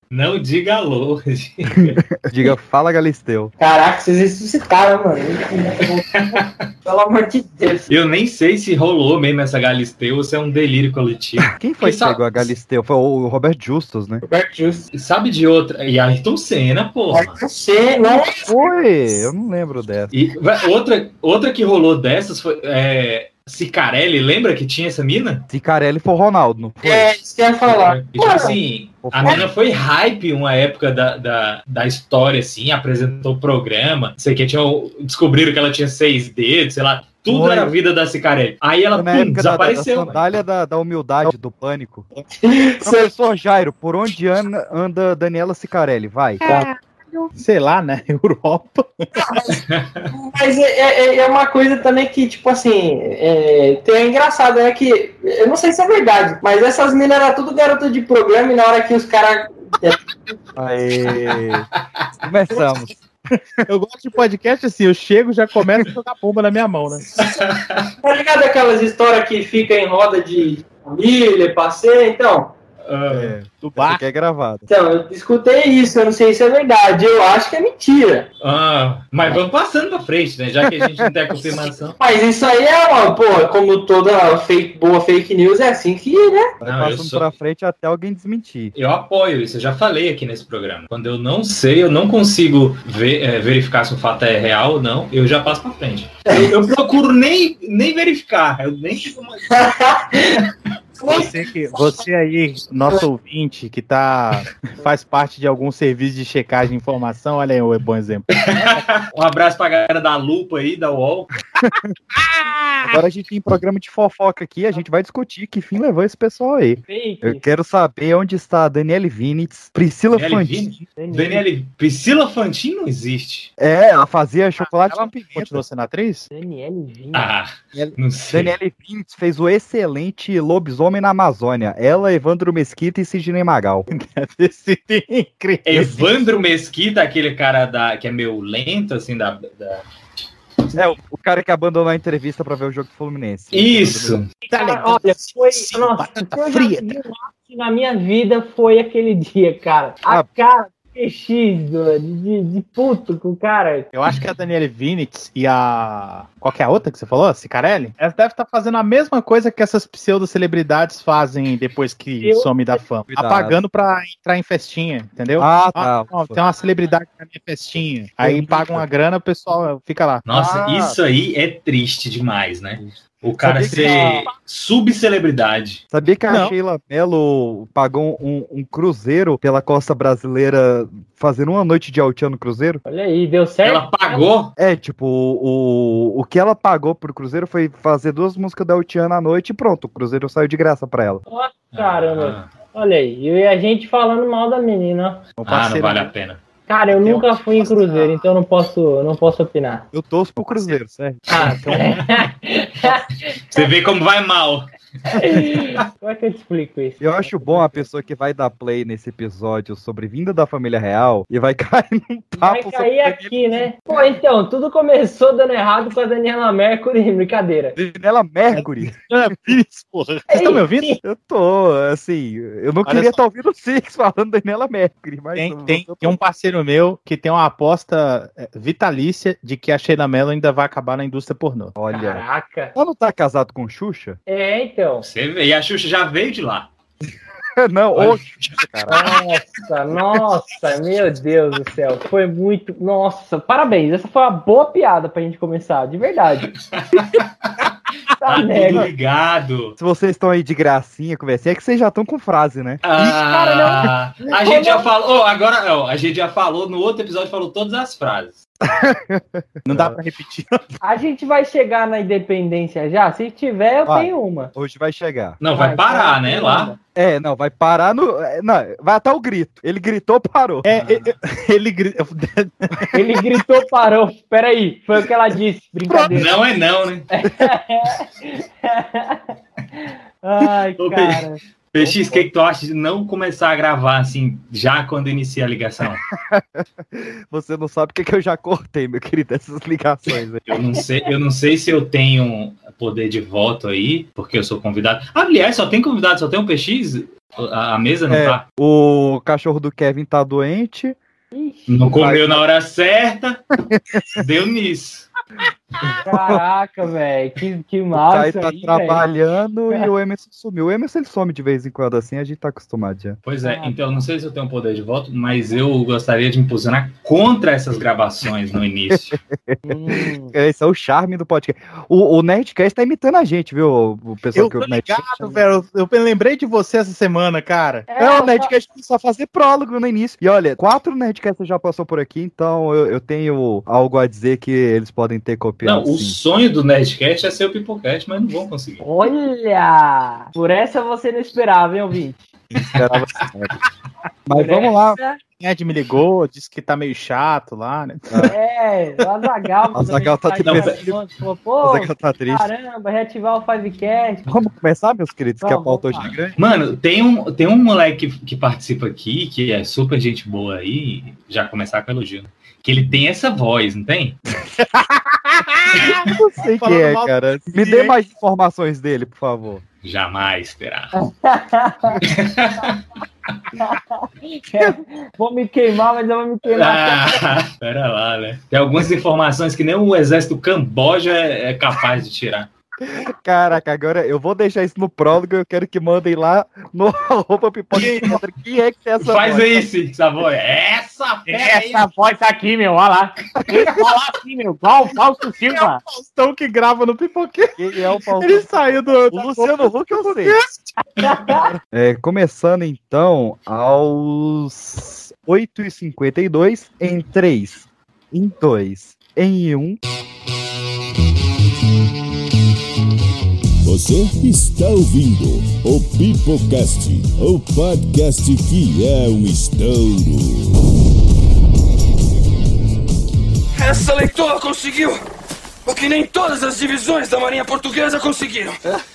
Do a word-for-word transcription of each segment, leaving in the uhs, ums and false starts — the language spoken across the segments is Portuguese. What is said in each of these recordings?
Não diga alô. Diga fala, Galisteu. Caraca, vocês ressuscitaram, mano. Pelo amor de Deus. Eu nem sei se rolou mesmo essa Galisteu ou se é um delírio coletivo. Quem foi Que que sa- pegou a Galisteu? Foi o Robert Justus, né? Roberto Justo. Sabe de outra? E Ayrton Senna, porra. Você, não. Foi! Eu não lembro dessa. E vai, outra, outra que rolou dessas foi é, Cicarelli, lembra que tinha essa mina? Cicarelli foi o Ronaldo, não foi? É, isso que eu ia falar. E, tipo assim, a mina foi hype uma época da, da, da história, assim, apresentou o programa, não sei o que, tinha, descobriram que ela tinha seis dedos, sei lá, tudo Foi. era a vida da Cicarelli. Aí ela, Foi na pum, época da, da, da desapareceu. sandália da, da humildade, do pânico. Você- Professor Jairo, por onde anda, anda Daniela Cicarelli? Vai. Sei lá, né? Europa. Mas é, é- é uma coisa também que, tipo assim, é, tem é engraçado, é que, eu não sei se é verdade, mas essas minas eram tudo garota de programa e na hora que os caras. Aê. Começamos. Eu gosto de podcast assim, eu chego e já começo a jogar bomba na minha mão, né? Tá ligado aquelas histórias que fica em roda de família, passeio? Então, É, Do isso bar. aqui é gravado. então, eu escutei isso, eu não sei se é verdade, eu acho que é mentira. Ah, mas vamos passando pra frente, né? Já que a gente não tem a confirmação. Mas isso aí é uma, pô, como toda fake, boa fake news, é assim que, né? Vai Não, eu passando sou- pra frente até alguém desmentir. Eu apoio isso, eu já falei aqui nesse programa. Quando eu não sei, eu não consigo ver- é, verificar se o fato é real ou não, eu já passo pra frente. Eu, eu procuro nem, nem verificar, eu nem fico mais. Você, que, você aí, nosso ouvinte, que tá, faz parte de algum serviço de checagem de informação, olha aí um bom exemplo. Um abraço pra galera da Lupa aí, da U O L. Agora a gente tem programa de fofoca aqui, a gente vai discutir que fim levou esse pessoal aí. Fake. Eu quero saber onde está a Daniele Vinitz, Priscila Daniele Fantin. Daniele, Priscila Fantin não existe. É, ela fazia chocolate Ela com pimenta. continuou sendo atriz? Daniele Vinha. Ah, não sei. Daniele Vinitz fez o excelente Lobisomem na Amazônia. Ela, Evandro Mesquita e Sidney Magal. Deve ser incrível. Evandro Mesquita, aquele cara da, que é meio lento, assim, da. da- É, o, o cara que abandonou a entrevista pra ver o jogo do Fluminense. Isso! Tá Cara, ligado? olha, foi. Sim, Nossa, batata se eu já fria. vi um ápice na minha vida foi aquele dia, cara. A Ah. cara do P X, do- de, de puto com o cara. Eu acho que a Daniele Vinitz e a. Qual que é a outra que você falou? A Cicarelli? Ela deve estar fazendo a mesma coisa que essas pseudo-celebridades fazem depois que Eu- some da fama. Cuidado. Apagando pra entrar em festinha, entendeu? Ah, tá. não, tem uma celebridade na minha festinha. Aí paga uma grana, o pessoal fica lá. Nossa, Ah. isso aí é triste demais, né? O cara Sabia que ser subcelebridade. Sabia que a Não. Sheila Mello pagou um, um cruzeiro pela costa brasileira fazendo uma noite de altiano no cruzeiro? Olha aí, deu certo. Ela pagou? É, tipo, o, o que ela pagou pro cruzeiro foi fazer duas músicas da Altiana à noite e pronto, o cruzeiro saiu de graça pra ela. Nossa, caramba. Ah, Olha aí, e a gente falando mal da menina. Um ah, não parceiro vale a meu. pena. Cara, eu Tem nunca um- fui em cruzeiro, então eu não posso, não posso opinar. Eu torço pro cruzeiro, certo? Ah, Você vê como vai mal. como é que eu te explico isso? Eu acho bom a pessoa que vai dar play nesse episódio sobre vinda da família real e vai cair num Vai papo cair aqui, né? Pô, então, tudo começou dando errado com a Daniela Mercury, brincadeira. Daniela Mercury. Ah, Vinitz, porra. Vocês estão me ouvindo? Eu tô, assim, eu não Olha queria só. estar ouvindo o Six falando Daniela Mercury, mas Tem, eu- tem, eu- tem um parceiro meu que tem uma aposta é, vitalícia de que a Sheila Mello ainda vai acabar na indústria pornô. Olha, Caraca. ela não tá casado com Xuxa? É, então. Você vê, e a Xuxa já veio de lá. Não, Olha. ô Xuxa, cara. Nossa, nossa, meu Deus do céu. Foi muito. Nossa, parabéns. Essa foi uma boa piada pra gente começar, de verdade. Tá Tá tudo merda. ligado. Se vocês estão aí de gracinha, conversinha, é que vocês já estão com frase, né? Ah, não. a gente já falou, oh, agora ó, a gente já falou no outro episódio, falou todas as frases. Não dá pra repetir. A gente vai chegar na independência já? Se tiver, eu Vai. tenho uma. Hoje vai chegar. Não, vai Vai, parar, vai, né, vai. lá. É, não, vai parar no. é, Não, vai até o grito. Ele gritou, parou. É, é, é, ele grita. Ele gritou, parou. Peraí, foi o que ela disse. Brincadeira. Não é não, né? Ai, Ô, cara. P X, o que, que tu acha de não começar a gravar assim, já quando inicia a ligação? Você não sabe o que, que eu já cortei, meu querido, essas ligações aí. Eu não sei, eu não sei se eu tenho poder de voto aí, porque eu sou convidado. Aliás, só tem convidado, só tem um P X? A, a mesa não É, tá? o cachorro do Kevin tá doente. Não comeu na hora certa. Deu nisso. Caraca, velho, que, que O mal Caio isso tá aí, trabalhando e o Emerson sumiu. O Emerson ele some de vez em quando assim, a gente tá acostumado já. Pois é, Ah, então não sei se eu tenho um poder de voto, mas eu gostaria de me posicionar contra essas gravações no início. Hum. Esse é o charme do podcast. O, o Nerdcast tá imitando a gente, viu? O pessoal Eu que tô o Nerdcast. ligado, velho. Eu lembrei de você essa semana, cara. É, o Nerdcast começou a fazer prólogo no início. E olha, quatro Nerdcasts já passou por aqui, então eu, eu tenho algo a dizer que eles podem ter copiado. Não, o sim. sonho do Nerdcast é ser o Pipocast, mas não vão conseguir. Olha! Por essa você não esperava, hein, ouvinte? Esperava sério. Mas Por vamos lá. essa, O Ed me ligou, disse que tá meio chato lá, né? É, o Azaghal. O Azaghal tá triste. Falou, pô, Você que tá triste. caramba, reativar o Fivecast. Vamos começar, meus queridos, que a Vamos, pauta vamos hoje é grande. Mano, tem um, tem um moleque que, que participa aqui, que é super gente boa aí, já começar com elogio, que ele tem essa voz, não tem? Não sei quem é, mal cara. do Me dê Cid, mais informações dele, por favor. Jamais terá. Vou me queimar, mas eu vou me queimar. Ah, pera lá, né? Tem algumas informações que nem o exército Camboja é, é capaz de tirar. Caraca, agora eu vou deixar isso no prólogo. Eu quero que mandem lá no arroba pipoca. Quem é que tem essa Faz voz? aí, Cid, essa voz. Essa fera aí. Essa voz aqui, meu, olha lá. Ele fala assim, meu, igual o Fausto Silva. Faustão que grava no Pipoqueiro. Quem é o Paulo? Ele saiu do. O Luciano Huck eu sei. É, começando então aos oito e cinquenta e dois em três, em dois, em um. Você está ouvindo o Pipocast, o podcast que é um estouro. Essa leitoa conseguiu o que nem todas as divisões da Marinha Portuguesa conseguiram.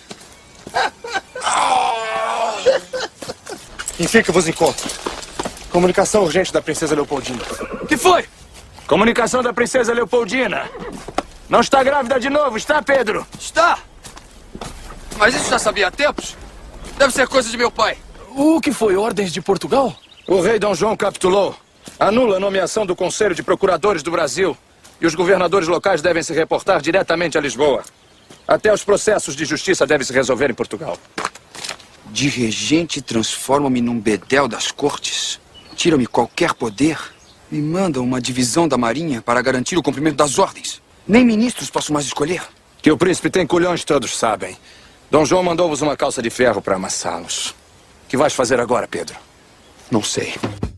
Enfim que eu vos encontro. Comunicação urgente da Princesa Leopoldina. Que foi? Comunicação da Princesa Leopoldina. Não está grávida de novo, está, Pedro? Está. Mas isso já sabia há tempos. Deve ser coisa de meu pai. O que foi? Ordens de Portugal? O rei Dom João capitulou. Anula a nomeação do Conselho de Procuradores do Brasil. E os governadores locais devem se reportar diretamente a Lisboa. Até os processos de justiça devem se resolver em Portugal. De regente transforma-me num bedel das cortes. Tira-me qualquer poder. Me mandam uma divisão da marinha para garantir o cumprimento das ordens. Nem ministros posso mais escolher. Que o príncipe tem culhões, todos sabem. Dom João mandou-vos uma calça de ferro para amassá-los. O que vais fazer agora, Pedro? Não sei.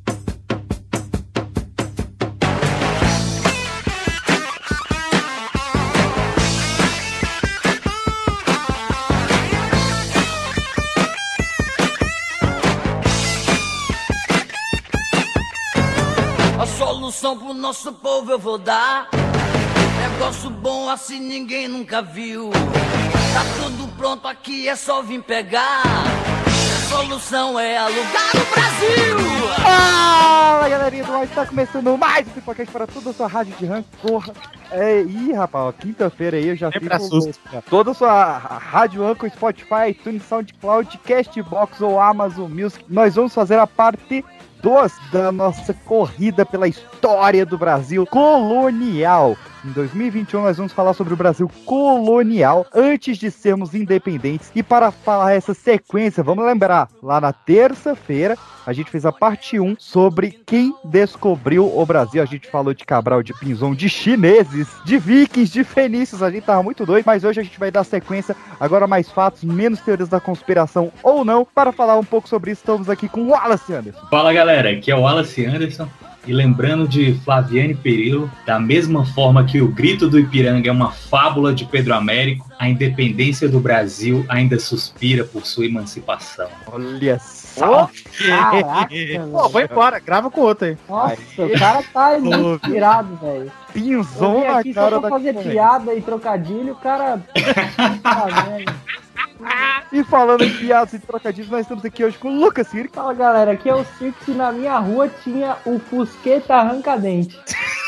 A solução pro nosso povo eu vou dar. Negócio bom assim ninguém nunca viu. Tá tudo pronto aqui, é só vir pegar. A solução é alugar o Brasil. Fala, galerinha do Nós, tá começando mais um Pipocast para toda a sua rádio de ranking, porra. É, ih, rapaz, ó, quinta-feira aí eu já Sempre fico... assusta. Toda a sua rádio Anchor, Spotify, iTunes, SoundCloud, Castbox ou Amazon Music. Nós vamos fazer a parte dois da nossa corrida pela história do Brasil colonial. Em dois mil e vinte e um nós vamos falar sobre o Brasil colonial antes de sermos independentes. E para falar essa sequência, vamos lembrar, lá na terça-feira a gente fez a parte um sobre quem descobriu o Brasil. A gente falou de Cabral, de Pinzon, de chineses, de vikings, de fenícios. A gente tava muito doido, mas hoje a gente vai dar sequência. Agora mais fatos, menos teorias da conspiração ou não. Para falar um pouco sobre isso, estamos aqui com o Wallace Anderson. Fala, galera, aqui é o Wallace Anderson. E lembrando de Flaviane Perillo, da mesma forma que o Grito do Ipiranga é uma fábula de Pedro Américo, a independência do Brasil ainda suspira por sua emancipação. Olha só! Caraca, Pô, vai embora, grava com outro aí. Nossa, o cara tá muito inspirado, velho. Eu Pinzon vim na aqui só cara pra da fazer piada e trocadilho, o cara... Tá vendo? E falando em piadas e trocadilhos, nós estamos aqui hoje com o Lucas Cirque. Fala, galera, aqui é o Cirque e na minha rua tinha o Fusqueta Arranca-Dente.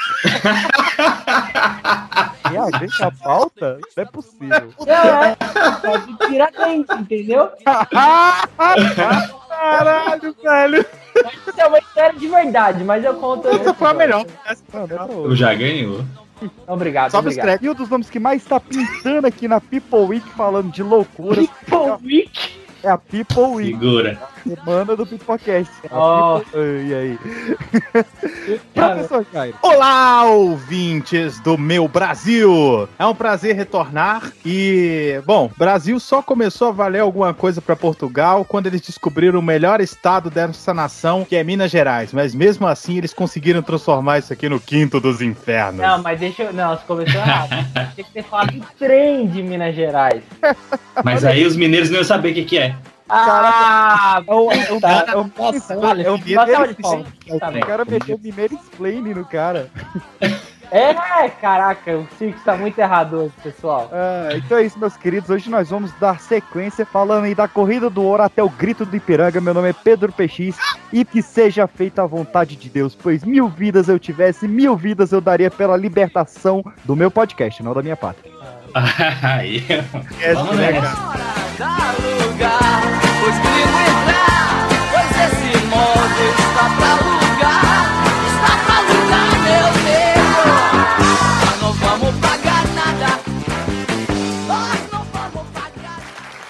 E a gente a pauta? Não é possível. É, é, pode tirar dente, entendeu? Caralho, velho. Isso é uma história de verdade, mas eu conto. Essa foi a melhor. Eu já ganhou. Obrigado, Sobe obrigado. E um dos nomes que mais tá pintando aqui na People Week falando de loucuras. People Week? É a People Week. Segura. Semana do Pipocast. Oh. E aí? Professor Jairo. Olá, ouvintes do meu Brasil! É um prazer retornar e, bom, Brasil só começou a valer alguma coisa para Portugal quando eles descobriram o melhor estado dessa nação, que é Minas Gerais. Mas mesmo assim, eles conseguiram transformar isso aqui no quinto dos infernos. Não, mas deixa eu... Não, você começou errado. Tem que ter falado do trem de Minas Gerais. Mas aí os mineiros não iam saber o que que é. Ah, É o, é o, tá. é o, Nossa, é olha, o uma salva de mineiro palmas. Tá O bem. cara meteu o mineiro explaining no cara. É, caraca, o Circo tá muito errado hoje, pessoal. Ah, então é isso, meus queridos. Hoje nós vamos dar sequência falando aí da Corrida do Ouro até o Grito do Ipiranga. Meu nome é Pedro P X e que seja feita a vontade de Deus, pois mil vidas eu tivesse, mil vidas eu daria pela libertação do meu podcast, não da minha pátria. Aí. Vamos né, nessa. Dá lugar, pois comigo entrar, pois esse modo está pra lugar, está pra lugar, meu Deus. Nós não vamos pagar nada, nós não vamos pagar.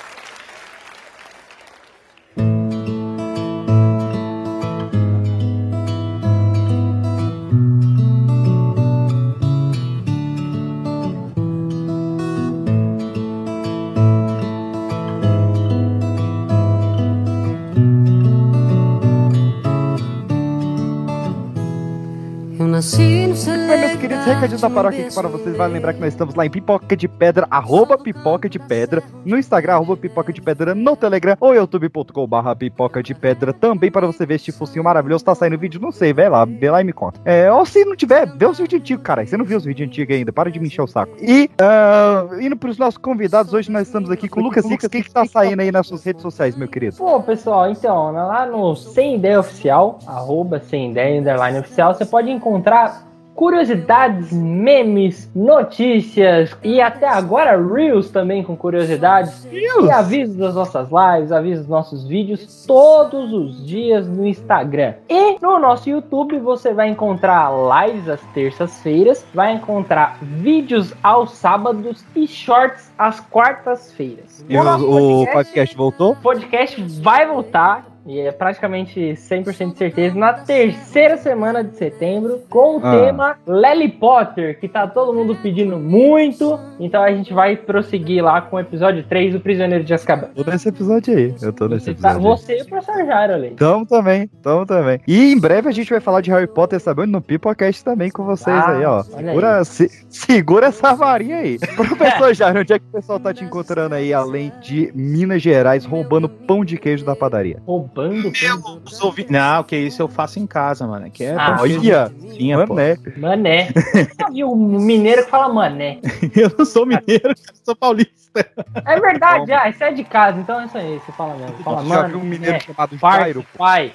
Bem, meus queridos, recadinho da paróquia aqui para vocês. Vai lembrar que nós estamos lá em Pipoca de Pedra, arroba Pipoca de Pedra, no Instagram, arroba Pipoca de Pedra, no Telegram, ou youtube ponto com barra Pipoca de Pedra, também para você ver este focinho maravilhoso. Tá saindo vídeo, não sei, vai lá, vê lá e me conta. É, ou se não tiver, vê os vídeos antigos, cara. Você não viu os vídeos antigos ainda, para de me encher o saco. E, uh, indo para os nossos convidados, hoje nós estamos aqui com o Lucas Six. O que que tá saindo aí nas suas redes sociais, meu querido? Pô, pessoal, então, lá no Sem Ideia Oficial, arroba Sem Ideia Underline Oficial, você pode encontrar curiosidades, memes, notícias e até agora Reels também com curiosidades Reels. E avisos das nossas lives, avisos dos nossos vídeos todos os dias no Instagram. E no nosso YouTube você vai encontrar lives às terças-feiras, vai encontrar vídeos aos sábados e shorts às quartas-feiras. E o, o podcast, podcast voltou? O podcast vai voltar. E é praticamente cem por cento de certeza na terceira semana de setembro, com o ah. tema Lily Potter, que tá todo mundo pedindo muito. Então a gente vai prosseguir lá com o episódio três, O Prisioneiro de Azkaban. Tô nesse episódio aí. Eu tô nesse você episódio. Tá, você e o professor Jairo ali. Tamo também, tamo também. E em breve a gente vai falar de Harry Potter, sabendo, no Pipocast também com vocês ah, aí, ó. Segura, aí. Se, segura essa varinha aí. Professor Jairo, onde é que o pessoal tá te encontrando aí, além de Minas Gerais, roubando pão de queijo da padaria? Roubando? Não, que isso eu faço em casa, mano. Que é ah, olha, mané. Mané. Você viu o mineiro que fala mané? Eu não sou mineiro, eu sou paulista. É verdade, ah, isso é de casa, então é isso aí, você fala mesmo. Fala, já viu um mineiro é, chamado Jairo? Pai.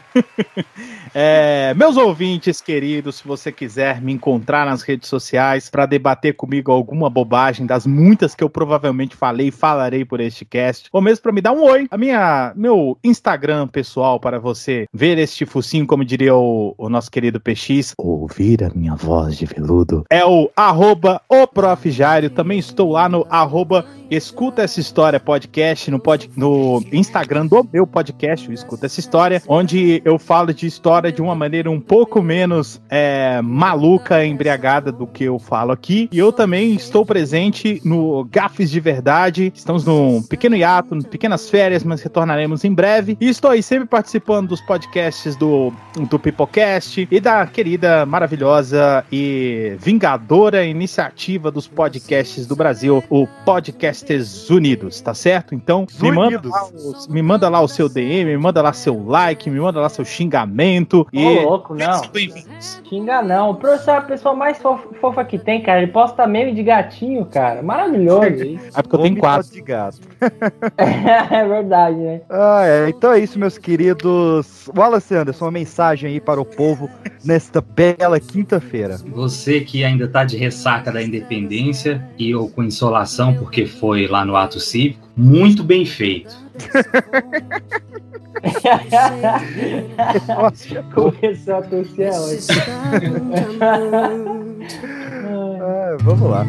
É, meus ouvintes queridos, se você quiser me encontrar nas redes sociais para debater comigo alguma bobagem das muitas que eu provavelmente falei e falarei por este cast, ou mesmo para me dar um oi, a minha, meu Instagram pessoal para você ver este focinho, como diria o, o nosso querido P X, ouvir a minha voz de veludo, é o arroba o Prof Jairo. Também estou lá no arroba Escuta Essa História Podcast, no, pod, no Instagram do meu podcast, o Escuta Essa História, onde eu falo de história de uma maneira um pouco menos é, maluca, embriagada do que eu falo aqui. E eu também estou presente no Gafes de Verdade. Estamos num pequeno hiato, pequenas férias, mas retornaremos em breve. E estou aí sempre participando dos podcasts do, do Pipocast e da querida, maravilhosa e vingadora iniciativa dos podcasts do Brasil, o Podcasters Unidos, tá certo? Então, me manda, lá o, me manda lá o seu D M, me manda lá seu like, me manda lá seu xingamento. Ô, e... louco, não. Xinga não. O professor é a pessoa mais fofa, fofa que tem, cara. Ele posta meme de gatinho, cara. Maravilhoso isso. É porque eu tenho quatro. De gato. É verdade, né? Ah, é. Então é isso, meus queridos. Wallace Anderson, uma mensagem aí para o povo nesta bela quinta-feira. Você que ainda tá de ressaca da independência e ou com insolação porque foi lá no ato cívico, muito bem feito. Começou a tossir hoje. Ah, vamos lá.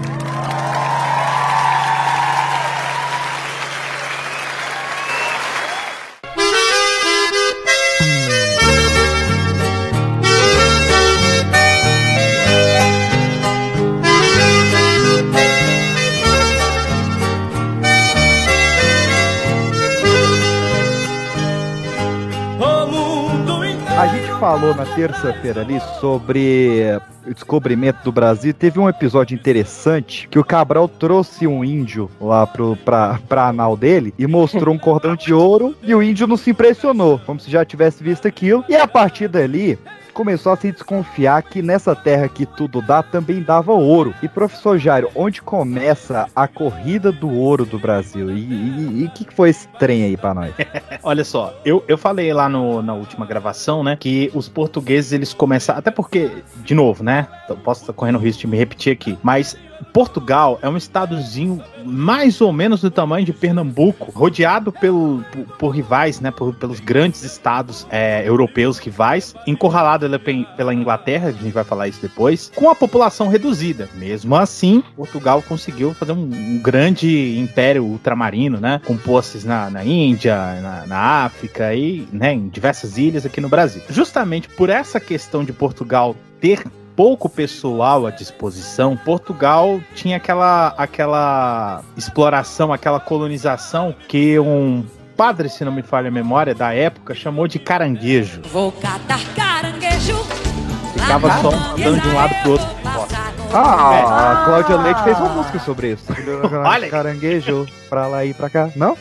A gente falou na terça-feira ali sobre o descobrimento do Brasil. Teve um episódio interessante que o Cabral trouxe um índio lá pro, pra, pra anal dele e mostrou um cordão de ouro e o índio não se impressionou, como se já tivesse visto aquilo. E a partir dali começou a se desconfiar que nessa terra que tudo dá, também dava ouro. E professor Jairo, onde começa a corrida do ouro do Brasil? E o que, que foi esse trem aí pra nós? Olha só, eu, eu falei lá no, na última gravação, né, que os portugueses, eles começaram, até porque, de novo, né, eu posso estar correndo o risco de me repetir aqui, mas Portugal é um estadozinho mais ou menos do tamanho de Pernambuco, rodeado pelo, por, por rivais, né, por, pelos grandes estados é, europeus rivais, encurralado pela Inglaterra, a gente vai falar isso depois, com a população reduzida. Mesmo assim, Portugal conseguiu fazer um, um grande império ultramarino, né, com posses na, na Índia, na, na África e, né, em diversas ilhas aqui no Brasil. Justamente por essa questão de Portugal ter pouco pessoal à disposição, Portugal tinha aquela, aquela exploração, aquela colonização que um padre, se não me falha a memória, da época, chamou de caranguejo. Vou catar caranguejo. Ficava só andando de um lado pro outro. Ah, é. A Cláudia Leite fez uma música sobre isso. Olha, caranguejo pra lá e pra cá. Não?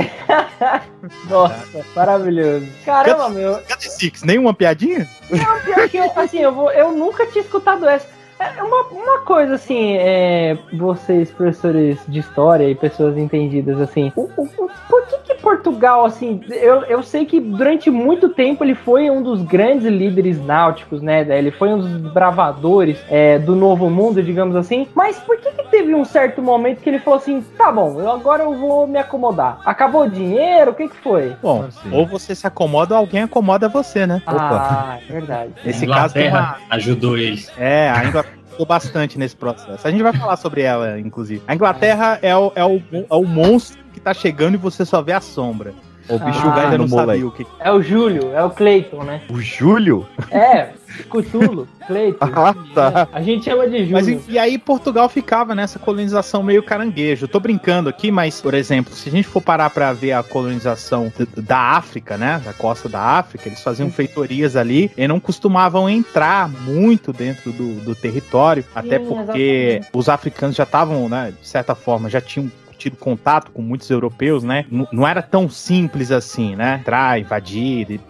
Nossa, maravilhoso. Caramba, Cut, meu. Cut Six, nenhuma piadinha? Não, pior que eu, assim, eu, vou, eu nunca tinha escutado essa. É uma, uma coisa, assim, é, vocês, professores de história e pessoas entendidas, assim, o, o, por que que Portugal, assim, eu, eu sei que durante muito tempo ele foi um dos grandes líderes náuticos, né, ele foi um dos bravadores é, do Novo Mundo, digamos assim, mas por que que teve um certo momento que ele falou assim, tá bom, eu, agora eu vou me acomodar? Acabou o dinheiro? O que que foi? Bom, assim, ou você se acomoda ou alguém acomoda você, né? Ah, é verdade. Nesse caso tem uma... ajudou eles. É, a Inglaterra ajudou bastante nesse processo. A gente vai falar sobre ela, inclusive. A Inglaterra é o, é o, é o monstro que tá chegando e você só vê a sombra. O bicho Ah, ainda não no sabia moleque. o que... É o Júlio, é o Cleiton, né? O Júlio? É, Cthulhu, Cleiton. Ah, tá. A gente chama de Júlio. Mas e, e aí Portugal ficava nessa colonização meio caranguejo. Eu tô brincando aqui, mas, por exemplo, se a gente for parar pra ver a colonização da África, né, da costa da África, eles faziam feitorias ali e não costumavam entrar muito dentro do, do território, até porque exatamente. Os africanos já estavam, né, de certa forma, já tinham tido contato com muitos europeus, né? N- não era tão simples assim, né? Entrar, invadir,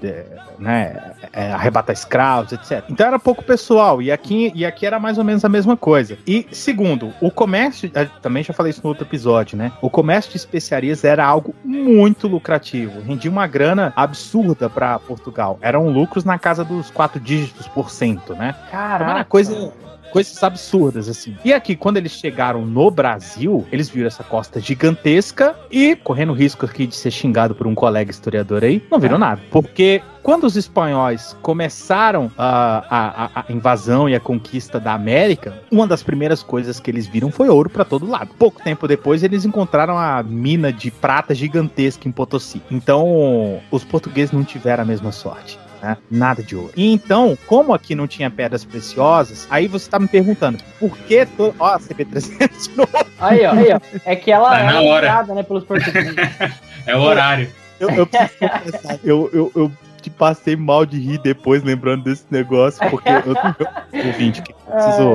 né? É, arrebatar escravos, etcétera. Então era pouco pessoal, e aqui, e aqui era mais ou menos a mesma coisa. E segundo, o comércio, também já falei isso no outro episódio, né? O comércio de especiarias era algo muito lucrativo, rendia uma grana absurda para Portugal. Eram lucros na casa dos quatro dígitos por cento, né? Caraca. Era coisa... Coisas absurdas, assim. E aqui, quando eles chegaram no Brasil, eles viram essa costa gigantesca e, correndo o risco aqui de ser xingado por um colega historiador aí, não viram nada. Porque quando os espanhóis começaram a, a, a invasão e a conquista da América, uma das primeiras coisas que eles viram foi ouro pra todo lado. Pouco tempo depois, eles encontraram a mina de prata gigantesca em Potosí. Então, os portugueses não tiveram a mesma sorte. Né? Nada de ouro. E então, como aqui não tinha pedras preciosas, aí você tá me perguntando, por que... To... Ó, a C B trezentos de novo. Aí, ó, aí, ó. É que ela Tá é na hora. criada, né, pelos portugueses. É o horário. Eu, eu preciso confessar, eu, eu, eu te passei mal de rir depois, lembrando desse negócio, porque eu, eu, eu ouvinte, que preciso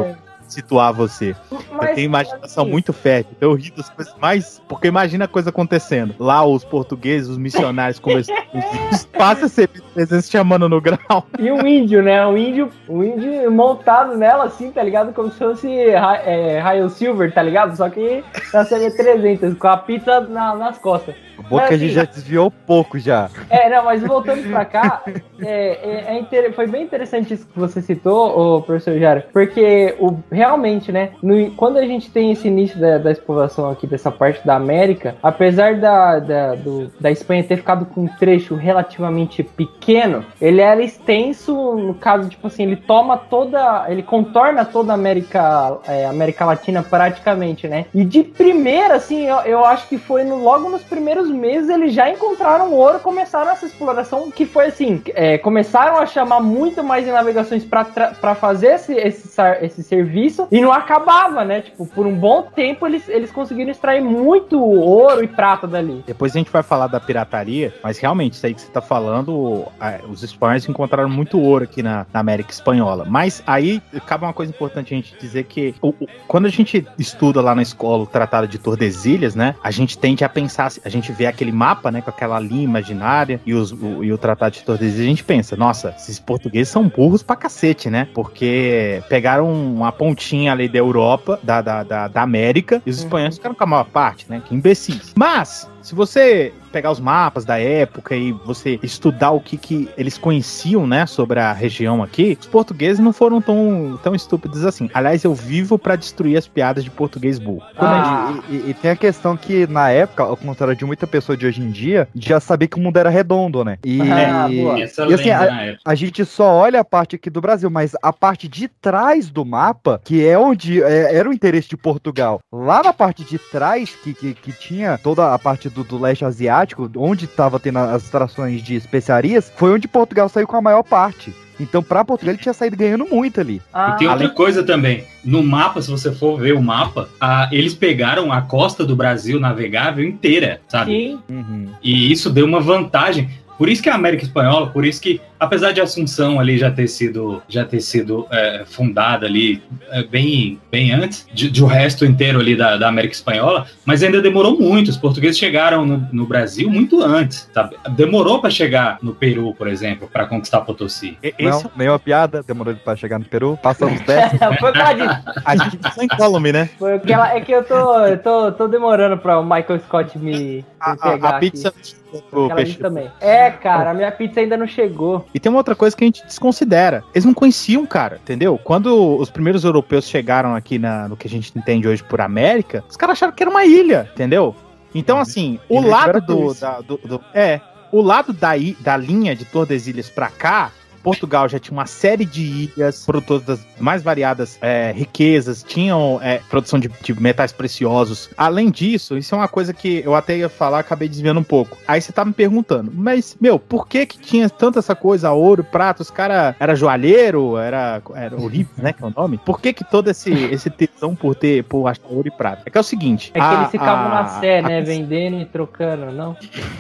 situar você. Mas, eu tenho imaginação assim, muito fértil. Eu ri das coisas mais... Porque imagina a coisa acontecendo. Lá os portugueses, os missionários começam a passa ser presença chamando no grau. E o índio, né? O índio, o índio montado nela, assim, tá ligado? Como se fosse é, Raio Silver, tá ligado? Só que na C B trezentos, com a pizza na, nas costas. Bom que a gente já desviou pouco já. É, não, mas voltando pra cá, é, é, é inter... foi bem interessante isso que você citou, ô, professor Jara, porque o, realmente, né, no, quando a gente tem esse início da, da exploração aqui dessa parte da América, apesar da, da, do, da Espanha ter ficado com um trecho relativamente pequeno, ele era extenso, no caso, tipo assim, ele toma toda, ele contorna toda a América, é, América Latina praticamente, né, e de primeira, assim, eu, eu acho que foi no, logo nos primeiros meses eles já encontraram ouro, começaram essa exploração que foi assim, é, começaram a chamar muito mais de navegações para fazer esse, esse, esse serviço e não acabava, né? Tipo, por um bom tempo eles, eles conseguiram extrair muito ouro e prata dali. Depois a gente vai falar da pirataria, mas realmente, isso aí que você tá falando, os espanhóis encontraram muito ouro aqui na, na América Espanhola. Mas aí, cabe uma coisa importante a gente dizer que o, o, quando a gente estuda lá na escola o Tratado de Tordesilhas, né? A gente tende a pensar, a gente vê aquele mapa, né, com aquela linha imaginária e, os, o, e o Tratado de Tordesilhas, a gente pensa, nossa, esses portugueses são burros pra cacete, né? Porque pegaram uma pontinha ali da Europa, da, da, da, da América, e os espanhóis ficaram com a maior parte, né? Que imbecis. Mas, se você pegar os mapas da época e você estudar o que, que eles conheciam, né, sobre a região aqui, os portugueses não foram tão, tão estúpidos assim. Aliás, eu vivo pra destruir as piadas de português burro. Ah. E, e, e tem a questão que, na época, ao contrário de muita pessoa de hoje em dia, já sabia que o mundo era redondo, né? E, ah, e, e assim, a, a gente só olha a parte aqui do Brasil, mas a parte de trás do mapa, que é onde é, era o interesse de Portugal, lá na parte de trás, que, que, que tinha toda a parte do, do leste asiático, onde estava tendo as extrações de especiarias, foi onde Portugal saiu com a maior parte. Então, pra Portugal, ele tinha saído ganhando muito ali. Ah, e tem outra coisa também. No mapa, se você for ver o mapa, a, eles pegaram a costa do Brasil navegável inteira, sabe? Sim. Uhum. E isso deu uma vantagem. Por isso que a América Espanhola, por isso que, apesar de Assunção ali já ter sido, já ter sido é, fundada ali é, bem, bem antes de, de o resto inteiro ali da, da América Espanhola, mas ainda demorou muito. Os portugueses chegaram no, no Brasil muito antes, sabe? Demorou para chegar no Peru, por exemplo, para conquistar Potosí. Não, Esse... nenhuma piada, demorou para chegar no Peru, passando os testes. Foi pra a gente tá em Colômbia, né? Foi aquela, é que eu tô, eu tô, tô demorando pra o Michael Scott me, me a, pegar a, a pizza aqui. Também. É, cara, a minha pizza ainda não chegou. E tem uma outra coisa que a gente desconsidera. Eles não conheciam, cara, entendeu? Quando os primeiros europeus chegaram aqui na, no que a gente entende hoje por América, os caras acharam que era uma ilha, entendeu? Então, assim, o lado do, da, do, do... É, o lado da, da linha de Tordesilhas pra cá, Portugal já tinha uma série de ilhas, produtoras das mais variadas é, riquezas, tinham é, produção de, de metais preciosos. Além disso, isso é uma coisa que eu até ia falar, acabei desviando um pouco. Aí você tá me perguntando, mas, meu, por que que tinha tanta essa coisa, ouro, prata, os caras era joalheiro, era, era Ourives, né, que é o nome? Por que que todo esse, esse tesão por ter, por achar ouro e prata? É que é o seguinte... É que a, eles ficavam a, na sé, né, a... vendendo e trocando, não?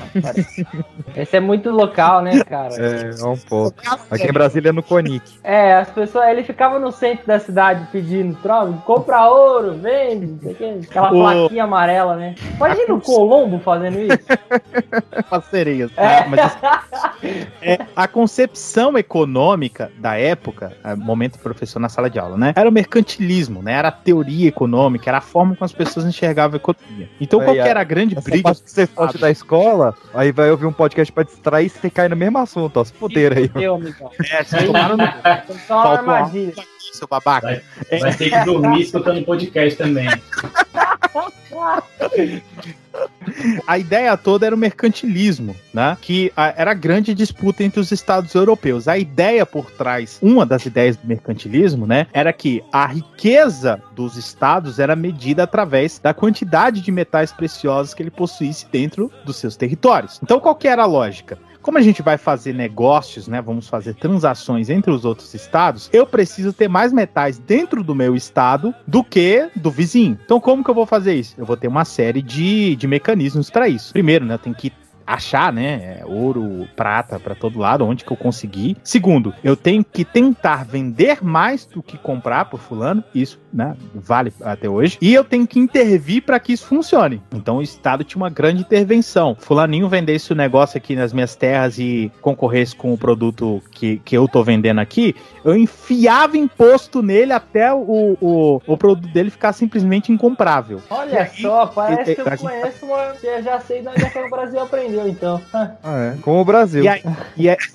Esse é muito local, né, cara? É, é um pouco. Aqui em Brasília é no Conic. É, as pessoas, ele ficava no centro da cidade pedindo troca, compra ouro, vende, não sei o que, aquela o... plaquinha amarela, né? Imagina o Colombo fazendo isso. Parcerias. É. Ah, mas, é, a concepção econômica da época, momento professor na sala de aula, né? Era o mercantilismo, né? Era a teoria econômica, era a forma como as pessoas enxergavam a economia. Então, aí, qual que era a grande briga? Se você fosse da escola, aí vai ouvir um podcast pra distrair e você cai no mesmo assunto, ó. Se fuderam aí. Meu, amigão. É, vocês tomaram no... Só uma armadilha. Seu babaca. Vai, é. vai ter que dormir escutando podcast também. A ideia toda era o mercantilismo, né? Que a, era a grande disputa entre os estados europeus. A ideia por trás, uma das ideias do mercantilismo, né? Era que a riqueza dos estados era medida através da quantidade de metais preciosos que ele possuísse dentro dos seus territórios. Então, qual que era a lógica? Como a gente vai fazer negócios, né, vamos fazer transações entre os outros estados, eu preciso ter mais metais dentro do meu estado do que do vizinho. Então, como que eu vou fazer isso? Eu vou ter uma série de, de mecanismos para isso. Primeiro, né, eu tenho que achar, né, ouro, prata pra todo lado, onde que eu conseguir. Segundo, eu tenho que tentar vender mais do que comprar por fulano, isso, né, vale até hoje. E eu tenho que intervir para que isso funcione. Então o Estado tinha uma grande intervenção. Fulaninho vendesse o negócio aqui nas minhas terras e concorresse com o produto que, que eu tô vendendo aqui, eu enfiava imposto nele até o, o, o produto dele ficar simplesmente incomprável. Olha aí, só, parece que eu gente... conheço uma... Eu já sei de onde é que o Brasil aprendeu, então. Ah, é. Com o Brasil. E aí, e aí...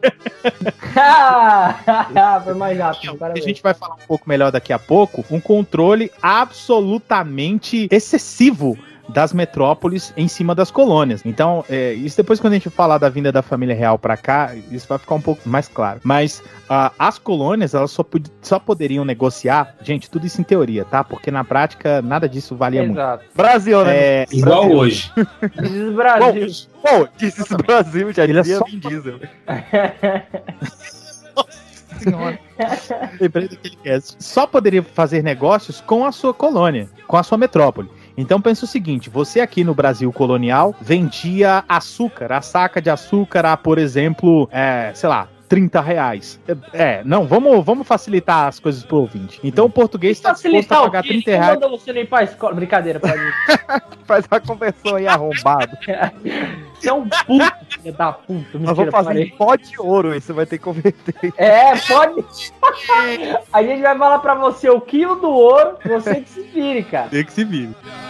Foi mais rápido. A gente vai falar um pouco melhor daqui a pouco. Um controle absolutamente excessivo das metrópoles em cima das colônias. Então, é, isso depois quando a gente falar da vinda da família real pra cá, isso vai ficar um pouco mais claro. Mas uh, as colônias, elas só, só poderiam negociar, gente, tudo isso em teoria, tá? Porque na prática, nada disso valia Exato. muito. Brasil, né? É, igual Brasil. hoje. Diz Brasil. Pô, disse isso Brasil, já Ele é dizia só- Vin Diesel. Senhora. Lembrei daquele cast. Só poderia fazer negócios com a sua colônia, com a sua metrópole. Então pensa o seguinte, você aqui no Brasil colonial vendia açúcar, a saca de açúcar a, por exemplo, é, sei lá, trinta reais. É, não, vamos, vamos facilitar as coisas pro ouvinte. Então o português está disposto a pagar trinta reais. Manda você nem pra escola. Brincadeira, pra mim. Faz uma conversão aí arrombado. Você é um puto, filho da puta. Nós Mentira, vamos fazer parei. em pó de ouro, aí você vai ter que converter. É, pode. A gente vai falar pra você o quilo do ouro, você que se vire, cara. Tem que se vir.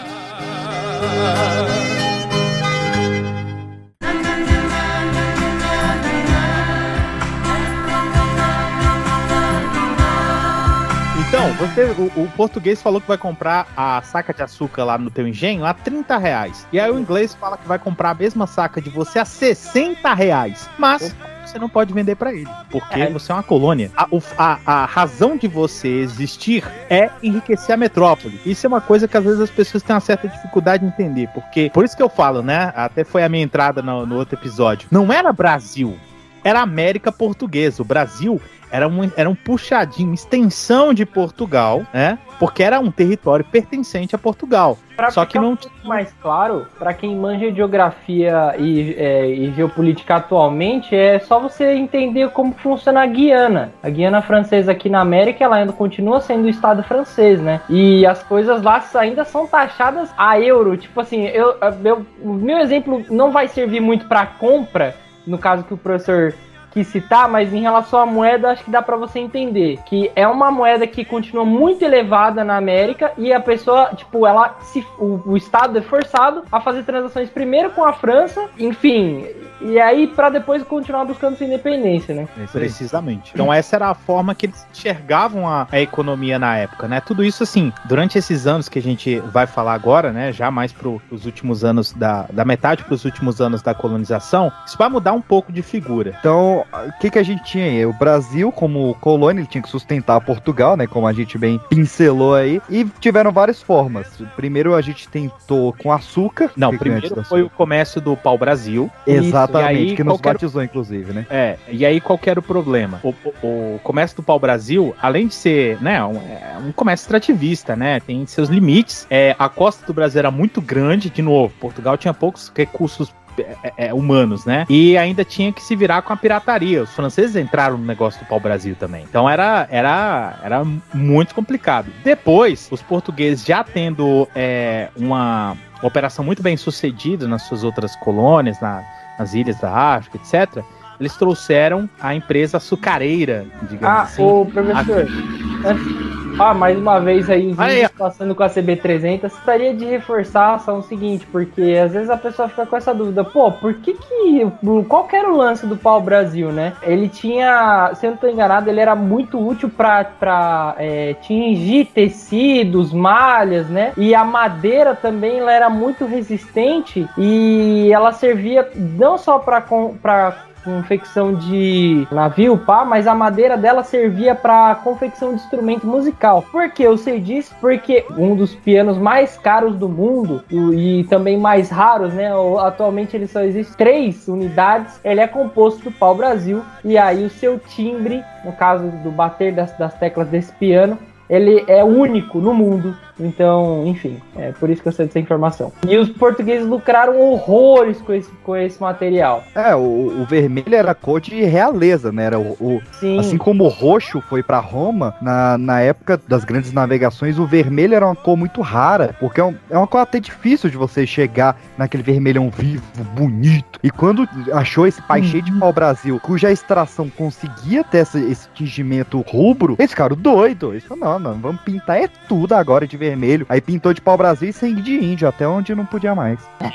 Então, você, o, o português falou que vai comprar a saca de açúcar lá no teu engenho a trinta reais. E aí o inglês fala que vai comprar a mesma saca de você a sessenta reais. Mas você não pode vender pra ele, porque É. você é uma colônia. A, o- a, a razão de você existir é enriquecer a metrópole. Isso é uma coisa que às vezes as pessoas têm uma certa dificuldade de entender, porque, por isso que eu falo, né, até foi a minha entrada no, no outro episódio, não era Brasil, era América Portuguesa. O Brasil era um, era um puxadinho, uma extensão de Portugal, né, porque era um território pertencente a Portugal. Pra Só que ficar não um pouco mais claro, pra quem manja de geografia e, é, e geopolítica atualmente, é só você entender como funciona a Guiana. A Guiana francesa aqui na América, ela ainda continua sendo o Estado francês, né? E as coisas lá ainda são taxadas a euro. Tipo assim, eu, eu, o meu exemplo não vai servir muito pra compra, no caso que o professor quis citar, mas em relação à moeda, acho que dá pra você entender que é uma moeda que continua muito elevada na América e a pessoa, tipo, ela se, o, o Estado é forçado a fazer transações primeiro com a França, enfim, e aí pra depois continuar buscando sua independência, né? Precisamente. Então essa era a forma que eles enxergavam a, a economia na época, né? Tudo isso assim, durante esses anos que a gente vai falar agora, né? Já mais para os últimos anos, da, da metade para os últimos anos da colonização, isso vai mudar um pouco de figura. Então, o que, que a gente tinha aí? O Brasil, como colônia, ele tinha que sustentar Portugal, né? Como a gente bem pincelou aí. E tiveram várias formas. Primeiro a gente tentou com açúcar. Não, que que antes primeiro do foi o açúcar? comércio do pau-brasil. Exatamente, E aí, que nos qualquer- batizou, inclusive, né? É, e aí qual que era o problema? O, o- o comércio do pau-brasil, além de ser, né, um, é um comércio extrativista, né, tem seus limites, é, a costa do Brasil era muito grande, de novo, Portugal tinha poucos recursos é, é, humanos, né, e ainda tinha que se virar com a pirataria. Os franceses entraram no negócio do pau-brasil também, então era, era, era muito complicado. Depois, os portugueses já tendo é, uma operação muito bem sucedida nas suas outras colônias, na, nas ilhas da África, etcétera, eles trouxeram a empresa açucareira, digamos Ah, assim. ô professor, antes- ah, mais uma vez aí, os Aí, vídeos passando com a C B trezentos, gostaria de reforçar só o seguinte, porque às vezes a pessoa fica com essa dúvida, pô, por que que, qual que era o lance do pau-brasil, né? Ele tinha, se eu não tô enganado, ele era muito útil pra, pra é, tingir tecidos, malhas, né? E a madeira também, ela era muito resistente e ela servia não só pra, com- pra confecção de navio, pá, mas a madeira dela servia para confecção de instrumento musical. Por que eu sei disso? Porque um dos pianos mais caros do mundo e, e também mais raros, né? Atualmente ele só existe três unidades. Ele é composto do pau-brasil e aí o seu timbre, no caso do bater das, das teclas desse piano, ele é único no mundo. Então, enfim, é por isso que eu sei dessa informação. E os portugueses lucraram horrores com esse, com esse material. É, o, o vermelho era cor de realeza, né? Era o, o, Sim. Assim como o roxo foi pra Roma, na, na época das grandes navegações, o vermelho era uma cor muito rara, porque é, um, é uma cor até difícil de você chegar naquele vermelhão vivo, bonito. E quando achou esse pai cheio de pau-brasil, cuja extração conseguia ter esse, esse tingimento rubro, eles ficaram doidos. Eles falaram, não, não, vamos pintar é tudo agora de vermelho. Aí pintou de pau-brasil e sangue de índio, até onde não podia mais.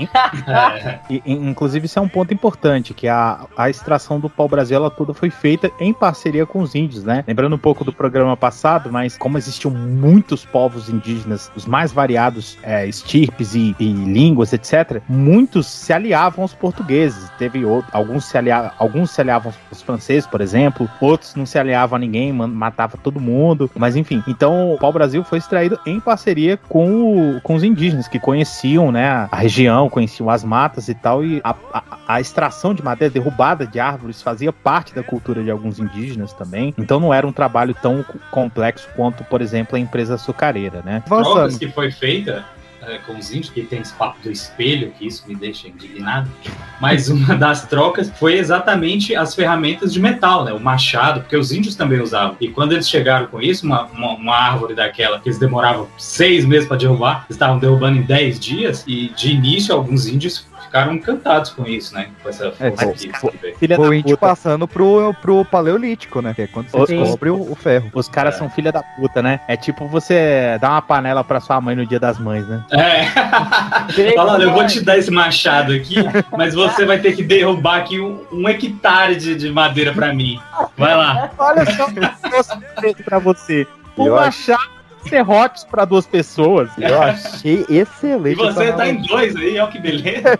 E, inclusive, isso é um ponto importante, que a, a extração do pau-brasil, ela toda foi feita em parceria com os índios, né? Lembrando um pouco do programa passado, mas como existiam muitos povos indígenas, os mais variados é, estirpes e, e línguas, etcétera, muitos se aliavam aos portugueses. Teve outro, alguns, se alia, alguns se aliavam aos franceses, por exemplo, outros não se aliavam a ninguém, matava todo mundo, mas enfim. Então, o pau-brasil foi extraído em parceria com, o, com os indígenas, que conheciam, né, a região, conheciam as matas e tal, e a, a, a extração de madeira, derrubada de árvores, fazia parte da cultura de alguns indígenas também. Então não era um trabalho tão complexo quanto, por exemplo, a empresa açucareira, né? Trocas que foi feita é, com os índios, que tem esse papo do espelho, que isso me deixa indignado, mas uma das trocas foi exatamente as ferramentas de metal, né? O machado, porque os índios também usavam. E quando eles chegaram com isso, uma, uma, uma árvore daquela que eles demoravam seis meses para derrubar, eles estavam derrubando em dez dias, e de início alguns índios ficaram encantados com isso, né? Com essa é, força que isso. O índio passando pro, pro paleolítico, né? Que é quando você descobre o, o ferro. Os caras é. são filha da puta, né? É tipo você dar uma panela pra sua mãe no dia das mães, né? É. Fala, eu vou te dar esse machado aqui, mas você vai ter que derrubar aqui um, um hectare de, de madeira pra mim. Vai lá. Olha só o que eu trouxe pra você. Um machado, serrotes para duas pessoas. Eu achei excelente. E você tá em dois aí, ó que beleza.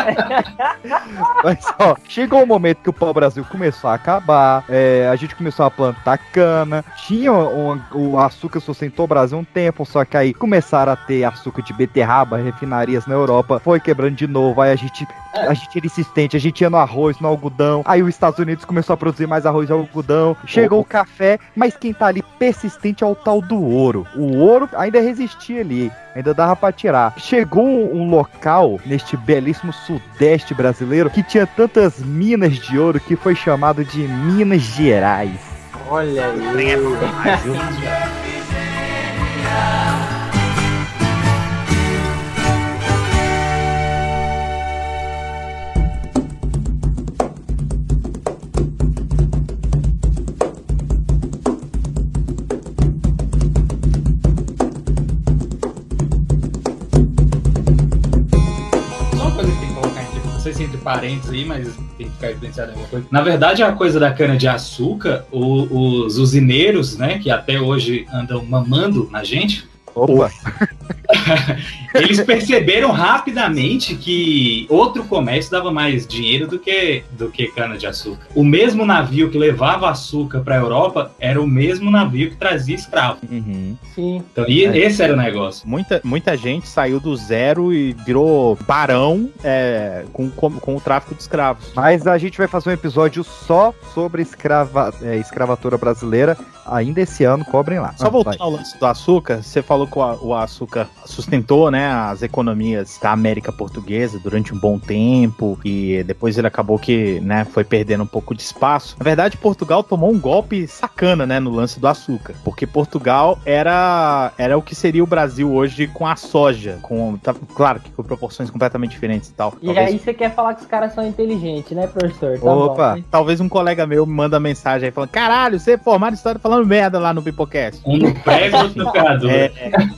Mas ó, chegou um momento que o pau-brasil começou a acabar, é, a gente começou a plantar cana, tinha um, o açúcar sustentou o Brasil um tempo, só que aí começaram a ter açúcar de beterraba, refinarias na Europa, foi quebrando de novo, aí a gente a gente era insistente, a gente ia no arroz, no algodão, aí os Estados Unidos começou a produzir mais arroz e algodão, chegou oh. o café, mas quem tá ali persistente é o tal do ouro. O ouro ainda resistia ali, ainda dava pra tirar. Chegou um, um local neste belíssimo sudeste brasileiro que tinha tantas minas de ouro que foi chamado de Minas Gerais. Olha aí. Entre parênteses aí, mas tem que ficar evidenciado em alguma coisa. Na verdade, a coisa da cana-de-açúcar, os usineiros, né, que até hoje andam mamando na gente, Opa! Eles perceberam rapidamente que outro comércio dava mais dinheiro do que, do que cana-de-açúcar. O mesmo navio que levava açúcar para a Europa era o mesmo navio que trazia escravo. Uhum. Sim. Então, e é. esse era o negócio. Muita, muita gente saiu do zero e virou barão é, com, com, com o tráfico de escravos. Mas a gente vai fazer um episódio só sobre escrava, é, escravatura brasileira ainda esse ano, cobrem lá. Só ah, voltando vai. ao lance do açúcar, você falou que o, o açúcar sustentou, né, as economias da América Portuguesa durante um bom tempo e depois ele acabou que, né, foi perdendo um pouco de espaço. Na verdade, Portugal tomou um golpe sacana, né, no lance do açúcar, porque Portugal era, era o que seria o Brasil hoje com a soja, com, tá, claro que com proporções completamente diferentes e tal. E talvez... aí você quer falar que os caras são inteligentes, né, professor? Tá Opa, bom. Talvez um colega meu me manda mensagem aí falando, caralho, você é formado em história falando merda lá no Pipocast. Um no prego, outro no criador. É.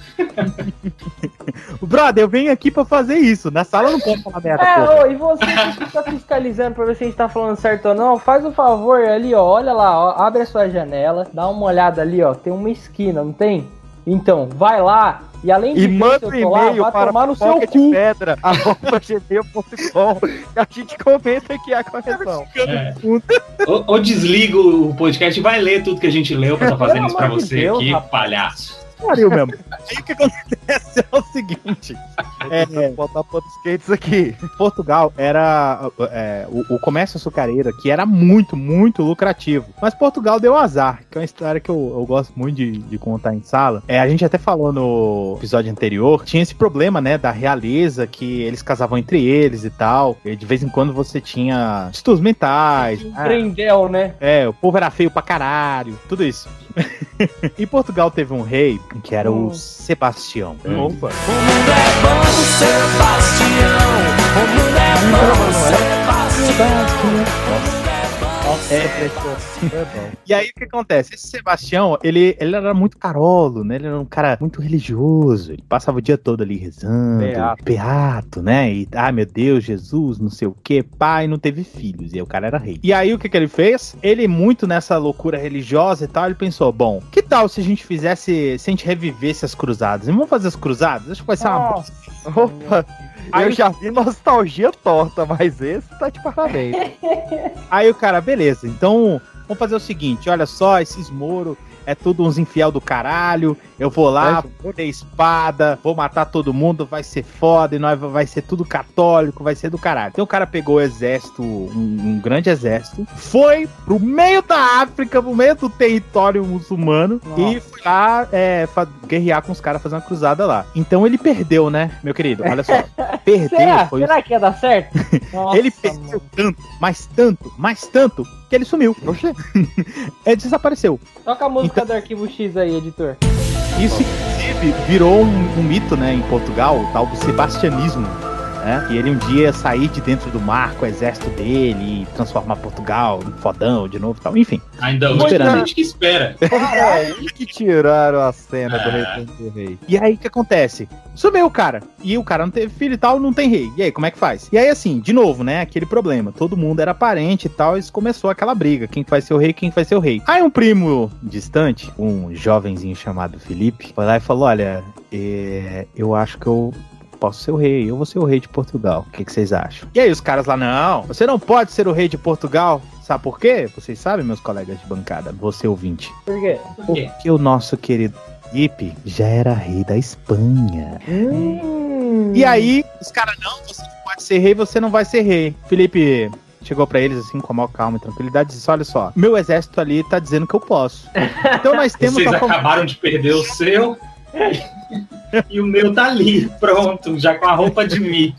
Brother, eu venho aqui pra fazer isso. Na sala eu não posso falar merda. É, ô, e você que fica fiscalizando pra ver se a gente tá falando certo ou não, faz um favor ali, ó. Olha lá, ó, abre a sua janela, dá uma olhada ali, ó. Tem uma esquina, não tem? Então, vai lá. E além de e manda um e-mail lá, para tomar no seu cu. Pedra, arroba gmail ponto com, que a gente comenta aqui a correção. É. Ou, ou desliga o podcast e vai ler tudo que a gente leu pra estar tá fazendo isso pra você Deus, aqui, rapaz. palhaço. pariu mesmo. Aí o que acontece é o seguinte. É, Vou botar pontos quentes aqui. Portugal era é, o, o comércio açucareiro aqui era muito, muito lucrativo. Mas Portugal deu azar, que é uma história que eu, eu gosto muito de, de contar em sala. É, a gente até falou no episódio anterior, tinha esse problema, né, da realeza, que eles casavam entre eles e tal. E de vez em quando você tinha distúrbios mentais. Um prendel, né? É, o povo era feio pra caralho, tudo isso. E Portugal teve um rei que era Hum. o Sebastião. Opa. O mundo é bom, Sebastião. O mundo é bom, Sebastião. É, é bom. E aí o que acontece? Esse Sebastião, ele, ele era muito carolo, né? Ele era um cara muito religioso. Ele passava o dia todo ali rezando, Beato. beato, né? E, ah, meu Deus, Jesus, não sei o que, pai, não teve filhos. E aí o cara era rei. E aí o que que ele fez? Ele, muito nessa loucura religiosa e tal, ele pensou, bom, que tal se a gente fizesse, se a gente revivesse as cruzadas? E vamos fazer as cruzadas? Acho que vai ser uma bosta. Opa, Aí eu o- já vi nostalgia torta, mas esse tá de parabéns. Aí o cara, beleza, então vamos fazer o seguinte, olha só, esses Moro é tudo uns infiel do caralho, eu vou lá, vou ter espada, vou matar todo mundo, vai ser foda, e nós vai ser tudo católico, vai ser do caralho. Então o cara pegou o exército, um, um grande exército, foi pro meio da África, pro meio do território muçulmano, Nossa. e foi lá é, fa- guerrear com os caras, fazer uma cruzada lá. Então ele perdeu, né, meu querido? Olha só, perdeu, Será? foi Será que ia dar certo? Nossa, ele perdeu mano. tanto, mas tanto, mas tanto, que ele sumiu. Oxê. Ele desapareceu. Toca a música do Arquivo X aí, editor. Isso, inclusive, virou um, um mito, né, em Portugal, o tal do sebastianismo, né? E ele um dia ia sair de dentro do mar com o exército dele e transformar Portugal em fodão de novo e tal. Enfim, Ainda Tô hoje tem esperando. gente que espera. Aí que tiraram a cena do Retorno do Rei. e aí o que acontece? Sumiu o cara. E o cara não teve filho e tal, não tem rei. E aí, como é que faz? E aí, assim, de novo, né, aquele problema. Todo mundo era parente e tal, e começou aquela briga. Quem que vai ser o rei, quem que vai ser o rei. Aí um primo distante, um jovenzinho chamado Felipe, foi lá e falou, olha, é, eu acho que eu posso ser o rei, eu vou ser o rei de Portugal. O que, que vocês acham? E aí os caras lá, não, você não pode ser o rei de Portugal. Sabe por quê? Vocês sabem, meus colegas de bancada, você ouvinte. Por quê? Por quê? Porque o nosso querido Felipe já era rei da Espanha. Hum. E aí, os caras, não, você não pode ser rei, você não vai ser rei. Felipe chegou pra eles assim, com a maior calma e tranquilidade, e disse, olha só, meu exército ali tá dizendo que eu posso. Então nós temos... Vocês a fam- acabaram de perder o seu e o meu tá ali, pronto, já com a roupa de mim.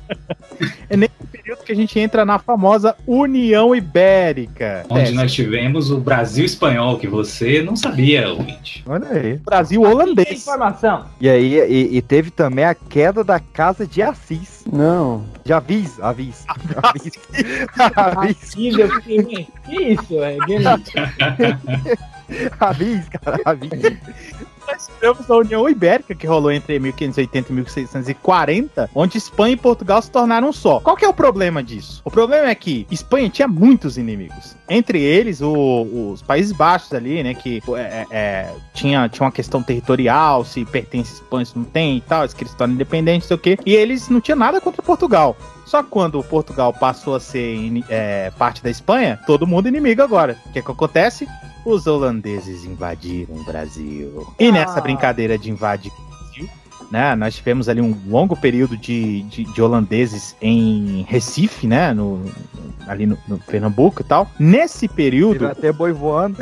É nesse período que a gente entra na famosa União Ibérica. Onde É, nós tivemos o Brasil espanhol, que você não sabia, ouvinte. Olha aí. Brasil Tem holandês. informação. E aí, e, e teve também a queda da casa de Assis. Não. De Avis, Avis. Avis. Avis, Ih, eu fiquei, ué, que isso, é? Avis, cara, Avis. Nós tivemos a União Ibérica, que rolou entre mil quinhentos e oitenta e mil seiscentos e quarenta, onde Espanha e Portugal se tornaram um só. Qual que é o problema disso? O problema é que Espanha tinha muitos inimigos. Entre eles, o- os Países Baixos ali, né, que é, é, tinha, tinha uma questão territorial, se pertence a Espanha, se não tem e tal, eles queriam se tornar independentes, não sei o quê. E eles não tinham nada contra Portugal. Só que quando Portugal passou a ser ini- é, parte da Espanha, todo mundo inimigo agora. O que que acontece? Os holandeses invadiram o Brasil. E nessa Ah. brincadeira de invadir o Brasil, né, nós tivemos ali um longo período de, de, de holandeses em Recife, né, no, ali no, no Pernambuco e tal. Nesse Teve período, até boi voando.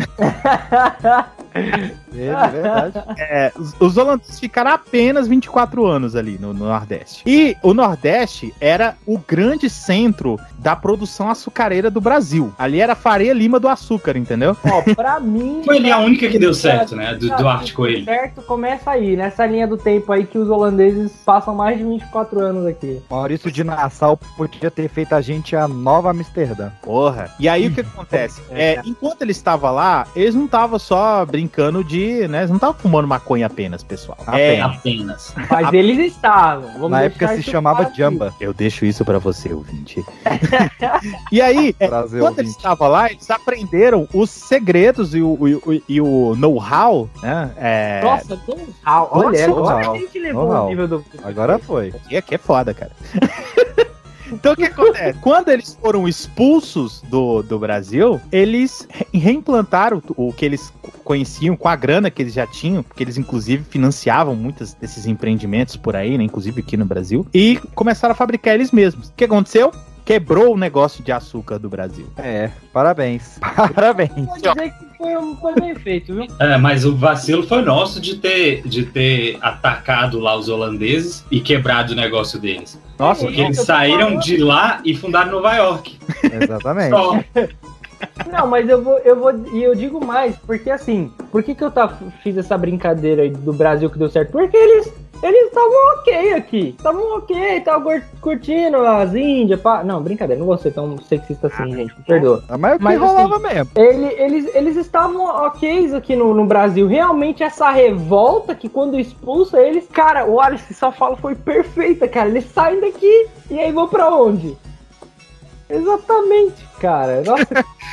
É, é verdade. é, os, os holandeses ficaram apenas vinte e quatro anos ali no, no Nordeste. E o Nordeste era o grande centro da produção açucareira do Brasil. Ali era a Faria Lima do açúcar, entendeu? Ó, pra mim. Foi ali a única que deu certo, né? Do Ah, Duarte Coelho. Certo, começa aí, nessa linha do tempo aí que os holandeses passam mais de vinte e quatro anos aqui. Maurício de Nassau podia ter feito a gente a nova Amsterdã. Porra. E aí o que acontece? É, enquanto ele estava lá, eles não estavam só brincando de, né? Eles não estavam fumando maconha apenas, pessoal. É, Apenas. Mas eles estavam. Vamos Na deixar época se isso chamava claro aqui. Jamba. eu deixo isso pra você, ouvinte. E aí, é, Prazer, enquanto eles ouvinte. estavam lá, eles aprenderam os segredos e o, e o- e o know-how, né? É, Nossa, tão Olha, Olha, agora know-how, a gente levou know-how. o nível do. Agora foi. E aqui é foda, cara. Então o que acontece? Quando eles foram expulsos do, do Brasil, eles reimplantaram o que eles conheciam com a grana que eles já tinham, porque eles inclusive financiavam muitos desses empreendimentos por aí, né, inclusive aqui no Brasil, e começaram a fabricar eles mesmos. O que aconteceu? Quebrou o negócio de açúcar do Brasil. É, parabéns. Parabéns. Pode dizer que foi, um, foi bem feito, viu? É, mas o vacilo foi nosso de ter, de ter atacado lá os holandeses e quebrado o negócio deles. Nossa, porque eles saíram de lá e fundaram Nova York. Exatamente. Só. Não, mas eu vou, eu vou, e eu digo mais, porque assim, por que que eu tá, fiz essa brincadeira aí do Brasil que deu certo? Porque eles eles estavam ok aqui, estavam ok, estavam curtindo as Índias, pá. Não, brincadeira, não vou ser tão sexista assim, gente, me perdoa. Mas é o que Mas, rolava assim, mesmo. Ele, eles, eles estavam ok aqui no, no Brasil, realmente essa revolta que quando expulsa eles, cara, o Alice só fala foi perfeita, cara, eles saem daqui e aí vão pra onde? Exatamente, cara. Nossa,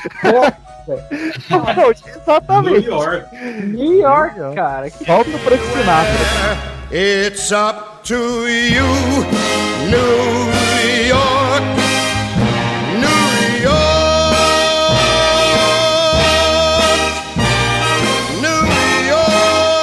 Não, exatamente. New York. New York, cara. Que Volta pra Sinatra. It's up to you, New York, New York, New York.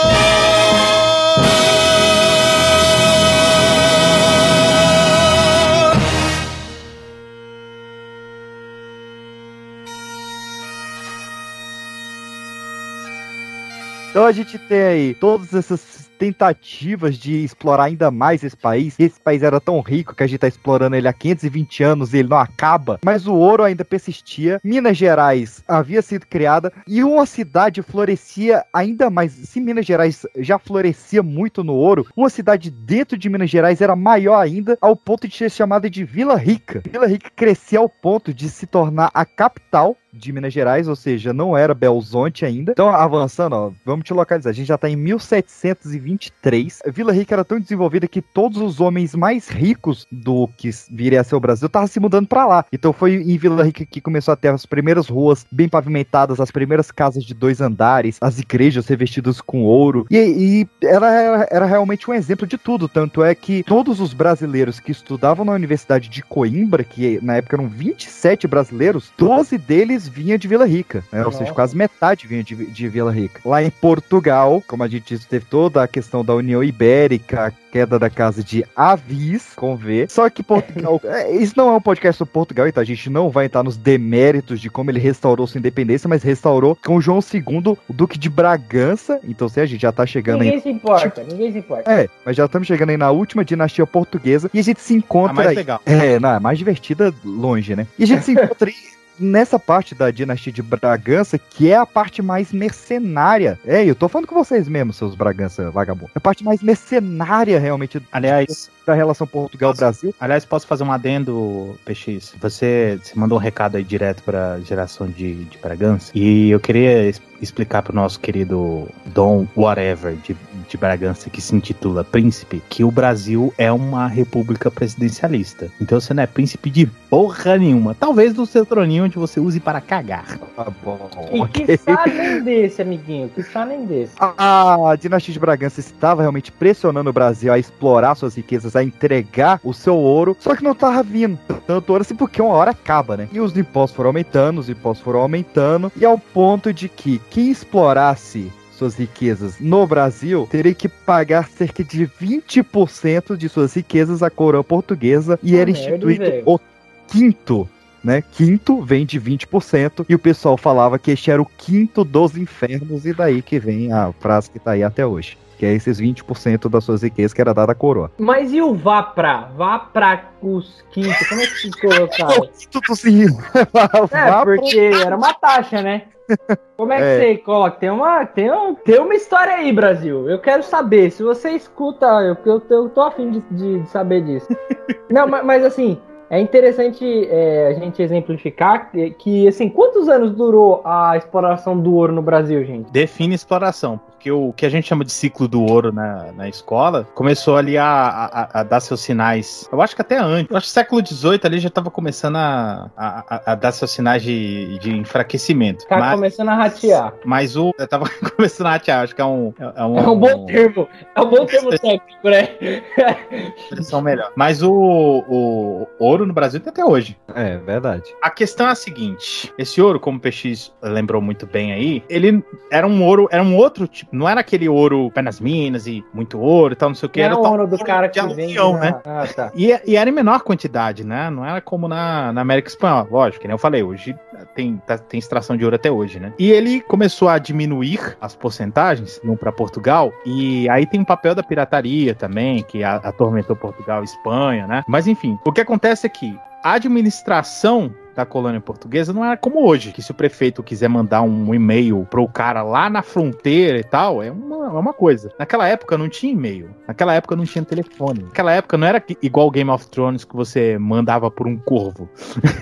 Então a gente tem aí todas essas tentativas de explorar ainda mais esse país. Esse país era tão rico que a gente tá explorando ele há quinhentos e vinte anos e ele não acaba, mas o ouro ainda persistia. Minas Gerais havia sido criada e uma cidade florescia ainda mais. Se Minas Gerais já florescia muito no ouro, uma cidade dentro de Minas Gerais era maior ainda, ao ponto de ser chamada de Vila Rica. Vila Rica crescia ao ponto de se tornar a capital de Minas Gerais, ou seja, não era Belzonte ainda. Então, avançando, ó, vamos te localizar. A gente já tá em mil setecentos e vinte e três. A Vila Rica era tão desenvolvida que todos os homens mais ricos do que viria a ser o Brasil estavam se mudando pra lá. Então foi em Vila Rica que começou a ter as primeiras ruas bem pavimentadas, as primeiras casas de dois andares, as igrejas revestidas com ouro. E, e ela era, era realmente um exemplo de tudo. Tanto é que todos os brasileiros que estudavam na Universidade de Coimbra, que na época eram vinte e sete brasileiros, doze deles vinha de Vila Rica, né? Ou seja, quase metade vinha de, de Vila Rica. Lá em Portugal, como a gente disse, teve toda a questão da União Ibérica, a queda da casa de Avis, com V. Só que Portugal... é, isso não é um podcast sobre Portugal, então a gente não vai entrar nos deméritos de como ele restaurou sua independência, mas restaurou com João segundo, o Duque de Bragança. Então, se a gente já tá chegando ninguém aí... se importa, ninguém se importa. É, mas já estamos chegando aí na última dinastia portuguesa e a gente se encontra... A mais aí... legal. É, não, a mais divertida longe, né? E a gente se encontra aí nessa parte da dinastia de Bragança, que é a parte mais mercenária. É, eu tô falando com vocês mesmo, seus Bragança vagabundos. É a parte mais mercenária, realmente, aliás, da relação Portugal-Brasil. Aliás, posso fazer um adendo, P X? Você, você mandou um recado aí direto pra geração de, de Bragança, e eu queria explicar pro nosso querido Dom Whatever de, de Bragança, que se intitula Príncipe, que o Brasil é uma república presidencialista. Então você não é príncipe de porra nenhuma. Talvez no seu troninho onde você use para cagar. Tá bom. E Okay. que está nem desse, amiguinho. Que está nem desse. A, a dinastia de Bragança estava realmente pressionando o Brasil a explorar suas riquezas, a entregar o seu ouro, só que não estava vindo tanto ouro assim, porque uma hora acaba, né? E os impostos foram aumentando, os impostos foram aumentando, e ao ponto de que quem explorasse suas riquezas no Brasil teria que pagar cerca de vinte por cento de suas riquezas à coroa portuguesa, e Ah, era merda, instituído velho. o quinto, né? Quinto vem de vinte por cento, e o pessoal falava que este era o quinto dos infernos, e daí que vem a frase que tá aí até hoje, que é esses vinte por cento das suas riquezas que era dada à coroa. Mas e o vá pra? Vá pra os quintos? Como é que se colocaram? O quinto dos infernos. É, porque era uma taxa, né? Como é que É. você coloca? Tem uma, tem, um, tem uma história aí, Brasil. Eu quero saber. Se você escuta, eu, eu, eu tô afim de, de, de saber disso. Não, mas, mas assim, é interessante é, a gente exemplificar que, que, assim, quantos anos durou a exploração do ouro no Brasil, gente? Define exploração, porque o que a gente chama de ciclo do ouro na, na escola começou ali a, a, a dar seus sinais. Eu acho que até antes. Eu acho que século dezoito ali já estava começando a, a, a dar seus sinais de, de enfraquecimento. Tá mas, começando a ratear. mas o. Eu tava começando a ratear, acho que é um. É um, É um bom termo. É um bom termo técnico, né? Expressão melhor. Mas o, o ouro ouro no Brasil tem até hoje. É, verdade. A questão é a seguinte, esse ouro, como o P X lembrou muito bem aí, ele era um ouro, era um outro tipo, não era aquele ouro pé nas minas e muito ouro e tal, não sei o que. Não era é o ouro do cara que aluguel, vem, né? Ah, tá. E, e era em menor quantidade, né? Não era como na, na América Espanhola, lógico, que nem eu falei, hoje tem, tá, tem extração de ouro até hoje, né? E ele começou a diminuir as porcentagens, iam para Portugal, e aí tem um papel da pirataria também, que a, atormentou Portugal e Espanha, né? Mas enfim, o que acontece é que a administração da colônia portuguesa não era como hoje, que se o prefeito quiser mandar um e-mail pro cara lá na fronteira e tal, é uma, é uma coisa. Naquela época não tinha e-mail, naquela época não tinha telefone, naquela época não era igual Game of Thrones que você mandava por um corvo.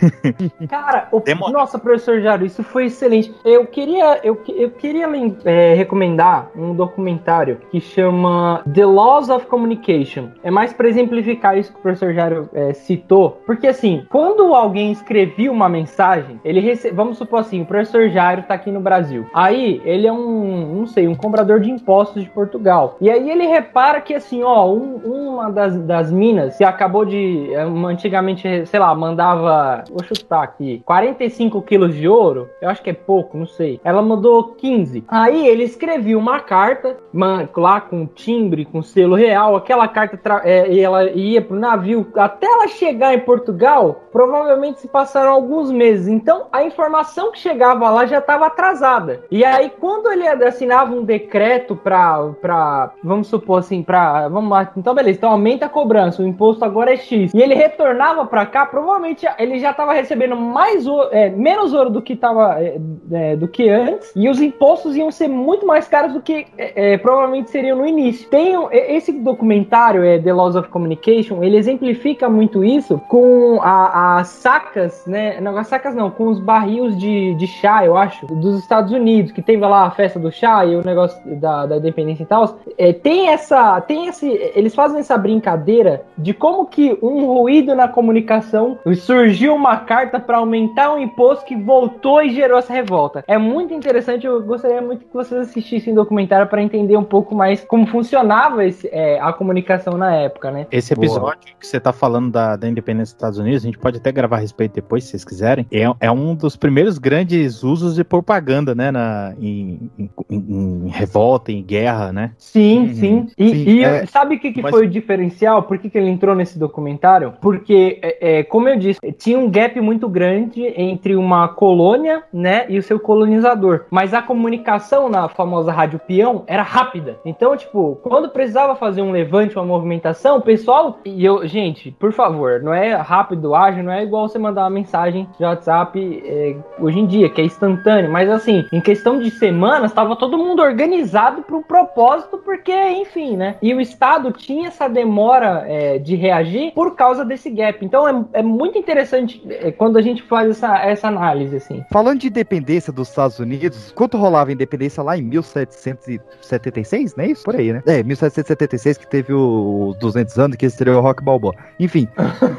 Cara, o, nossa, professor Jaro, isso foi excelente. Eu queria, eu, eu queria é, recomendar um documentário que chama The Laws of Communication. É mais para exemplificar isso que o professor Jaro é, citou, porque assim, quando alguém escrevia uma mensagem, ele recebe, vamos supor assim, o professor Jairo tá aqui no Brasil. Aí, ele é um, não sei, um cobrador de impostos de Portugal. E aí ele repara que assim, ó, um, uma das, das minas que acabou de, antigamente, sei lá, mandava, vou chutar aqui, quarenta e cinco quilos de ouro, eu acho que é pouco, não sei. Ela mandou quinze. Aí ele escrevia uma carta, man, lá com timbre, com selo real, aquela carta, é, e ela ia pro navio, até ela chegar em Portugal, provavelmente se passaram alguns meses, então a informação que chegava lá já estava atrasada. E aí quando ele assinava um decreto para, para, vamos supor assim, para, vamos lá, então beleza, então aumenta a cobrança, o imposto agora é X, e ele retornava para cá, provavelmente ele já estava recebendo mais ouro, é, menos ouro do que tava, é, é, do que antes, e os impostos iam ser muito mais caros do que é, é, provavelmente seriam no início. Tem um, esse documentário, é, The Laws of Communication, ele exemplifica muito isso com a, as sacas, né? Não, as sacas não, com os barris de, de chá, eu acho, dos Estados Unidos, que teve lá a festa do chá e o negócio da, da independência e tal. É, tem essa, tem esse, eles fazem essa brincadeira de como que um ruído na comunicação surgiu uma carta para aumentar um imposto que voltou e gerou essa revolta. É muito interessante, eu gostaria muito que vocês assistissem o documentário para entender um pouco mais como funcionava esse, é, a comunicação na época, né? Esse episódio Boa. que você tá falando da, da independência dos Estados Unidos, a gente pode até gravar a respeito depois, se vocês quiserem, é, é um dos primeiros grandes usos de propaganda, né, na, em, em, em revolta, em guerra, né? Sim, uhum. sim. E, sim, e é, sabe o que, que mas... foi o diferencial? Por que, que ele entrou nesse documentário? Porque, é, é, como eu disse, tinha um gap muito grande entre uma colônia, né, e o seu colonizador. Mas a comunicação na famosa rádio peão era rápida. Então, tipo, quando precisava fazer um levante, uma movimentação, o pessoal... E eu, gente, por favor, não é rápido, ágil, não é igual você mandar uma mensagem de WhatsApp é, hoje em dia, que é instantâneo, mas assim, em questão de semanas, estava todo mundo organizado para um propósito, porque, enfim, né? E o Estado tinha essa demora é, de reagir por causa desse gap. Então é, é muito interessante é, quando a gente faz essa, essa análise, assim. Falando de independência dos Estados Unidos, quanto rolava a independência lá em mil setecentos e setenta e seis, não é isso? Por aí, né? É, mil setecentos e setenta e seis que teve os duzentos anos, que estreou o Rock Balboa. Enfim...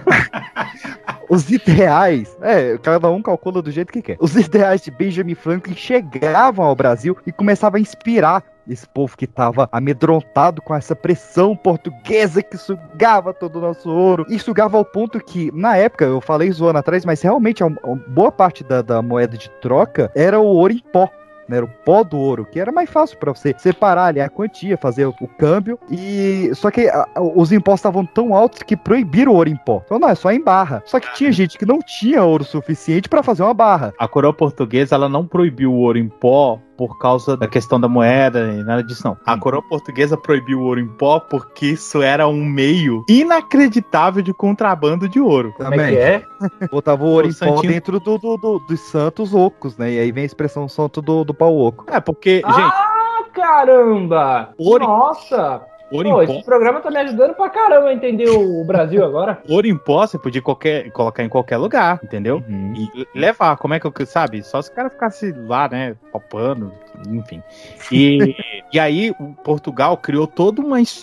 Os ideais, é, cada um calcula do jeito que quer. Os ideais de Benjamin Franklin chegavam ao Brasil e começavam a inspirar esse povo que estava amedrontado com essa pressão portuguesa que sugava todo o nosso ouro. E sugava ao ponto que, na época, eu falei zoando atrás, mas realmente a boa parte da, da moeda de troca era o ouro em pó. Era o pó do ouro, que era mais fácil para você separar ali a quantia, fazer o, o câmbio, e só que a, os impostos estavam tão altos que proibiram o ouro em pó. Então não, é só em barra. Só que tinha gente que não tinha ouro suficiente para fazer uma barra. A coroa portuguesa, ela não proibiu o ouro em pó por causa da questão da moeda e nada disso, não. A coroa portuguesa proibiu o ouro em pó porque isso era um meio inacreditável de contrabando de ouro. Também. Como é que é? Botava o ouro o em Santinho... pó dentro do, do, do, dos santos ocos, né? E aí vem a expressão santo do, do pau oco. É, porque, ah, gente... Ah, caramba! Ouro... Nossa! Ouro Pô, em pó. Esse programa tá me ajudando pra caramba a entender o Brasil agora. Ouro em pó você podia qualquer, colocar em qualquer lugar, entendeu? Uhum. E levar, como é que eu, sabe? Só se o cara ficasse lá, né, palpando, enfim. E, e aí Portugal criou toda uma estrutura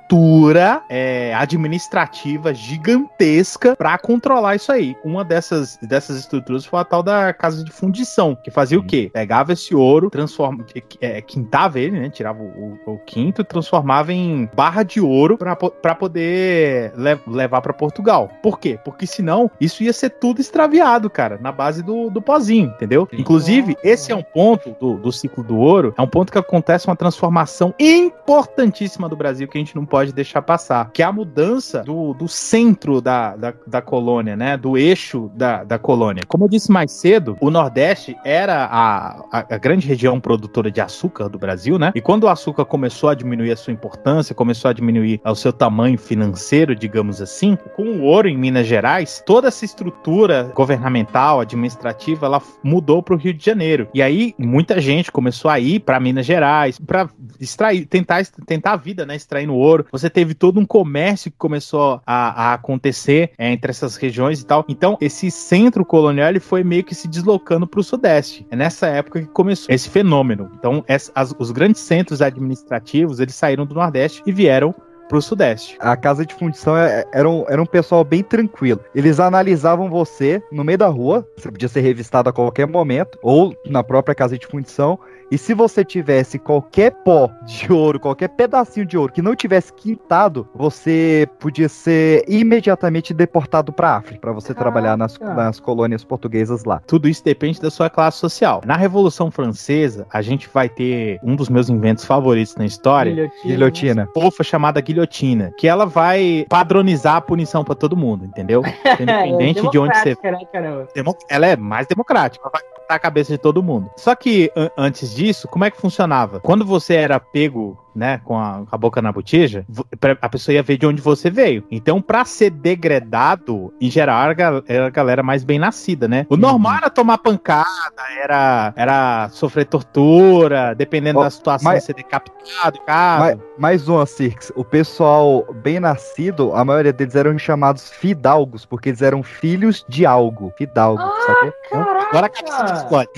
estrutura é, administrativa gigantesca para controlar isso aí. Uma dessas, dessas estruturas foi a tal da casa de fundição, que fazia o quê? Pegava esse ouro, transforma, é, quintava ele, né? Tirava o, o, o quinto e transformava em barra de ouro para poder le- levar para Portugal. Por quê? Porque senão isso ia ser tudo extraviado, cara, na base do, do pozinho, entendeu? Sim. Inclusive, esse é um ponto do, do ciclo do ouro, é um ponto que acontece uma transformação importantíssima do Brasil que a gente não pode deixar passar, que é a mudança do, do centro da, da, da colônia, né? Do eixo da, da colônia. Como eu disse mais cedo, o Nordeste era a, a, a grande região produtora de açúcar do Brasil, né? E quando o açúcar começou a diminuir a sua importância, começou a diminuir o seu tamanho financeiro, digamos assim, com o ouro em Minas Gerais, toda essa estrutura governamental, administrativa, ela mudou para o Rio de Janeiro. E aí, muita gente começou a ir para Minas Gerais, para extrair, tentar, tentar a vida, né? Extraindo ouro. Você teve todo um comércio que começou a, a acontecer é, entre essas regiões e tal. Então, esse centro colonial, ele foi meio que se deslocando para o Sudeste. É nessa época que começou esse fenômeno. Então, essa, as, os grandes centros administrativos, eles saíram do Nordeste e vieram pro Sudeste. A casa de fundição era um, era um pessoal bem tranquilo. Eles analisavam você no meio da rua, você podia ser revistado a qualquer momento, ou na própria casa de fundição, e se você tivesse qualquer pó de ouro, qualquer pedacinho de ouro que não tivesse quintado, você podia ser imediatamente deportado para a África, para você ah, trabalhar nas, ah. nas colônias portuguesas lá. Tudo isso depende da sua classe social. Na Revolução Francesa, a gente vai ter um dos meus inventos favoritos na história. Guilhotina. Guilhotina. Fofa chamada guilhotina, que ela vai padronizar a punição para todo mundo, entendeu? Independente é, de onde você... Né, ela é mais democrática, ela vai cortar a cabeça de todo mundo. Só que, an- antes disso, como é que funcionava? Quando você era pego, né, com a, com a boca na botija, a pessoa ia ver de onde você veio. Então, pra ser degradado, em geral, era a galera mais bem nascida, né? O normal uhum. era tomar pancada, era, era sofrer tortura, dependendo oh, da situação, mas, ser decapitado, cara. Mas, mais uma, Cirques. O pessoal bem nascido, a maioria deles eram chamados fidalgos, porque eles eram filhos de algo. Fidalgo, ah, sabe? Caraca. Agora a cabeça explode.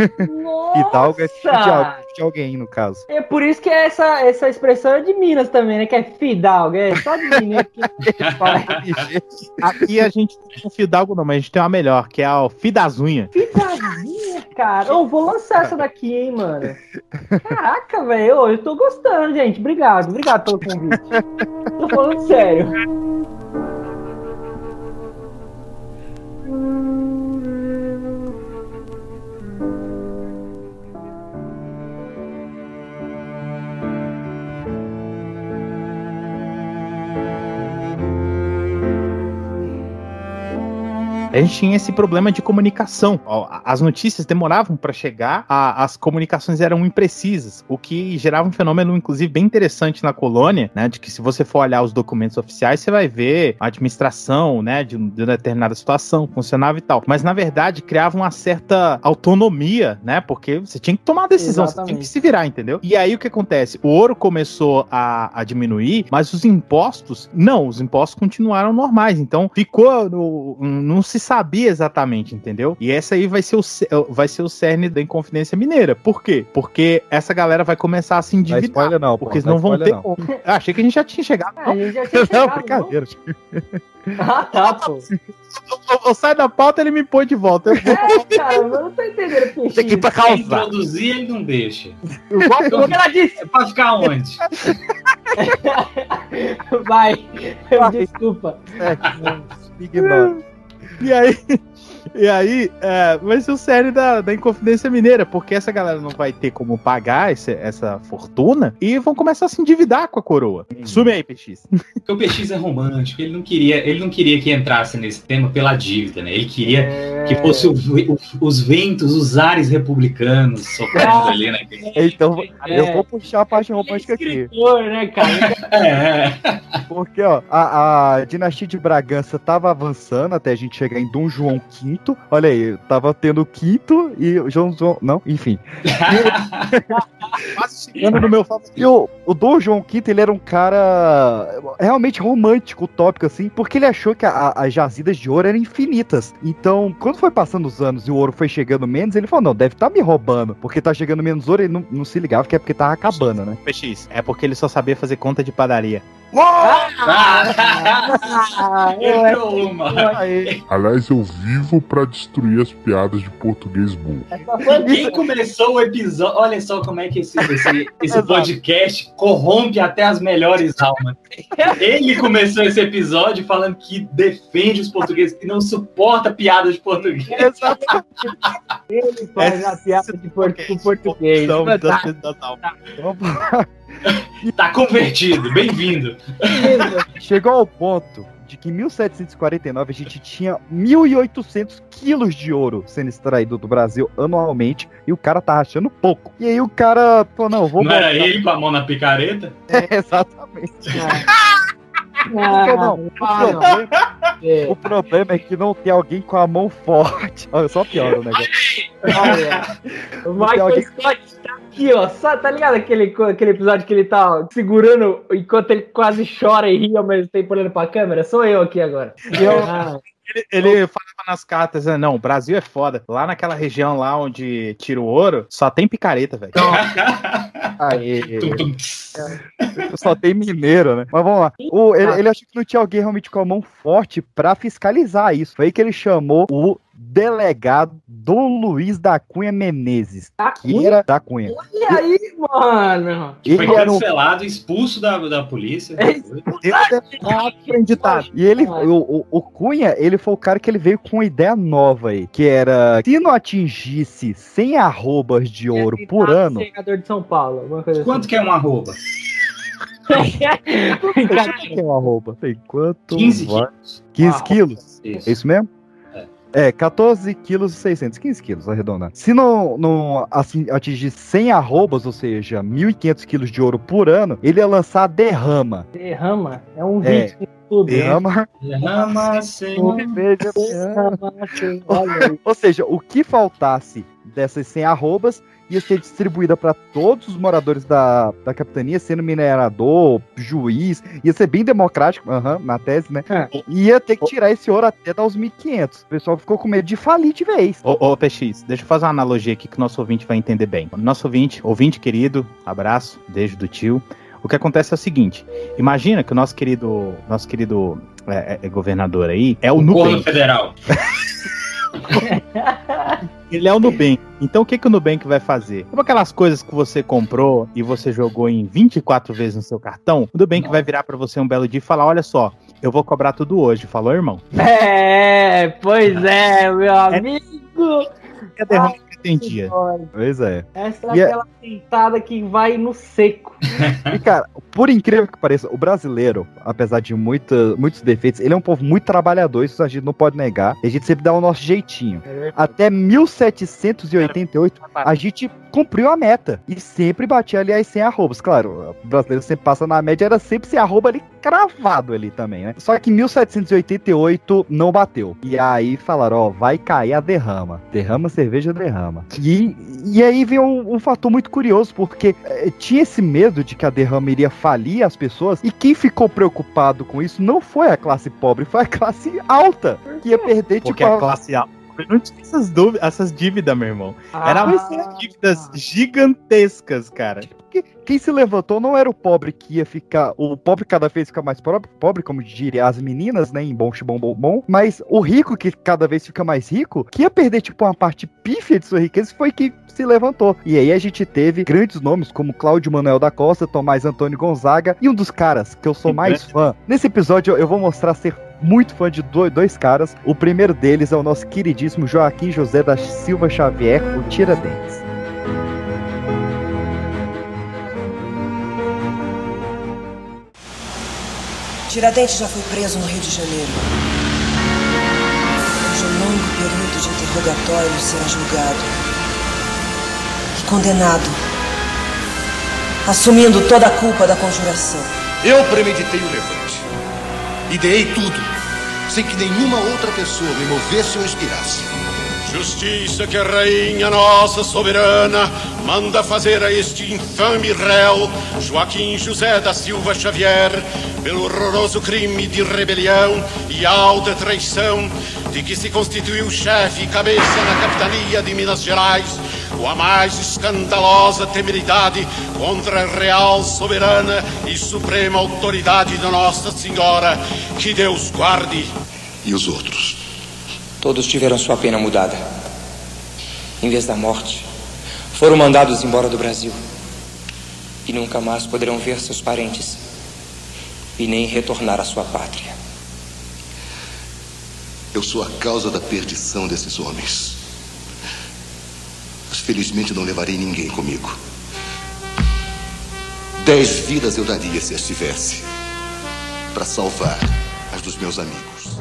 Fidalgo é filho de algo, de alguém, no caso. É por isso que essa, essa expressão é de Minas também, né? Que é fidalgo, é só de Minas que aqui a gente não tem um fidalgo não, mas a gente tem uma melhor, que é o Fidazunha. Fidazunha, cara. Eu vou lançar essa daqui, hein, mano. Caraca, velho, eu tô gostando, gente. Obrigado, obrigado pelo convite. Tô falando sério. A gente tinha esse problema de comunicação. As notícias demoravam para chegar, a, as comunicações eram imprecisas, o que gerava um fenômeno, inclusive, bem interessante na colônia, né? De que se você for olhar os documentos oficiais, você vai ver a administração, né? De, de uma determinada situação, funcionava e tal. Mas, na verdade, criava uma certa autonomia, né? Porque você tinha que tomar uma decisão, Exatamente. Você tinha que se virar, entendeu? E aí, o que acontece? O ouro começou a, a diminuir, mas os impostos, não, os impostos continuaram normais. Então, ficou, no, não se sabia exatamente, entendeu? E essa aí vai ser o, vai ser o cerne da Inconfidência Mineira. Por quê? Porque essa galera vai começar a se endividar. Não spoiler não, porque eles não vão ter como. Eu achei que a gente já tinha chegado. Ah, a gente já tinha chegado, não, brincadeira. Ah, tá, pô. Eu, eu saio da pauta, ele me põe de volta. Eu vou... É, cara, eu não tô entendendo. Peixe. Tem que ir pra causar. Introduzir, ele não deixa. O que ela disse? É pra ficar onde? Vai. Vai. Desculpa. É, ignora. E aí, e aí é, vai ser o sério da, da Inconfidência Mineira, porque essa galera não vai ter como pagar esse, essa fortuna e vão começar a se endividar com a coroa. Hum. Sume aí, P X. Porque o P X é romântico, ele não queria, ele não queria que entrasse nesse tema pela dívida, né? Ele queria é... que fosse o, o, os ventos, os ares republicanos soprando ali, né? Então, é... eu vou puxar a parte romântica aqui. Escritor, né, cara? É. Porque, ó, a, a dinastia de Bragança tava avançando até a gente chegar em Dom João quinto. Olha aí, tava tendo o quinto e o João João... Não, enfim. Quase chegando no meu favorito. E o, o Dom João quinto, ele era um cara realmente romântico, utópico, assim, porque ele achou que a, as jazidas de ouro eram infinitas. Então, quando foi passando os anos e o ouro foi chegando menos, ele falou, não, deve estar tá me roubando, porque tá chegando menos ouro, ele não, não se ligava que é porque tava acabando, né? P X, é porque ele só sabia fazer conta de padaria. Ah, Entrou uma. Aliás, eu vivo pra destruir as piadas de português burro. Quem começou o episódio... Olha só como é que esse, esse, esse podcast corrompe até as melhores almas. Ele começou esse episódio falando que defende os portugueses, que não suporta piadas de português. Exatamente. Ele faz a piada de portu- português. Tá convertido, bem-vindo. Chegou ao ponto de que em mil setecentos e quarenta e nove a gente tinha mil e oitocentos quilos de ouro sendo extraído do Brasil anualmente e o cara tá achando pouco. E aí o cara falou, não, vou... Não botar... era ele com a mão na picareta? É, exatamente. Ah, não, o, problema, é. o problema é que não tem alguém com a mão forte. Olha, só piora o negócio. Olha, o Michael alguém... Scott tá aqui, ó. Só, tá ligado aquele, aquele episódio que ele tá segurando enquanto ele quase chora e ri ao mesmo tempo olhando pra câmera? Sou eu aqui agora. Eu... Ah. Ele, ele falava nas cartas, né? Não, o Brasil é foda. Lá naquela região lá onde tira o ouro, só tem picareta, velho. Aê. Só tem mineiro, né? Mas vamos lá. O, ele, ele achou que não tinha alguém realmente com a mão forte pra fiscalizar isso. Foi aí que ele chamou o delegado Dom Luiz da Cunha Menezes, que era da Cunha. Olha aí, mano! Ele foi cancelado, um... expulso da, da polícia. É acreditado. E ele, o, o, o Cunha, ele foi o cara que ele veio com uma ideia nova aí, que era, se não atingisse cem arrobas de ouro por ano... Senador de São Paulo, alguma coisa Quanto assim. que é um arroba? Quanto que é um arroba? Tem quanto? quinze quilos. quinze quilos? Isso. É isso mesmo? É, quatorze quilos e seiscentos, quinze quilos, arredondando. Se não, não assim, atingir cem arrobas, ou seja, mil e quinhentos quilos de ouro por ano, ele ia lançar a derrama. Derrama? É um É. vídeo no YouTube. Derrama. Derrama, Senhor. Ou seja, o que faltasse dessas cem arrobas ia ser distribuída para todos os moradores da, da capitania, sendo minerador, juiz, ia ser bem democrático, uhum, na tese, né? É. E ia ter que tirar esse ouro até dar os mil e quinhentos. O pessoal ficou com medo de falir de vez. Ô, ô P X, deixa eu fazer uma analogia aqui que o nosso ouvinte vai entender bem. Nosso ouvinte, ouvinte querido, abraço, beijo do tio. O que acontece é o seguinte, imagina que o nosso querido, nosso querido é, é, governador aí é o, o Nubank federal. Ele é o Nubank. Então o que, que o Nubank vai fazer? Como aquelas coisas que você comprou e você jogou em vinte e quatro vezes no seu cartão, o Nubank vai virar pra você um belo dia e falar, olha só, eu vou cobrar tudo hoje. Falou, irmão? É, pois é, meu amigo. É derrama que tem dia. Pois é. Essa é E aquela sentada que vai no seco. E, cara, por incrível que pareça, o brasileiro, apesar de muita, muitos defeitos, ele é um povo muito trabalhador, isso a gente não pode negar. E a gente sempre dá o nosso jeitinho. É Até mil setecentos e oitenta e oito, a gente cumpriu a meta. E sempre batia ali as cem arrobas. Claro, o brasileiro sempre passa na média, era sempre cem arroba ali, cravado ali também, né? Só que em mil setecentos e oitenta e oito não bateu. E aí falaram, ó, vai cair a derrama. Derrama, cerveja, derrama. E, e aí vem um, um fator muito curioso, porque é, tinha esse medo de que a derrama iria falir as pessoas, e quem ficou preocupado com isso não foi a classe pobre, foi a classe alta, que ia perder, Porque tipo... a classe alta não tinha essas, dúvidas, essas dívidas, meu irmão. Ah, Eram dívidas gigantescas, cara. Porque quem se levantou não era o pobre que ia ficar... O pobre cada vez fica mais pobre, pobre como diria as meninas, né? Em bom, bom, bom, bom. Mas o rico que cada vez fica mais rico, que ia perder, tipo, uma parte pífia de sua riqueza, foi que se levantou. E aí a gente teve grandes nomes como Cláudio Manuel da Costa, Tomás Antônio Gonzaga, e um dos caras que eu sou mais fã. Nesse episódio eu vou mostrar ser muito fã de dois, dois caras. O primeiro deles é o nosso queridíssimo Joaquim José da Silva Xavier, o Tiradentes. Tiradentes já foi preso no Rio de Janeiro. Depois de um longo período de interrogatório, será julgado e condenado, assumindo toda a culpa da conjuração. Eu premeditei o levante. Ideei tudo, sem que nenhuma outra pessoa me movesse ou inspirasse. Justiça que a rainha nossa soberana manda fazer a este infame réu, Joaquim José da Silva Xavier, pelo horroroso crime de rebelião e alta traição de que se constituiu chefe e cabeça na capitania de Minas Gerais, com a mais escandalosa temeridade contra a real, soberana e suprema autoridade da Nossa Senhora. Que Deus guarde. E os outros? Todos tiveram sua pena mudada. Em vez da morte, foram mandados embora do Brasil. E nunca mais poderão ver seus parentes. E nem retornar à sua pátria. Eu sou a causa da perdição desses homens. Mas felizmente não levarei ninguém comigo. Dez vidas eu daria se as tivesse, para salvar as dos meus amigos.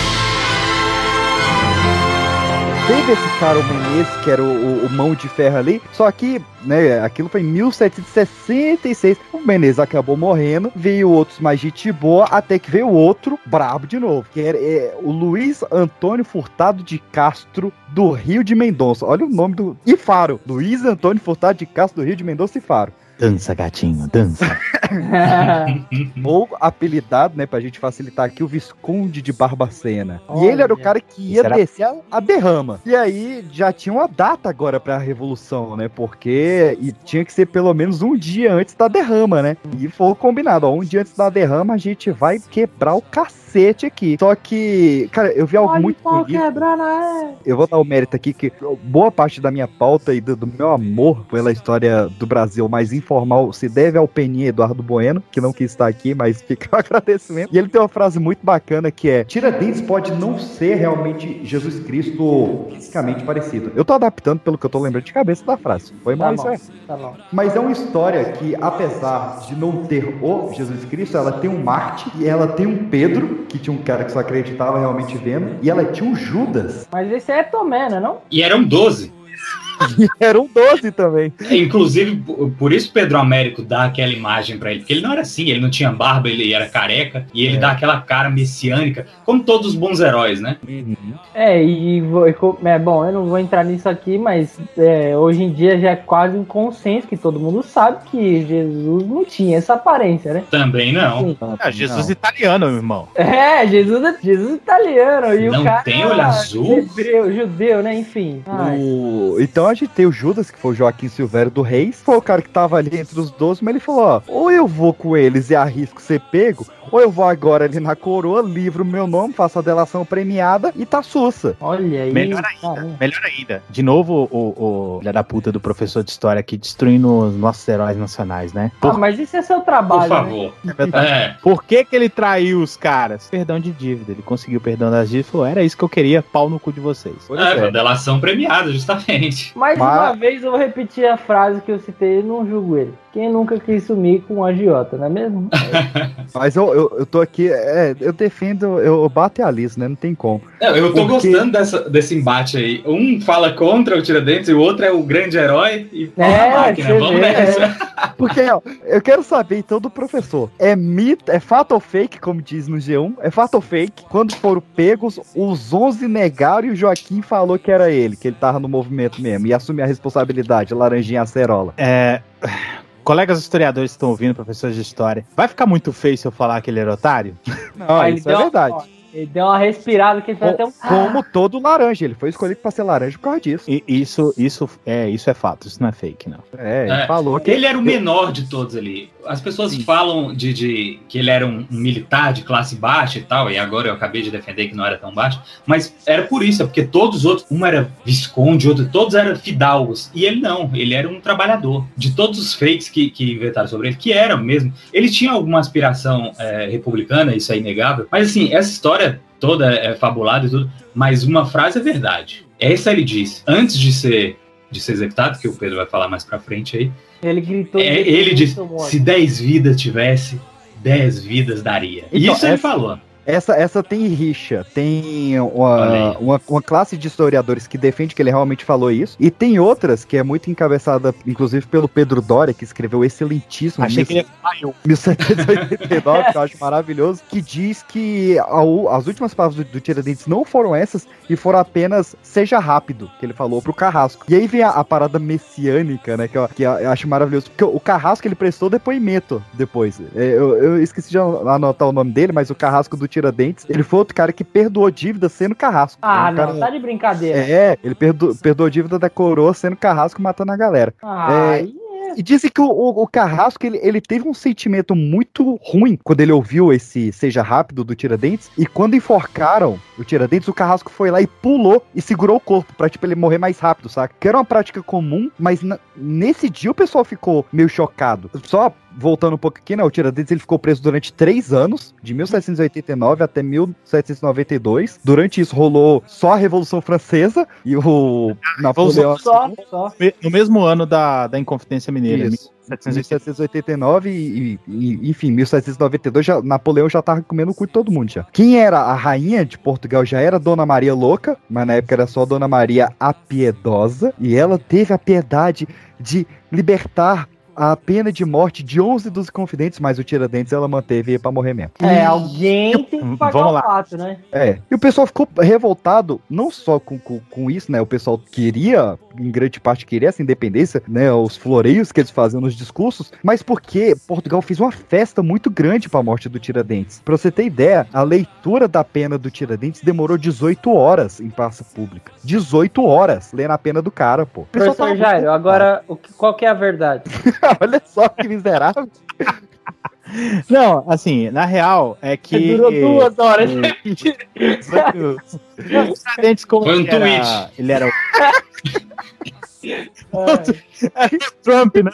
Teve esse cara, o Menezes, que era o, o, o mão de ferro ali, só que, né, aquilo foi em mil setecentos e sessenta e seis, o Menezes acabou morrendo, veio outros mais gente boa, até que veio outro brabo de novo, que era é, o Luiz Antônio Furtado de Castro, do Rio de Mendonça. Olha o nome do... E Faro, Luiz Antônio Furtado de Castro, do Rio de Mendonça e Faro. Dança, gatinho, dança. Ou apelidado, né, pra gente facilitar aqui, o Visconde de Barbacena. Olha, e ele era o cara que ia será... descer a, a derrama. E aí já tinha uma data agora pra Revolução, né? Porque e tinha que ser pelo menos um dia antes da derrama, né? E foi combinado, ó, um dia antes da derrama a gente vai quebrar o cacete aqui. Só que, cara, eu vi algo Pode muito bonito. quebrar, né? Eu vou dar o mérito aqui que boa parte da minha pauta e do, do meu amor pela história do Brasil mais informal se deve ao Peninha Eduardo Bueno, que não quis estar aqui, mas fica o agradecimento. E ele tem uma frase muito bacana que é: Tiradentes pode não ser realmente Jesus Cristo fisicamente parecido. Eu tô adaptando pelo que eu tô lembrando de cabeça da frase. Foi mal isso aí. Tá bom. Mas é uma história que, apesar de não ter o Jesus Cristo, ela tem um Marte e ela tem um Pedro, que tinha um cara que só acreditava realmente vendo, e ela tinha um Judas. Mas esse é Tomé, não é não? E eram doze. E eram doze também. Inclusive, por isso Pedro Américo dá aquela imagem pra ele, porque ele não era assim, ele não tinha barba, ele era careca, e ele é. dá aquela cara messiânica, como todos os bons heróis, né? Uhum. É, e, e é bom, eu não vou entrar nisso aqui, mas é, hoje em dia já é quase um consenso que todo mundo sabe que Jesus não tinha essa aparência, né? Também não. É, Jesus não. Italiano, meu irmão. É, Jesus, Jesus italiano. E não o cara tem olho azul? Hebreu, judeu, né? Enfim. O... Então a gente tem o Judas, que foi o Joaquim Silvério do Reis, foi o cara que tava ali entre os doze, mas ele falou, ó, ou eu vou com eles e arrisco ser pego, ou eu vou agora ali na coroa, livro meu nome, faço a delação premiada e tá sussa. Olha aí. Melhor ainda, ah, melhor ainda. De novo, o, o filho da puta do professor de história aqui destruindo os nossos heróis nacionais, né? Por... Ah, mas isso é seu trabalho, Por favor. Né? É. Por que que ele traiu os caras? Perdão de dívida. Ele conseguiu perdão das dívidas e falou, era isso que eu queria, pau no cu de vocês. É, é. Delação premiada, justamente. Mas, mas uma vez eu vou repetir a frase que eu citei e não julgo ele. Quem nunca quis sumir com um agiota, não é mesmo? Mas eu, eu, eu tô aqui, é, eu defendo, eu bato e aliso, né? Não tem como. Não, eu tô Porque... gostando dessa, desse embate aí. Um fala contra o Tiradentes e o outro é o grande herói e fala é, a máquina. Vamos vê, nessa. É. Porque, ó, eu quero saber então do professor. É mito, é fato ou fake, como diz no G um? É fato ou fake? Quando foram pegos, os onze negaram e o Joaquim falou que era ele, que ele tava no movimento mesmo e assumiu a responsabilidade, laranjinha acerola. É... Colegas historiadores que estão ouvindo, professores de história, vai ficar muito feio se eu falar que ele era otário? Não, ah, isso é verdade. Ó, ele deu uma respirada que ele fez até um... Como todo laranja, ele foi escolhido pra ser laranja por causa disso. E isso, isso, é, isso é fato, isso não é fake, não. É, ele é, falou que... Ele era o menor de todos ali. As pessoas Sim. falam de, de que ele era um, um militar de classe baixa e tal, e agora eu acabei de defender que não era tão baixo, mas era por isso, é porque todos os outros, um era visconde, outro, todos eram fidalgos, e ele não, ele era um trabalhador. De todos os fakes que, que inventaram sobre ele, que eram mesmo, ele tinha alguma aspiração é, republicana, isso é inegável, mas assim, essa história toda é fabulada e tudo, mas uma frase é verdade. Essa ele disse, antes de ser, de ser executado, que o Pedro vai falar mais pra frente aí, ele gritou. É, ele disse, se dez vidas tivesse, dez vidas daria. Então, isso ele essa, falou. Essa, essa tem rixa, tem uma, uma, uma classe de historiadores que defende que ele realmente falou isso, e tem outras que é muito encabeçada, inclusive pelo Pedro Doria, que escreveu excelentíssimo Achei que ele ia mil setecentos e oitenta e nove, que eu acho maravilhoso, que diz que a, as últimas palavras do, do Tiradentes não foram essas, e foram apenas seja rápido, que ele falou pro Carrasco. E aí vem a, a parada messiânica, né, que eu, que eu acho maravilhoso, porque o Carrasco ele prestou depoimento depois. Eu, eu esqueci de anotar o nome dele, mas o Carrasco do Tiradentes Tiradentes, ele foi outro cara que perdoou dívida sendo Carrasco. Ah, um não, cara... tá de brincadeira. É, ele perdoou, perdoou dívida da coroa sendo Carrasco, matando a galera. Ah, é... E dizem que o, o, o Carrasco, ele, ele teve um sentimento muito ruim quando ele ouviu esse Seja Rápido do Tiradentes, e quando enforcaram o Tiradentes, o Carrasco foi lá e pulou e segurou o corpo pra, tipo, ele morrer mais rápido, saca? Que era uma prática comum, mas na, nesse dia o pessoal ficou meio chocado. Só voltando um pouco aqui, né, o Tiradentes ele ficou preso durante três anos, de mil setecentos e oitenta e nove até mil setecentos e noventa e dois. Durante isso rolou só a Revolução Francesa e o Napoleão... Só, só. No mesmo ano da, da Inconfidência Mineira. Isso. mil setecentos e oitenta e nove e, e, enfim, mil setecentos e noventa e dois, já, Napoleão já tava comendo o cu de todo mundo já. Quem era a rainha de Portugal já era Dona Maria Louca, mas na época era só Dona Maria a Piedosa, e ela teve a piedade de libertar a pena de morte de onze dos confidentes, mas o Tiradentes ela manteve pra morrer mesmo. É, alguém tem que pagar o fato, né? É, e o pessoal ficou revoltado, não só com, com, com isso, né, o pessoal queria, em grande parte queria essa independência, né, os floreios que eles faziam nos discursos, mas porque Portugal fez uma festa muito grande pra morte do Tiradentes. Pra você ter ideia, a leitura da pena do Tiradentes demorou dezoito horas em praça pública. dezoito horas lendo a pena do cara, pô. Professor Jairo, agora, o que, qual que é a verdade? Olha só que miserável. Não, assim, na real, é que... Durou duas horas. O Tiradentes, como Foi um ele era, tweet. ele era o... Trump, né?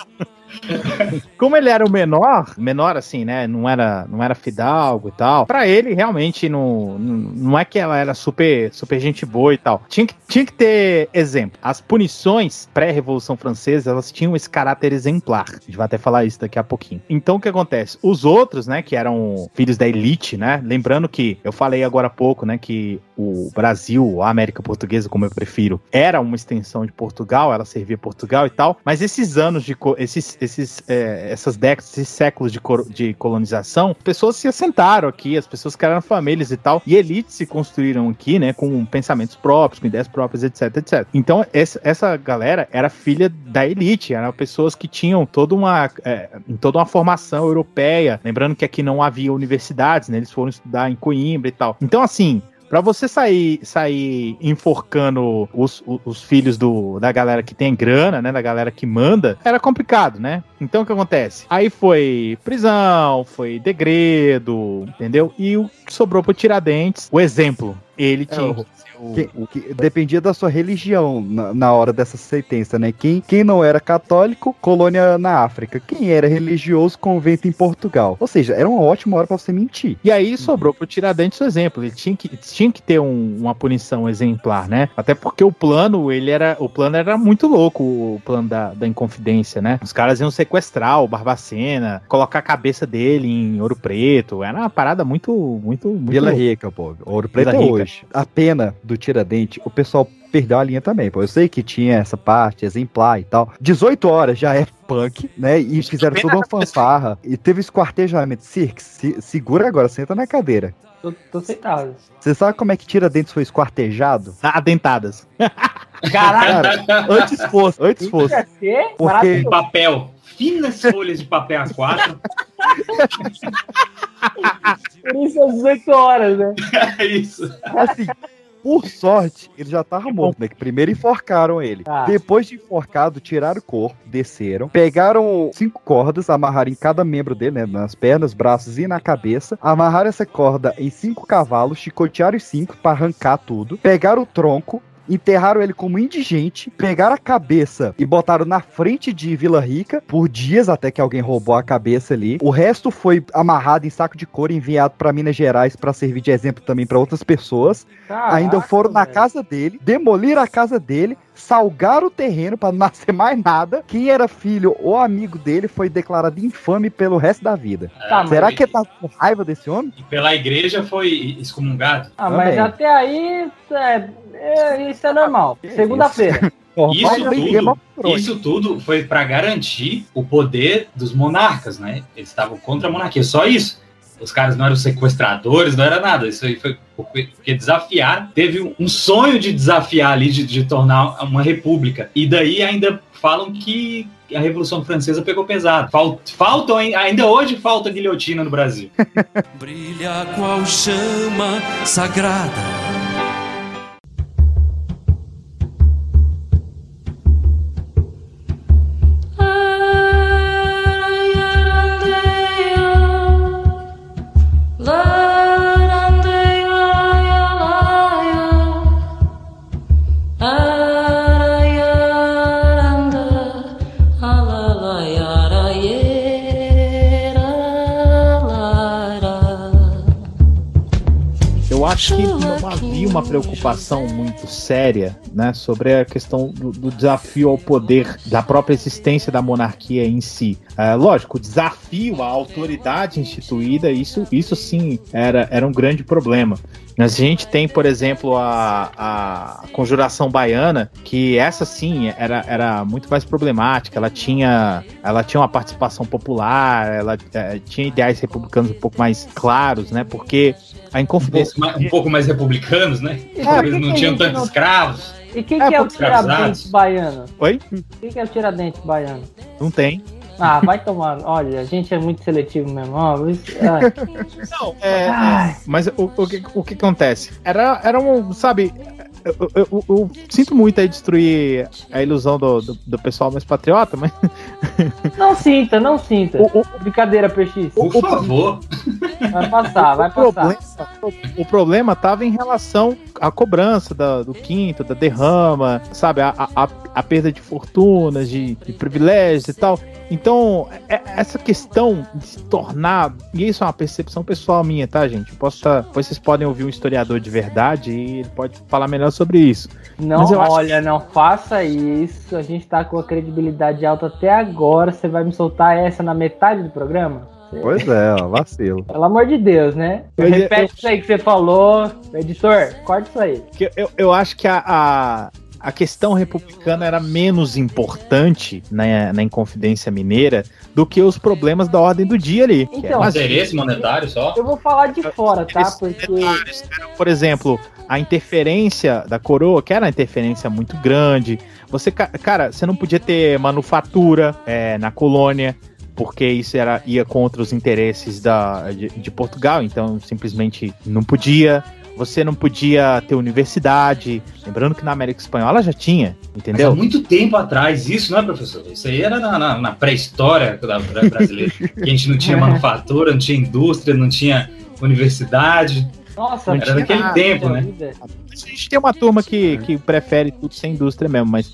Como ele era o menor, menor assim, né, não era, não era fidalgo e tal, pra ele realmente não, não é que ela era super, super gente boa e tal, tinha que, tinha que ter exemplo. As punições pré-Revolução Francesa, elas tinham esse caráter exemplar, a gente vai até falar isso daqui a pouquinho. Então o que acontece? Os outros, né, que eram filhos da elite, né, lembrando que eu falei agora há pouco, né, que o Brasil, a América Portuguesa, como eu prefiro, era uma extensão de Portugal, ela servia Portugal e tal, mas esses anos de, esses Esses, é, essas décadas, esses séculos de, cor, de colonização, pessoas se assentaram aqui, as pessoas criaram famílias e tal, e elites se construíram aqui, né, com pensamentos próprios, com ideias próprias, etc, etcétera. Então, essa, essa galera era filha da elite, eram pessoas que tinham toda uma, é, toda uma formação europeia, lembrando que aqui não havia universidades, né, eles foram estudar em Coimbra e tal. Então, assim, pra você sair, sair enforcando os, os, os filhos do, da galera que tem grana, né? Da galera que manda, era complicado, né? Então o que acontece? Aí foi prisão, foi degredo, entendeu? E o que sobrou pro Tiradentes, o exemplo. Ele tinha... É, o... Que, que dependia da sua religião na, na hora dessa sentença, né? Quem, quem não era católico, colônia na África. Quem era religioso, convento em Portugal. Ou seja, era uma ótima hora pra você mentir. E aí sobrou pro Tiradentes o exemplo. Ele tinha que, tinha que ter um, uma punição exemplar, né? Até porque o plano, ele era, o plano era muito louco, o plano da, da Inconfidência, né? Os caras iam sequestrar o Barbacena, colocar a cabeça dele em Ouro Preto. Era uma parada muito, muito, muito Vila louca. Rica, pô. Ouro Preto Vila é Rica. hoje. A pena do Tiradentes, o pessoal perdeu a linha também, pô. Eu sei que tinha essa parte exemplar e tal. dezoito horas já é punk, né? E fizeram toda uma fanfarra. E teve esquartejamento. Cirque, se, segura agora, senta na cadeira. Tô, tô sentado. Você sabe como é que Tiradentes foi esquartejado? Adentadas. Caralho. Cara, antes fosse, antes fosse. Porque papel, finas folhas de papel A quatro. Por isso às dezoito horas, né? É isso. Assim, por sorte, ele já tava morto, né? Que primeiro enforcaram ele. Ah. Depois de enforcado, tiraram o corpo, desceram, pegaram cinco cordas, amarraram em cada membro dele, né? Nas pernas, braços e na cabeça. Amarraram essa corda em cinco cavalos, chicotearam os cinco pra arrancar tudo. Pegaram o tronco, enterraram ele como indigente, pegaram a cabeça e botaram na frente de Vila Rica por dias até que alguém roubou a cabeça ali. O resto foi amarrado em saco de couro e enviado para Minas Gerais para servir de exemplo também para outras pessoas. Caraca, ainda foram na velho. casa dele, demoliram a casa dele, salgaram o terreno para não nascer mais nada. Quem era filho ou amigo dele foi declarado infame pelo resto da vida. Tá, Será mas- que ele tá com raiva desse homem? E pela igreja foi excomungado. Ah, mas Também. até aí, é, é, isso é normal. Segunda-feira. Isso Normal, bem Game of tudo, Thrones. isso tudo foi para garantir o poder dos monarcas, né? Eles estavam contra a monarquia, só isso. Os caras não eram sequestradores, não era nada. Isso aí foi porque desafiaram. Teve um sonho de desafiar ali, de, de tornar uma república. E daí ainda falam que a Revolução Francesa pegou pesado. Falt, faltam, ainda hoje falta guilhotina no Brasil. Brilha qual chama sagrada. Acho que não havia uma preocupação muito séria, né, sobre a questão do, do desafio ao poder, da própria existência da monarquia em si. É, lógico, o desafio à autoridade instituída, isso, isso sim era, era um grande problema. Mas a gente tem, por exemplo, a, a Conjuração Baiana, que essa sim era, era muito mais problemática, ela tinha, ela tinha uma participação popular, ela é, tinha ideais republicanos um pouco mais claros, né, porque a Inconfidência... Um pouco mais, um pouco mais republicanos, né? É, Eles não tinham tantos não... escravos. E quem é, que é o Tiradentes baiano? Oi? Quem que é o Tiradentes baiano? Não tem. Ah, vai tomar. Olha, a gente é muito seletivo mesmo. Ó, isso... Não, é, é, mas o, o, que, o que acontece? Era, era um, sabe... Eu, eu, eu, eu sinto muito aí destruir a ilusão do, do, do pessoal mais patriota, mas... Não sinta, não sinta. O, o, Brincadeira, P X. Por o, favor. Vai passar, vai o passar. Problema, o, o problema estava em relação à cobrança da, do quinto, da derrama, sabe? A, a, a perda de fortunas, de, de privilégios e tal. Então, é, essa questão de se tornar... E isso é uma percepção pessoal minha, tá, gente? Eu posso tá, depois vocês podem ouvir um historiador de verdade e ele pode falar melhor sobre isso. Não, olha, que... não faça isso. A gente tá com a credibilidade alta até agora. Você vai me soltar essa na metade do programa? Pois é, ó, vacilo. Pelo amor de Deus, né? Eu, Repete eu... isso aí que você falou. Editor, corta isso aí. Eu, eu, eu acho que a... a... A questão republicana era menos importante na, na Inconfidência Mineira do que os problemas da ordem do dia ali. Então, é interesse monetário só? Eu vou falar de fora, tá? Porque... Por exemplo, a interferência da coroa, que era uma interferência muito grande. Você, cara, você não podia ter manufatura é, na colônia, porque isso era, ia contra os interesses da, de, de Portugal, então simplesmente não podia. Você não podia ter universidade. Lembrando que na América Espanhola já tinha, entendeu? Mas há muito tempo atrás isso, não é, professor? Isso aí era na, na, na pré-história da brasileira. Que a gente não tinha manufatura, não tinha indústria, não tinha universidade. Nossa, era naquele nada, tempo, né? Vida. A gente tem uma turma que, que prefere tudo sem indústria mesmo, mas...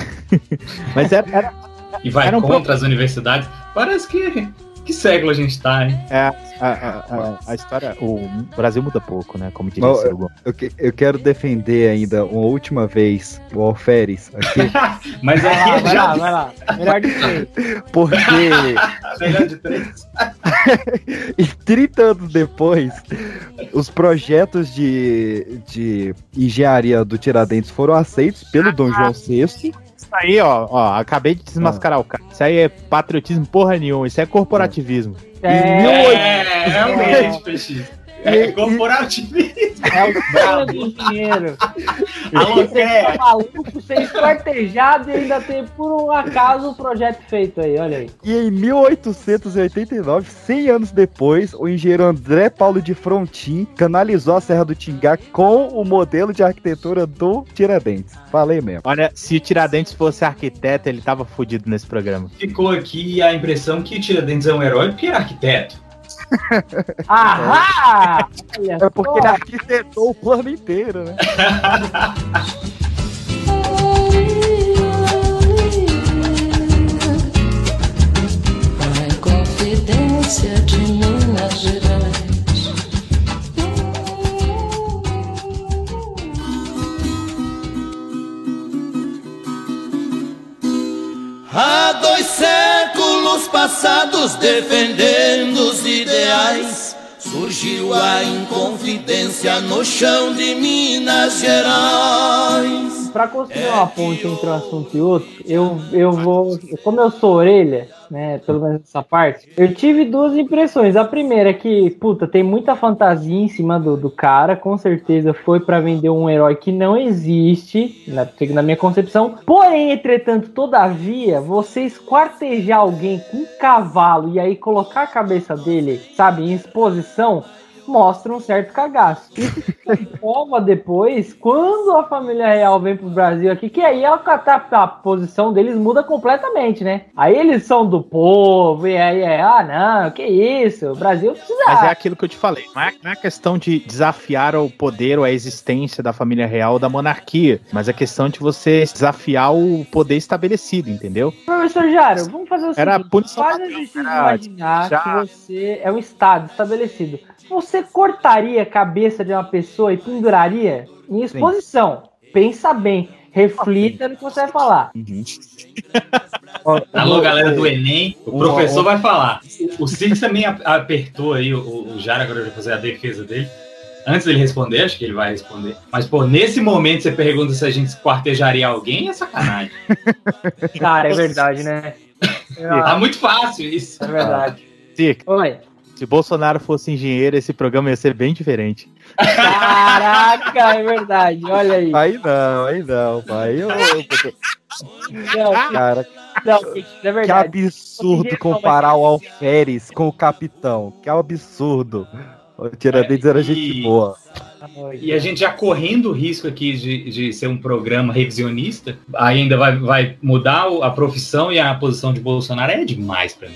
mas era... era e vai era um contra pro... as universidades. Parece que... Que século a gente tá, hein? É, a, a, a, a história... O Brasil muda pouco, né? Como diria o eu, eu, eu quero defender ainda uma última vez o Alferes aqui. Mas vai aqui lá, já... vai lá, vai lá. Melhor de três. Porque... Melhor de três. E trinta anos depois, os projetos de, de engenharia do Tiradentes foram aceitos pelo Dom João sexto. Isso aí, ó, ó, acabei de desmascarar ah. o cara. Isso aí é patriotismo porra nenhuma, isso é corporativismo. É, é realmente, Peixe. É corporativismo. É o cara do dinheiro. Alô, você é maluco, ser esquartejado e ainda ter, por um acaso, o projeto feito aí, olha aí. E em mil oitocentos e oitenta e nove, cem anos depois, o engenheiro André Paulo de Frontin canalizou a Serra do Tingá com o modelo de arquitetura do Tiradentes. Falei mesmo. Olha, se o Tiradentes fosse arquiteto, ele tava fodido nesse programa. Ficou aqui a impressão que o Tiradentes é um herói porque é arquiteto. Ahá! É porque ele arquitetou o plano inteiro, né? A Inconfidência de Minas Gerais. Há dois séculos passados defendendo os ideais, surgiu a Inconfidência no chão de Minas Gerais. Para construir uma ponte entre um assunto e outro, eu, eu vou... Como eu sou orelha, né? Pelo menos essa parte. Eu tive duas impressões. A primeira é que, puta, tem muita fantasia em cima do, do cara. Com certeza foi pra vender um herói que não existe, na, na minha concepção. Porém, entretanto, todavia, você esquartejar alguém com um cavalo e aí colocar a cabeça dele, sabe, em exposição, mostra um certo cagaço. Isso se comprova depois, quando a família real vem pro Brasil aqui, que aí a, a, a posição deles muda completamente, né? Aí eles são do povo, e aí é, ah, não, que isso, o Brasil precisa... Mas é aquilo que eu te falei, não é, não é questão de desafiar o poder ou a existência da família real ou da monarquia, mas é questão de você desafiar o poder estabelecido, entendeu? Professor Jaro, vamos fazer o seguinte, Era punição faz a gente imaginar já. que você é um estado estabelecido. Você cortaria a cabeça de uma pessoa e penduraria em exposição? Sim. Pensa bem, reflita no que você vai falar. Uhum. Alô, galera do Enem, o professor vai falar. O Cid também apertou aí o, o Jara, agora vai fazer a defesa dele. Antes dele responder, acho que ele vai responder. Mas, pô, nesse momento você pergunta se a gente quartejaria alguém, é sacanagem. Cara, é verdade, né? Tá muito fácil isso. É verdade. Cica. Oi. Se Bolsonaro fosse engenheiro, esse programa ia ser bem diferente. Caraca, é verdade, olha aí. Aí não, aí não, pai. Eu, eu... Não, cara, não, é verdade. Que absurdo comparar o Alferes com o Capitão. Que absurdo. O Tiradentes é, era gente boa. E a gente já correndo o risco aqui de, de ser um programa revisionista, ainda vai, vai mudar a profissão e a posição de Bolsonaro, é demais pra mim.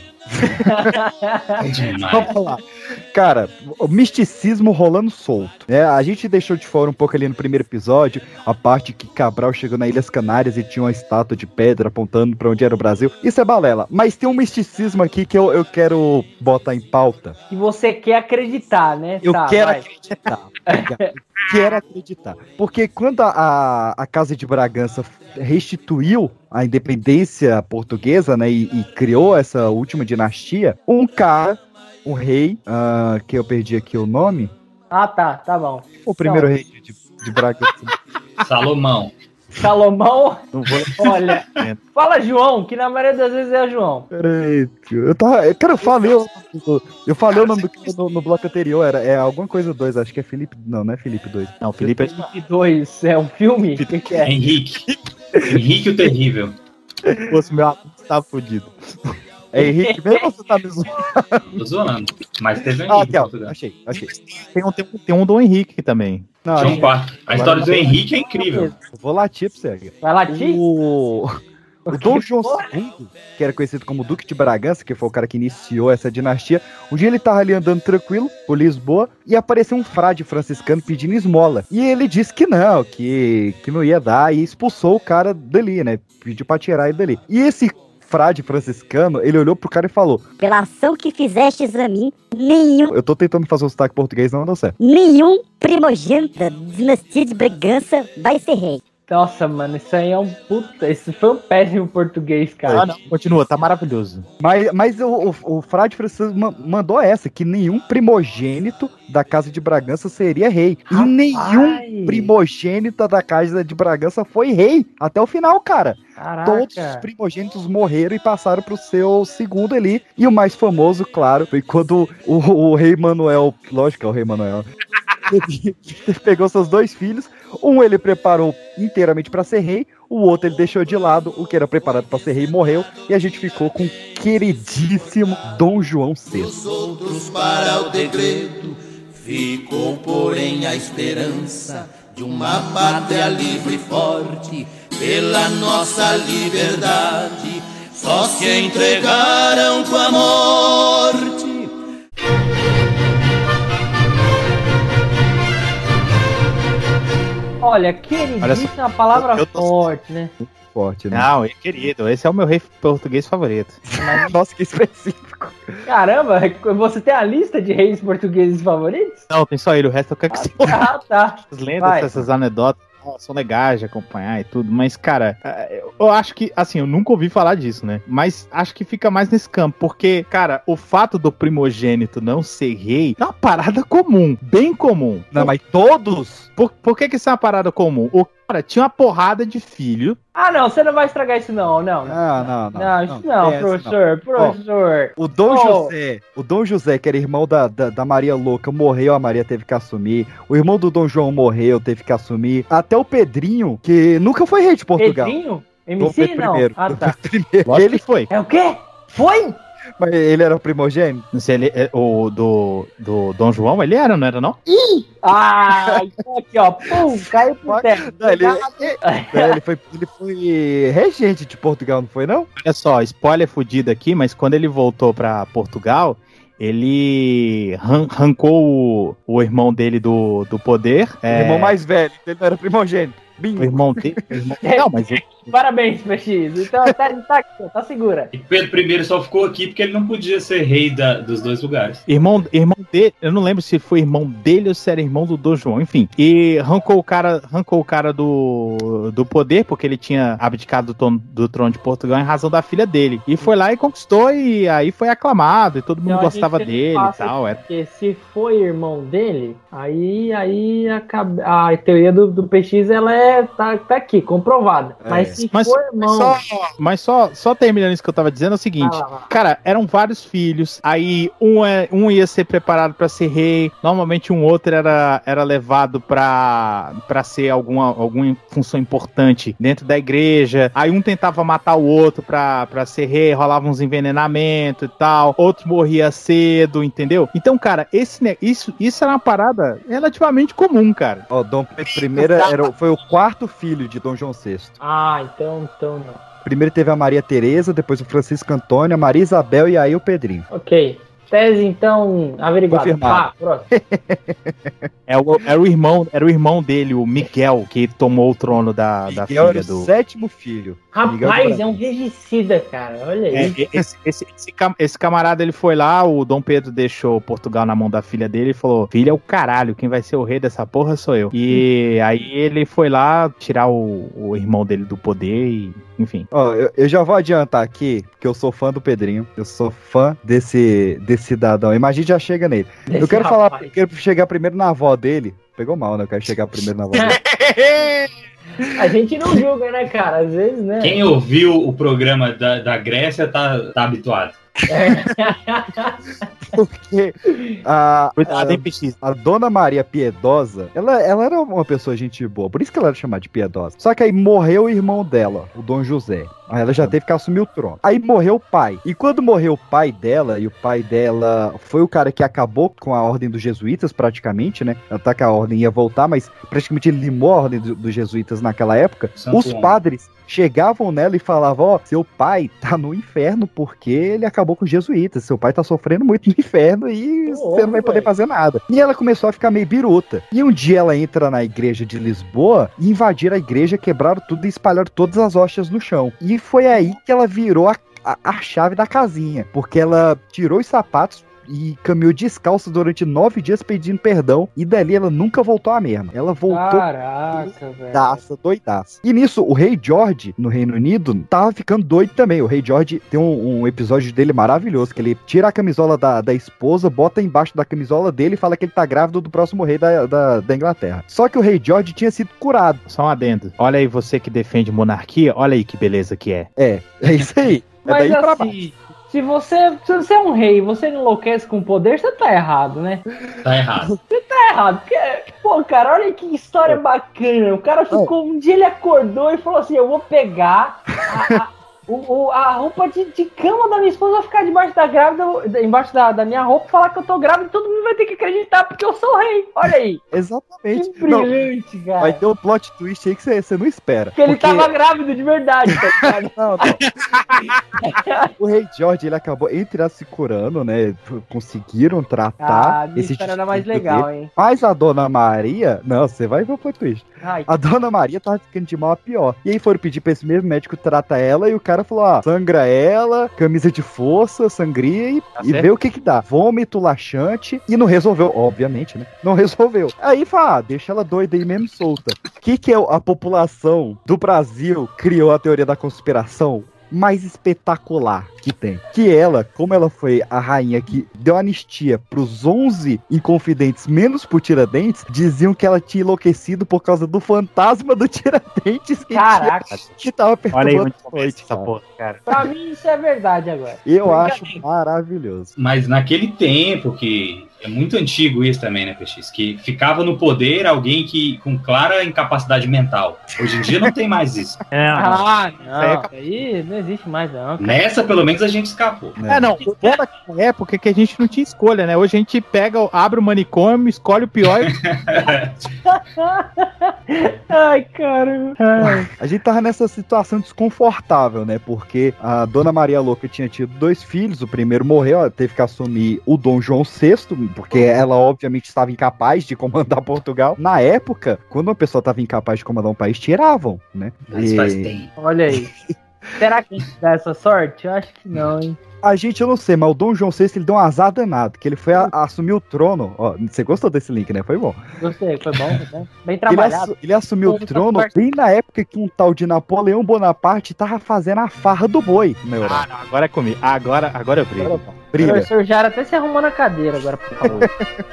É demais. Vamos lá. Cara, o misticismo rolando solto, né? A gente deixou de fora um pouco ali no primeiro episódio a parte que Cabral chegou na Ilhas Canárias e tinha uma estátua de pedra apontando pra onde era o Brasil. Isso é balela, mas tem um misticismo aqui que eu, eu quero botar em pauta. Que você quer acreditar, né? Eu tá, quero vai. acreditar. Eu quero acreditar. Porque quando a, a Casa de Bragança restituiu a independência portuguesa, né, e, e criou essa última dinastia, um cara, um rei, uh, que eu perdi aqui o nome. Ah, tá, tá bom. O primeiro Não. rei de, de Bragança. Salomão. Salomão? Não vou... Olha, fala João, que na maioria das vezes é João. Peraí, tio. Eu tava. Cara, eu falei. Eu, eu falei o nome do no, no bloco anterior, era é alguma coisa dois, acho que é Felipe. Não, não é Felipe dois. Não, Felipe é. Felipe dois é um filme? O que, que é? Henrique. Henrique o Terrível. Se fosse meu aluno, tá fudido. É Henrique mesmo ou você tá me zoando? Tô zoando. Mas teve Ah, Henrique. aqui, ó. Achei, achei. Tem um, tem, um, tem um do Henrique também. Não, Tinha um achei. quarto. A história do Henrique é incrível. Eu vou latir pra você. Vai latir? O... O Dom João segundo, que era conhecido como Duque de Bragança, que foi o cara que iniciou essa dinastia, um dia ele tava ali andando tranquilo por Lisboa e apareceu um frade franciscano pedindo esmola. E ele disse que não, que, que não ia dar e expulsou o cara dali, né? Pediu pra tirar ele dali. E esse frade franciscano, ele olhou pro cara e falou: pela ação que fizestes a mim, nenhum... Eu tô tentando fazer um sotaque português, não deu certo. Nenhum primogênito da dinastia de Bragança vai ser rei. Nossa, mano, isso aí é um puta... Isso foi um péssimo português, cara. Ah, não, continua, tá maravilhoso. Mas, mas o, o, o frade franciscano ma- mandou essa, que nenhum primogênito da Casa de Bragança seria rei. Rapaz. E nenhum primogênito da Casa de Bragança foi rei até o final, cara. Caraca. Todos os primogênitos morreram e passaram pro seu segundo ali. E o mais famoso, claro, foi quando o, o rei Manuel... Lógico que é o rei Manuel. Ele pegou seus dois filhos. Um ele preparou inteiramente pra ser rei, o outro ele deixou de lado. O que era preparado pra ser rei morreu. E a gente ficou com o queridíssimo Dom João sexto. Os outros para o degredo ficou, porém, a esperança de uma pátria livre e forte pela nossa liberdade. Só se entregaram com a morte. Olha, queridíssimo é uma palavra eu tô... forte, né? Forte, né? Não, é querido, esse é o meu rei português favorito. Nossa, que específico. Caramba, você tem a lista de reis portugueses favoritos? Não, tem só ele, o resto eu quero que você... Ah, tá. Essas lendas, Vai. essas anedotas são legais de acompanhar e tudo, mas, cara, eu acho que, assim, eu nunca ouvi falar disso, né? Mas acho que fica mais nesse campo, porque, cara, o fato do primogênito não ser rei é uma parada comum, bem comum. Não, mas todos... Por, por que que isso é uma parada comum? O Cara, tinha uma porrada de filho. Ah, não, você não vai estragar isso não, não. Não, não, não. Não, isso não, não professor, não. professor. Ó, o Dom oh. José, o Dom José, que era irmão da, da, da Maria Louca, morreu, a Maria teve que assumir. O irmão do Dom João morreu, teve que assumir. Até o Pedrinho, que nunca foi rei de Portugal. Pedrinho? M C Dom não? Primeiro. Ah, tá. Primeiro. Ele foi. É o quê? Foi? Mas ele era o primogênito? Não sei, ele, o do, do Dom João, ele era, não era não? Ih! Ah, então aqui, ó. Pum, caiu pro terra. Não, ele, é, ele, foi, ele foi regente de Portugal, não foi, não? Olha só, spoiler fudido aqui, mas quando ele voltou pra Portugal, ele ran, arrancou o, o irmão dele do, do poder. O é... irmão mais velho, ele não era primogênito. Bingo. O irmão dele. O irmão... Não, mas eu... Parabéns, P X. Então tá, tá, tá segura. E Pedro I só ficou aqui porque ele não podia ser rei da, dos dois lugares. Irmão, irmão dele, eu não lembro se foi irmão dele ou se era irmão do Dom João, enfim. E arrancou o cara, arrancou o cara do, do poder, porque ele tinha abdicado do trono, do trono de Portugal em razão da filha dele. E foi lá e conquistou, e aí foi aclamado, e todo mundo então, gostava dele e tal. É. Porque se foi irmão dele, aí, aí a, a teoria do, do P X ela é, tá, tá aqui, comprovada. É. Mas se mas, for irmão... Só, mas só, só terminando isso que eu tava dizendo, é o seguinte. Ah, ah, cara, eram vários filhos, aí um, é, um ia ser preparado pra ser rei, normalmente um outro era, era levado pra, pra ser alguma, alguma função importante dentro da igreja, aí um tentava matar o outro pra, pra ser rei, rolava uns envenenamentos e tal, outro morria cedo, entendeu? Então, cara, esse, isso, isso era uma parada relativamente comum, cara. Ó, Dom Pedro I era, foi o quarto filho de Dom João sexto. Ah, então, então não. Primeiro teve a Maria Tereza, depois o Francisco Antônio, a Maria Isabel e aí o Pedrinho. Ok. Tese, então, averiguada. Ah, próximo. é o, era, o irmão, era o irmão dele, o Miguel, que tomou o trono da, Miguel da filha era do... o sétimo filho. Rapaz, é um regicida, cara. Olha aí. É, esse, esse, esse, esse camarada, ele foi lá, o Dom Pedro deixou Portugal na mão da filha dele e falou, filha é o caralho, quem vai ser o rei dessa porra sou eu. E hum. aí ele foi lá tirar o, o irmão dele do poder e... Enfim. Ó, eu, eu já vou adiantar aqui, que eu sou fã do Pedrinho. Eu sou fã desse, desse cidadão. Imagina, já chega nele. Desse eu quero rapaz. falar, eu quero chegar primeiro na avó dele. Pegou mal, né? Eu quero chegar primeiro na avó dele. A gente não julga, né, cara? Às vezes, né? Quem ouviu o programa da, da Grécia tá, tá habituado. Porque a, a, a Dona Maria Piedosa, ela, ela era uma pessoa gente boa, por isso que ela era chamada de Piedosa. Só que aí morreu o irmão dela, o Dom José. Aí ela já teve que assumir o trono. Aí morreu o pai. E quando morreu o pai dela, e o pai dela foi o cara que acabou com a ordem dos jesuítas, praticamente, né? Até que a ordem ia voltar, mas praticamente ele limou a ordem do, dos jesuítas naquela época. Santo Os homem. padres chegavam nela e falavam, ó, oh, seu pai tá no inferno porque ele acabou com os jesuítas, seu pai tá sofrendo muito no inferno e oh, você não vai poder véio. fazer nada. E ela começou a ficar meio biruta. E um dia ela entra na igreja de Lisboa e invadiram a igreja, quebraram tudo e espalharam todas as hóstias no chão. E foi aí que ela virou a, a, a chave da casinha, porque ela tirou os sapatos e caminhou descalça durante nove dias pedindo perdão, e dali ela nunca voltou a mesma. Ela voltou Caraca, doidaça, doidaça. E nisso, o rei George, no Reino Unido, tava ficando doido também. O rei George tem um, um episódio dele maravilhoso, que ele tira a camisola da, da esposa, bota embaixo da camisola dele e fala que ele tá grávido do próximo rei da, da, da Inglaterra. Só que o rei George tinha sido curado. Só um adendo. Olha aí você que defende monarquia, olha aí que beleza que é. É, é isso aí. É Mas daí pra assim... baixo. Se você, se você é um rei e você enlouquece com poder, você tá errado, né? Tá errado. Você tá errado. Porque, pô, cara, olha que história bacana. O cara ficou, um dia ele acordou e falou assim, eu vou pegar a, a, o, o, a roupa de, de cama da minha esposa, vai ficar debaixo da grávida, embaixo da, da minha roupa, falar que eu tô grávida e todo mundo vai ter que acreditar porque eu sou rei. Olha aí. Exatamente. Que brilhante, não, cara. Vai ter um plot twist aí que você não espera. Porque, porque ele tava grávido de verdade, tá ligado? Não, não. O rei George, ele acabou, entre se curando, né? Conseguiram tratar ah, esse tipo era mais legal, dele. Hein? Mas a Dona Maria, não, você vai ver o plot twist. Ai, a Dona Maria tava ficando de mal a pior. E aí foram pedir pra esse mesmo médico tratar ela e o cara falou, ah, sangra ela, camisa de força, sangria e, tá e vê o que que dá. Vômito laxante e não resolveu, obviamente, né? Não resolveu. Aí fala, ah, deixa ela doida aí mesmo solta. O que que é a população do Brasil criou a teoria da conspiração? mais espetacular que tem. Que ela, como ela foi a rainha que deu anistia pros onze inconfidentes, menos pro Tiradentes, diziam que ela tinha enlouquecido por causa do fantasma do Tiradentes que, Caraca. tinha, que tava Olha aí perturbando onde começa essa porra, cara. Pra mim isso é verdade agora. Eu Fica acho bem. maravilhoso. Mas naquele tempo, que é muito antigo isso também, né, P X? Que ficava no poder alguém que com clara incapacidade mental. Hoje em dia não tem mais isso. É, Ah, Isso não. aí é Isso aí não existe mais, não. cara. Nessa, pelo menos, a gente escapou. É, não, o bom daquela época é que a gente não tinha escolha, né? Hoje a gente pega, abre o manicômio, escolhe o pior e... Ai, cara. Ai. A gente tava nessa situação desconfortável, né? Porque a Dona Maria Louca tinha tido dois filhos, o primeiro morreu, ela teve que assumir o Dom João sexto, porque ela obviamente estava incapaz de comandar Portugal. Na época, quando uma pessoa estava incapaz de comandar um país, tiravam, né? Mas E faz tempo. Olha aí. Será que a gente dá essa sorte? Eu acho que não, hein? a gente, eu não sei, mas o Dom João sexto, ele deu um azar danado, que ele foi a, a assumir o trono. Ó, você gostou desse link, né? Foi bom. Gostei, foi bom, foi bom. Bem Ele, trabalhado. assu- ele assumiu o trono bem na época que um tal de Napoleão Bonaparte tava fazendo a farra do boi na Europa. Ah, não, agora é comigo. Agora, agora eu brigo. O Brilha. professor Jara até se arrumou na cadeira agora, por favor.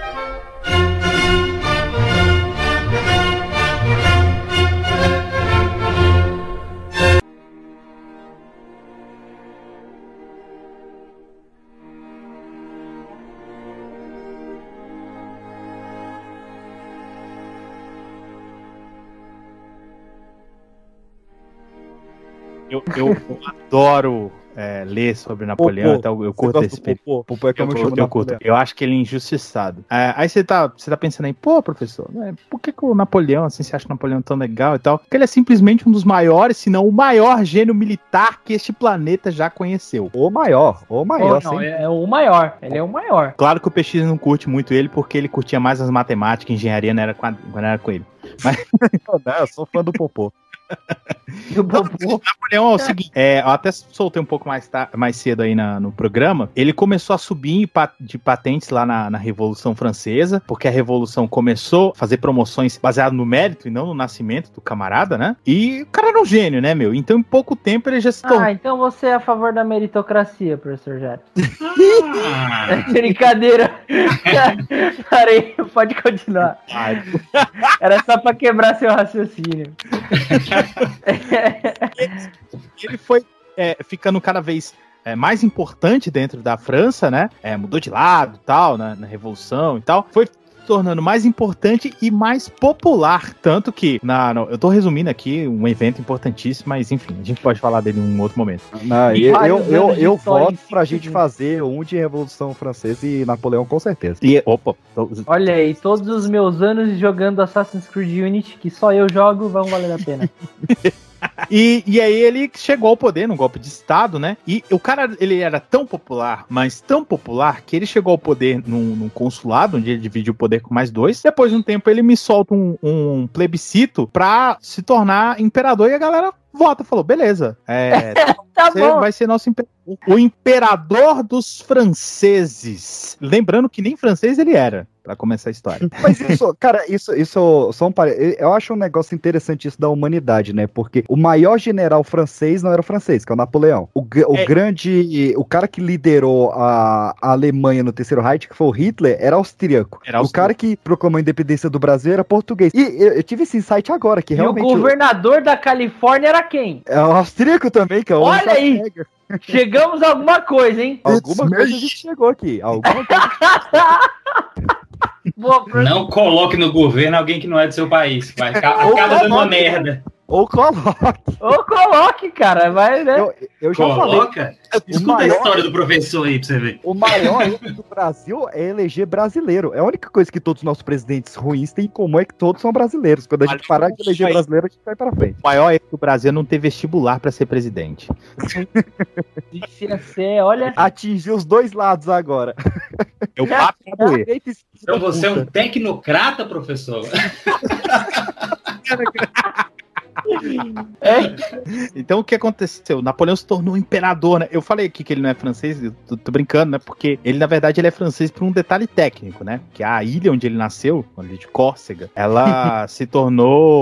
Eu, eu adoro é, ler sobre Napoleão, Popô. então eu Você curto gosta esse do período. Popô? Popô é como eu, eu, chamo eu curto. Napoleão. Eu acho que ele é injustiçado. É, aí você tá, você tá pensando aí, pô, professor, né, por que, que o Napoleão, assim, você acha o Napoleão tão legal e tal? Porque ele é simplesmente um dos maiores, se não o maior gênio militar que este planeta já conheceu. O maior, o maior, Não, sim. é, é o maior. Ele é o maior. Claro que o P X não curte muito ele, porque ele curtia mais as matemáticas, engenharia não era com, a- não era com ele. Não, eu sou fã do Popô. E o Popô. Napoleão é o seguinte, é, eu até soltei um pouco mais, ta- mais cedo aí na- no programa, ele começou a subir em pa- de patentes lá na, na Revolução Francesa, porque a Revolução começou a fazer promoções baseadas no mérito e não no nascimento do camarada, né? E o cara era um gênio, né, meu? Então em pouco tempo ele já se tornou... Ah, então você é a favor da meritocracia, professor Jara. Ah, Brincadeira. Parei, pode continuar. Era só pra quebrar seu raciocínio. Ele foi é, ficando cada vez é, mais importante dentro da França, né? É, mudou de lado e tal, na, na Revolução e tal. Foi se tornando mais importante e mais popular. Tanto que, na, no- eu tô resumindo aqui um evento importantíssimo, mas enfim, a gente pode falar dele em um outro momento. Não, E eu, eu, vários eu, anos de eu história voto em pra cinco gente segundos. fazer um de Revolução Francesa e Napoleão, com certeza. E, opa, tô- Olha aí, todos os meus anos jogando Assassin's Creed Unity, que só eu jogo, vão valer a pena. E, e aí ele chegou ao poder num golpe de estado, né? E o cara, ele era tão popular, mas tão popular, que ele chegou ao poder num, num consulado, onde ele dividiu o poder com mais dois. Depois de um tempo ele me solta um, um plebiscito pra se tornar imperador e a galera vota. Falou, beleza, é, Tá você bom. vai ser nosso imperador. O imperador dos franceses. Lembrando que nem francês ele era, pra começar a história. Mas isso, cara, isso, isso só um pare... eu acho um negócio interessante isso da humanidade, né? Porque o maior general francês não era o francês, que é o Napoleão. O, gr- o É. grande, o cara que liderou a, a Alemanha no Terceiro Reich, que foi o Hitler, era austríaco. Era O austríaco. cara que proclamou a independência do Brasil era português. E eu, eu tive esse insight agora, que E o realmente governador da Califórnia era quem? é o austríaco também, que é o Olha aí! Schwarzenegger. Chegamos a alguma coisa, hein? Alguma coisa a gente chegou aqui. Alguma coisa. Boa, pro- não coloque no governo alguém que não é do seu país. Vai, aca- acaba dando uma merda. Ou coloque. Ou coloque, cara, vai, né? Eu, eu já falei. Coloca. Escuta a maior- história do professor aí pra você ver. O maior erro do Brasil é eleger brasileiro. É a única coisa que todos os nossos presidentes ruins têm em comum é que todos são brasileiros. Quando a gente parar de eleger brasileiro, a gente vai pra frente. O maior erro do Brasil é não ter vestibular pra ser presidente. Isso ia ser, olha. Atingiu os dois lados agora. Eu bato pra doer. Então você é um tecnocrata, professor? Então o que aconteceu? Napoleão se tornou imperador, né? Eu falei aqui que ele não é francês, eu tô, tô brincando, né? Porque ele, na verdade, ele é francês por um detalhe técnico, né? Que a ilha onde ele nasceu, a ilha de Córcega, ela se tornou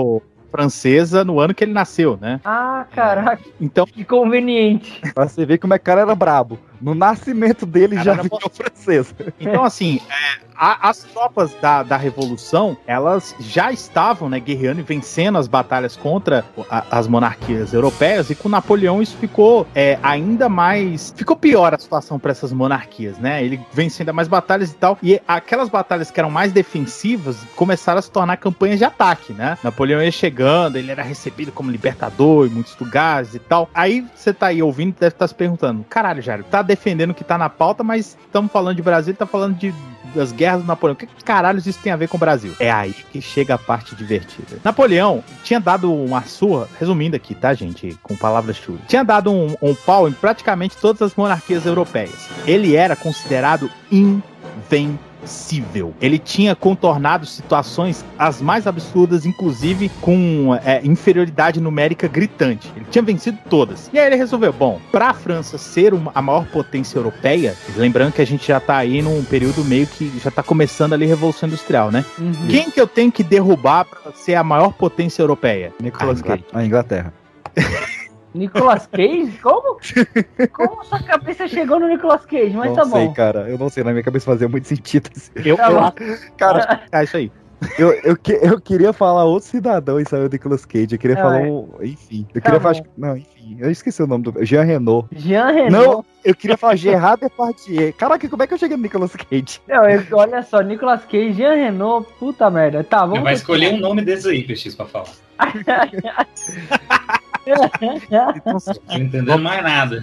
francesa no ano que ele nasceu, né? Ah, caraca. Então, que conveniente. Pra você ver como é que o cara era brabo. No nascimento dele Cara, já era virou francesa. Então, assim, é, a, as tropas da, da Revolução, elas já estavam, né, guerreando e vencendo as batalhas contra a, as monarquias europeias, e com Napoleão isso ficou é, ainda mais... Ficou pior a situação para essas monarquias, né? Ele venceu ainda mais batalhas e tal, e aquelas batalhas que eram mais defensivas começaram a se tornar campanhas de ataque, né? Napoleão ia chegando, ele era recebido como libertador em muitos lugares e tal. Aí você tá aí ouvindo e deve estar se perguntando, caralho, Jairo, tá defendendo o que tá na pauta, mas estamos falando de Brasil, tá falando de, das guerras do Napoleão. O que caralho isso tem a ver com o Brasil? É aí que chega a parte divertida. Napoleão tinha dado uma surra, resumindo aqui, tá, gente? Com palavras chulas. Tinha dado um, um pau em praticamente todas as monarquias europeias. Ele era considerado invencível. Ele tinha contornado situações as mais absurdas, inclusive com é, inferioridade numérica gritante. Ele tinha vencido todas. E aí ele resolveu, bom, pra França ser uma, a maior potência europeia, lembrando que a gente já tá aí num período meio que já tá começando ali a Revolução Industrial, né? Uhum. Quem que eu tenho que derrubar pra ser a maior potência europeia? Nicolas Cage. A Inglaterra. Nicolas Cage? Como? Como sua cabeça chegou no Nicolas Cage? Mas não tá bom. Não sei, cara. Eu não sei. Na minha cabeça fazia muito sentido. Eu, eu, cara, é isso aí. Eu, eu, que, eu queria falar outro cidadão e saiu o Nicolas Cage. Eu queria não, falar é. um... Enfim. Eu queria falar... Não, enfim. Eu esqueci o nome do... Jean Reno. Jean Reno? Não, eu queria falar Gerard Depardieu. Caraca, como é que eu cheguei no Nicolas Cage? Não, eu, olha só. Nicolas Cage, Jean Reno, puta merda. Tá, vamos... Vai escolher um nome desse aí, P X, pra falar. Não tô entendendo mais nada.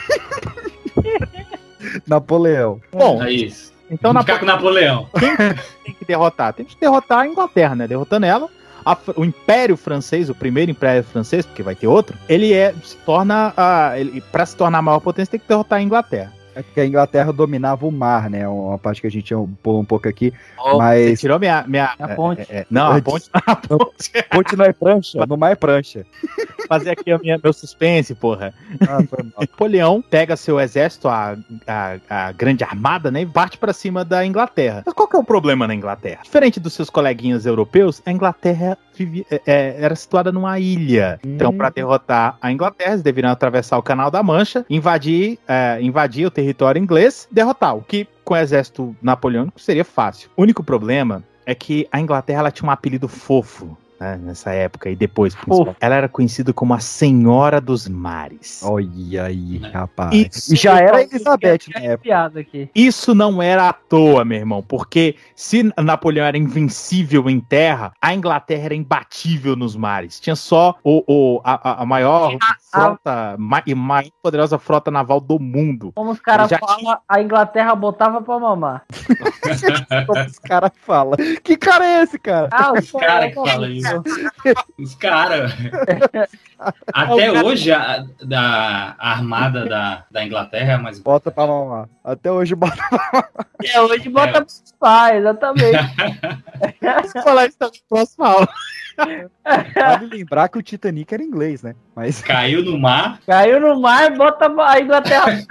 Napoleão. Bom, é isso. Então, Napo... ficar com Napoleão. Quem tem que derrotar? Tem que derrotar a Inglaterra, né? Derrotando ela, a, o Império Francês, o primeiro Império Francês, porque vai ter outro, ele é se torna a, ele, pra se tornar a maior potência, tem que derrotar a Inglaterra. É porque a Inglaterra dominava o mar, né? Uma parte que a gente pulou um pouco aqui. Oh, mas... Você tirou minha... minha a ponte. É, é, não, a ponte, a ponte. A ponte não é prancha, no mar é prancha. Fazer aqui a minha, meu suspense, porra. Ah, foi mal. Napoleão pega seu exército, a, a, a grande armada, né? E parte pra cima da Inglaterra. Mas qual que é o problema na Inglaterra? Diferente dos seus coleguinhas europeus, a Inglaterra vivia, é, era situada numa ilha. Hum. Então, pra derrotar a Inglaterra, eles deveriam atravessar o Canal da Mancha, invadir, é, invadir o território inglês, derrotar, o que com o exército napoleônico seria fácil. O único problema é que a Inglaterra ela tinha um apelido fofo, né, nessa época e depois. Ela era conhecida como a Senhora dos Mares. Olha aí, rapaz. Isso, e já era Elizabeth na época. Aqui. Isso não era à toa, meu irmão, porque se Napoleão era invencível em terra, a Inglaterra era imbatível nos mares. Tinha só o, o, a, a maior frota e mais poderosa frota naval do mundo. Como os caras falam, tinha... a Inglaterra botava pra mamar. Como os caras falam. Que cara é esse, cara? Ah, os caras que falam isso. Os caras. Até hoje, a, da, a armada da, da Inglaterra é mais. Bota pra mamar. Até hoje bota pra mamar. É, hoje bota é. pra exatamente. Vou falar isso também no próximo aula. Vale lembrar que o Titanic era inglês, né? Mas... Caiu no mar. Caiu no mar, bota a Inglaterra.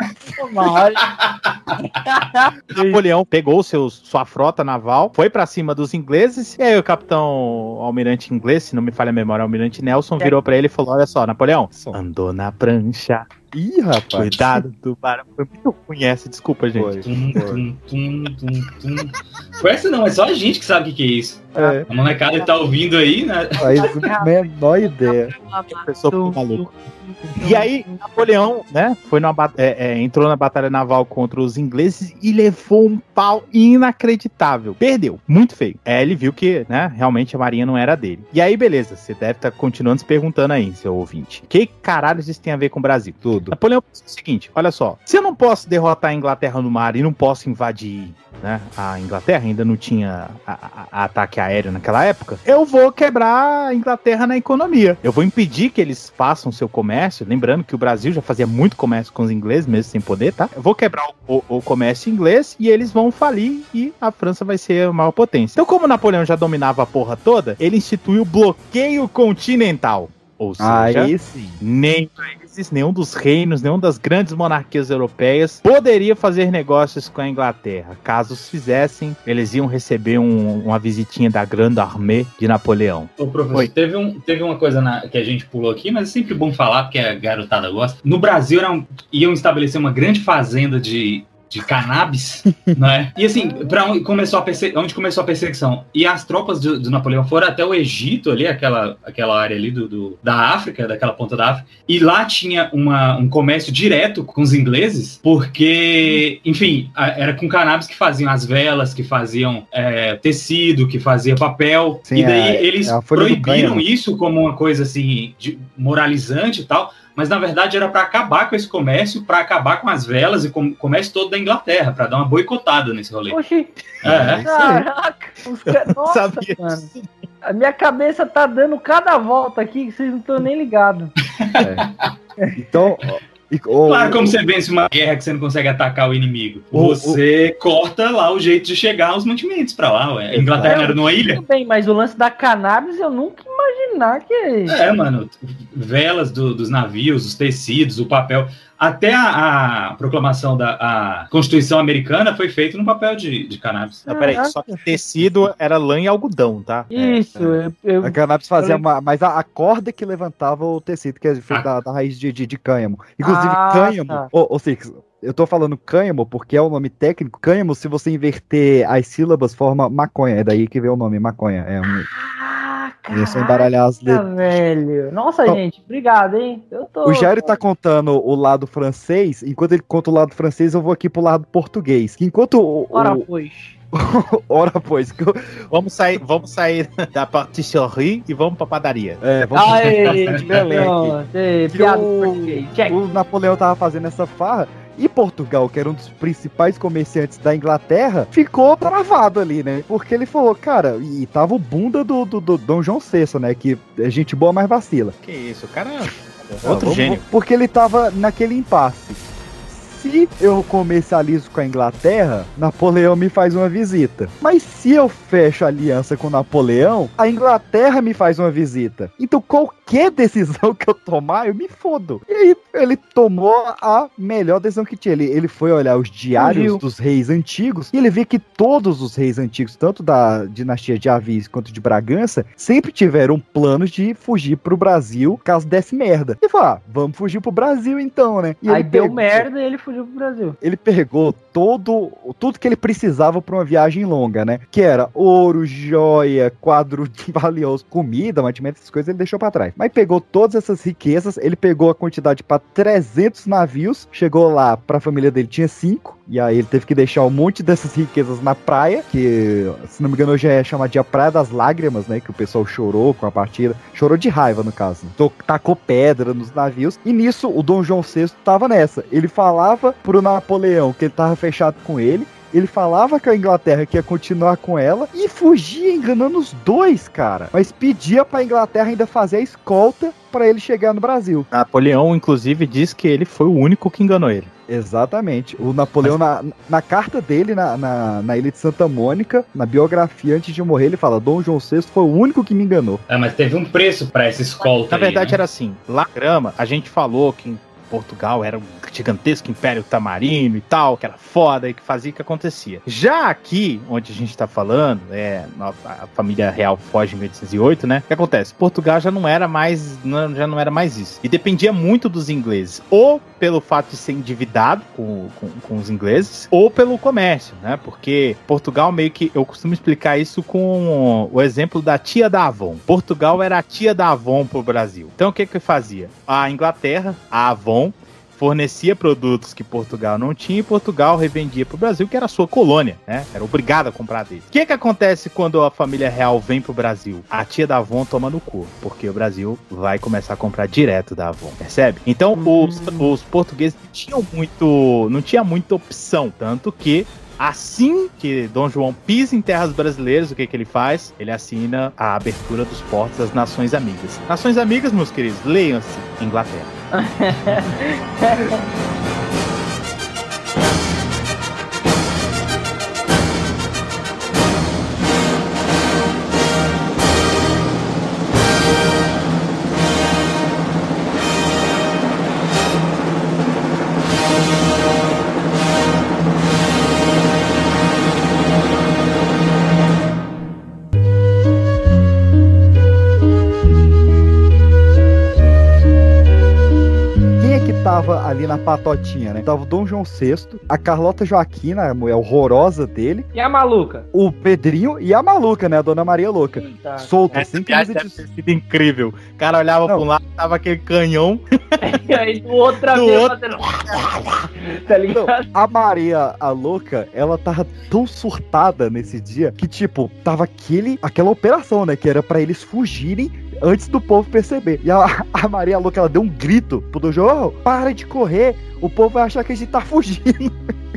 Napoleão pegou seus, sua frota naval, foi pra cima dos ingleses, e aí o capitão almirante inglês, se não me falha a memória, o almirante Nelson, é. virou pra ele e falou, olha só, Napoleão, andou na prancha. Ih, rapaz. Cuidado do barão. Foi muito ruim essa, desculpa, gente. Tum, tum, tum, tum, tum. Foi essa não, é só a gente que sabe o que, que é isso. É. A molecada que tá ouvindo aí, né? Faz a menor ideia. A pessoa ficou maluco. E aí, Napoleão, né, foi numa, é, é, entrou na batalha naval contra os ingleses e levou um pau inacreditável. Perdeu, muito feio. É, ele viu que, né, realmente a marinha não era dele. E aí, beleza, você deve estar tá continuando se perguntando aí, seu ouvinte. Que caralho isso tem a ver com o Brasil? Tudo. Napoleão pensou o seguinte, olha só, se eu não posso derrotar a Inglaterra no mar e não posso invadir, né, a Inglaterra, ainda não tinha a, a, a ataque aéreo naquela época, eu vou quebrar a Inglaterra na economia. Eu vou impedir que eles façam seu comércio, lembrando que o Brasil já fazia muito comércio com os ingleses, mesmo sem poder, tá? Eu vou quebrar o, o, o comércio inglês e eles vão falir e a França vai ser a maior potência. Então, como Napoleão já dominava a porra toda, ele instituiu o bloqueio continental. Ou seja, aí sim. nem países países, nenhum dos reinos, nenhum das grandes monarquias europeias poderia fazer negócios com a Inglaterra. Caso os fizessem, eles iam receber um, uma visitinha da Grande Armée de Napoleão. Ô, professor, teve, um, teve uma coisa na, que a gente pulou aqui, mas é sempre bom falar, porque a garotada gosta. No Brasil, era um, iam estabelecer uma grande fazenda de... de cannabis, né? E assim, para onde começou a perse- onde começou a perseguição? E as tropas do, do Napoleão foram até o Egito, ali, aquela, aquela área ali do, do, da África, daquela ponta da África, e lá tinha uma, um comércio direto com os ingleses, porque, enfim, a, era com cannabis que faziam as velas, que faziam é, tecido, que fazia papel, Sim, e daí é, eles é proibiram isso como uma coisa assim, de, moralizante e tal. Mas, na verdade, era para acabar com esse comércio, para acabar com as velas e com o comércio todo da Inglaterra, para dar uma boicotada nesse rolê. Oxi! É. Caraca! Os ca... Nossa, Sabia. Mano. A minha cabeça tá dando cada volta aqui que vocês não estão nem ligados. É. Então... E, oh, claro, como você vence uma guerra que você não consegue atacar o inimigo. Oh, você oh, corta lá o jeito de chegar aos mantimentos pra lá, ué. A Inglaterra não era numa ilha? Tudo bem, mas o lance da cannabis eu nunca imaginar que... É, mano, velas do, dos navios, os tecidos, o papel... Até a, a proclamação da a Constituição Americana foi feita no papel de, de cannabis. Não, peraí, só que tecido era lã e algodão, tá? Isso. É, é. Eu, a cannabis fazia eu... uma... Mas a, a corda que levantava o tecido, que é feito ah. da, da raiz de, de, de cânhamo. Inclusive, ah, cânhamo... Tá. Ô, ô, Six, eu tô falando cânhamo porque é o nome técnico. Cânhamo, se você inverter as sílabas, forma maconha. É daí que vem o nome, maconha. É um... Caraca, embaralhar as letras. Velho. Nossa, então, gente, obrigado, hein? Eu tô... O Jairo tá contando o lado francês, enquanto ele conta o lado francês, eu vou aqui pro lado português. Enquanto o... Ora, o... pois. Ora, pois. Vamos sair, vamos sair da patisserie e vamos pra padaria. É, vamos Ai, não, sei, piada o... português. Check. O Napoleão tava fazendo essa farra. E Portugal, que era um dos principais comerciantes da Inglaterra, ficou travado ali, né? Porque ele falou, cara, e tava o bunda do, do, do Dom João sexto, né? Que é gente boa, mas vacila. Que isso, o cara é outro ah, gênio. Porque ele tava naquele impasse. Se eu comercializo com a Inglaterra, Napoleão me faz uma visita. Mas se eu fecho aliança com Napoleão, a Inglaterra me faz uma visita. Então qualquer decisão que eu tomar, eu me fodo. E aí ele tomou a melhor decisão que tinha. Ele, ele foi olhar os diários dos reis antigos e ele vê que todos os reis antigos, tanto da dinastia de Avis quanto de Bragança, sempre tiveram planos de fugir pro Brasil caso desse merda. E falou, ah, vamos fugir pro Brasil então, né? E aí ele deu pegou... merda e ele fugiu pro Brasil. Ele pegou todo, tudo que ele precisava para uma viagem longa, né? Que era ouro, joia, quadro valioso, comida, mantimento, essas coisas ele deixou para trás. Mas pegou todas essas riquezas, ele pegou a quantidade para trezentos navios, chegou lá, para a família dele tinha cinco, e aí ele teve que deixar um monte dessas riquezas na praia, que, se não me engano, hoje é chamada de a Praia das Lágrimas, né? Que o pessoal chorou com a partida. Chorou de raiva, no caso. Então, tacou pedra nos navios. E nisso, o Dom João sexto tava nessa. Ele falava pro Napoleão que ele tava fechado com ele. Ele falava que a Inglaterra que ia continuar com ela e fugia enganando os dois, cara. Mas pedia pra Inglaterra ainda fazer a escolta pra ele chegar no Brasil. Napoleão, inclusive, diz que ele foi o único que enganou ele. Exatamente. O Napoleão, Mas... na, na carta dele, na, na, na ilha de Santa Mônica, na biografia, antes de morrer, ele fala, Dom João sexto foi o único que me enganou. É, mas teve um preço pra essa escolta. Na aí, verdade, né? era assim, lá na grama, a gente falou que Portugal era um gigantesco império tamarino e tal, que era foda e que fazia o que acontecia. Já aqui, onde a gente tá falando, é, a família real foge em mil oitocentos e oito, né? O que acontece? Portugal já não era mais, não, já não era mais isso. E dependia muito dos ingleses. Ou pelo fato de ser endividado com, com, com os ingleses, ou pelo comércio, né? Porque Portugal meio que, eu costumo explicar isso com o exemplo da tia da Avon. Portugal era a tia da Avon pro Brasil. Então o que que fazia? A Inglaterra, a Avon, fornecia produtos que Portugal não tinha e Portugal revendia para o Brasil, que era a sua colônia, né? Era obrigado a comprar dele. O que que acontece quando a família real vem pro Brasil? A tia da Avon toma no cu, porque o Brasil vai começar a comprar direto da Avon, percebe? Então, hum. os, os portugueses não tinham muito, não tinha muita opção, tanto que assim que Dom João pisa em terras brasileiras, o que que ele faz? Ele assina a abertura dos portos das Nações Amigas. Nações Amigas, meus queridos, leiam-se Inglaterra. tava ali na patotinha, né? Tava o Dom João sexto, a Carlota Joaquina, a mulher horrorosa dele. E a maluca? O Pedrinho e a maluca, né? A Dona Maria Louca. Eita. Solta, Essa sem viagem camisa deve de... ter sido incrível. O cara olhava Não. pra um lado, tava aquele canhão. E aí do outra Do vez outro. fazendo... Tá ligado? Não, a Maria, a louca, ela tava tão surtada nesse dia que, tipo, tava aquele, aquela operação, né? Que era pra eles fugirem antes do povo perceber. E a, a Maria louca, ela deu um grito pro Dom João: "Oh, para de correr, o povo vai achar que a gente tá fugindo."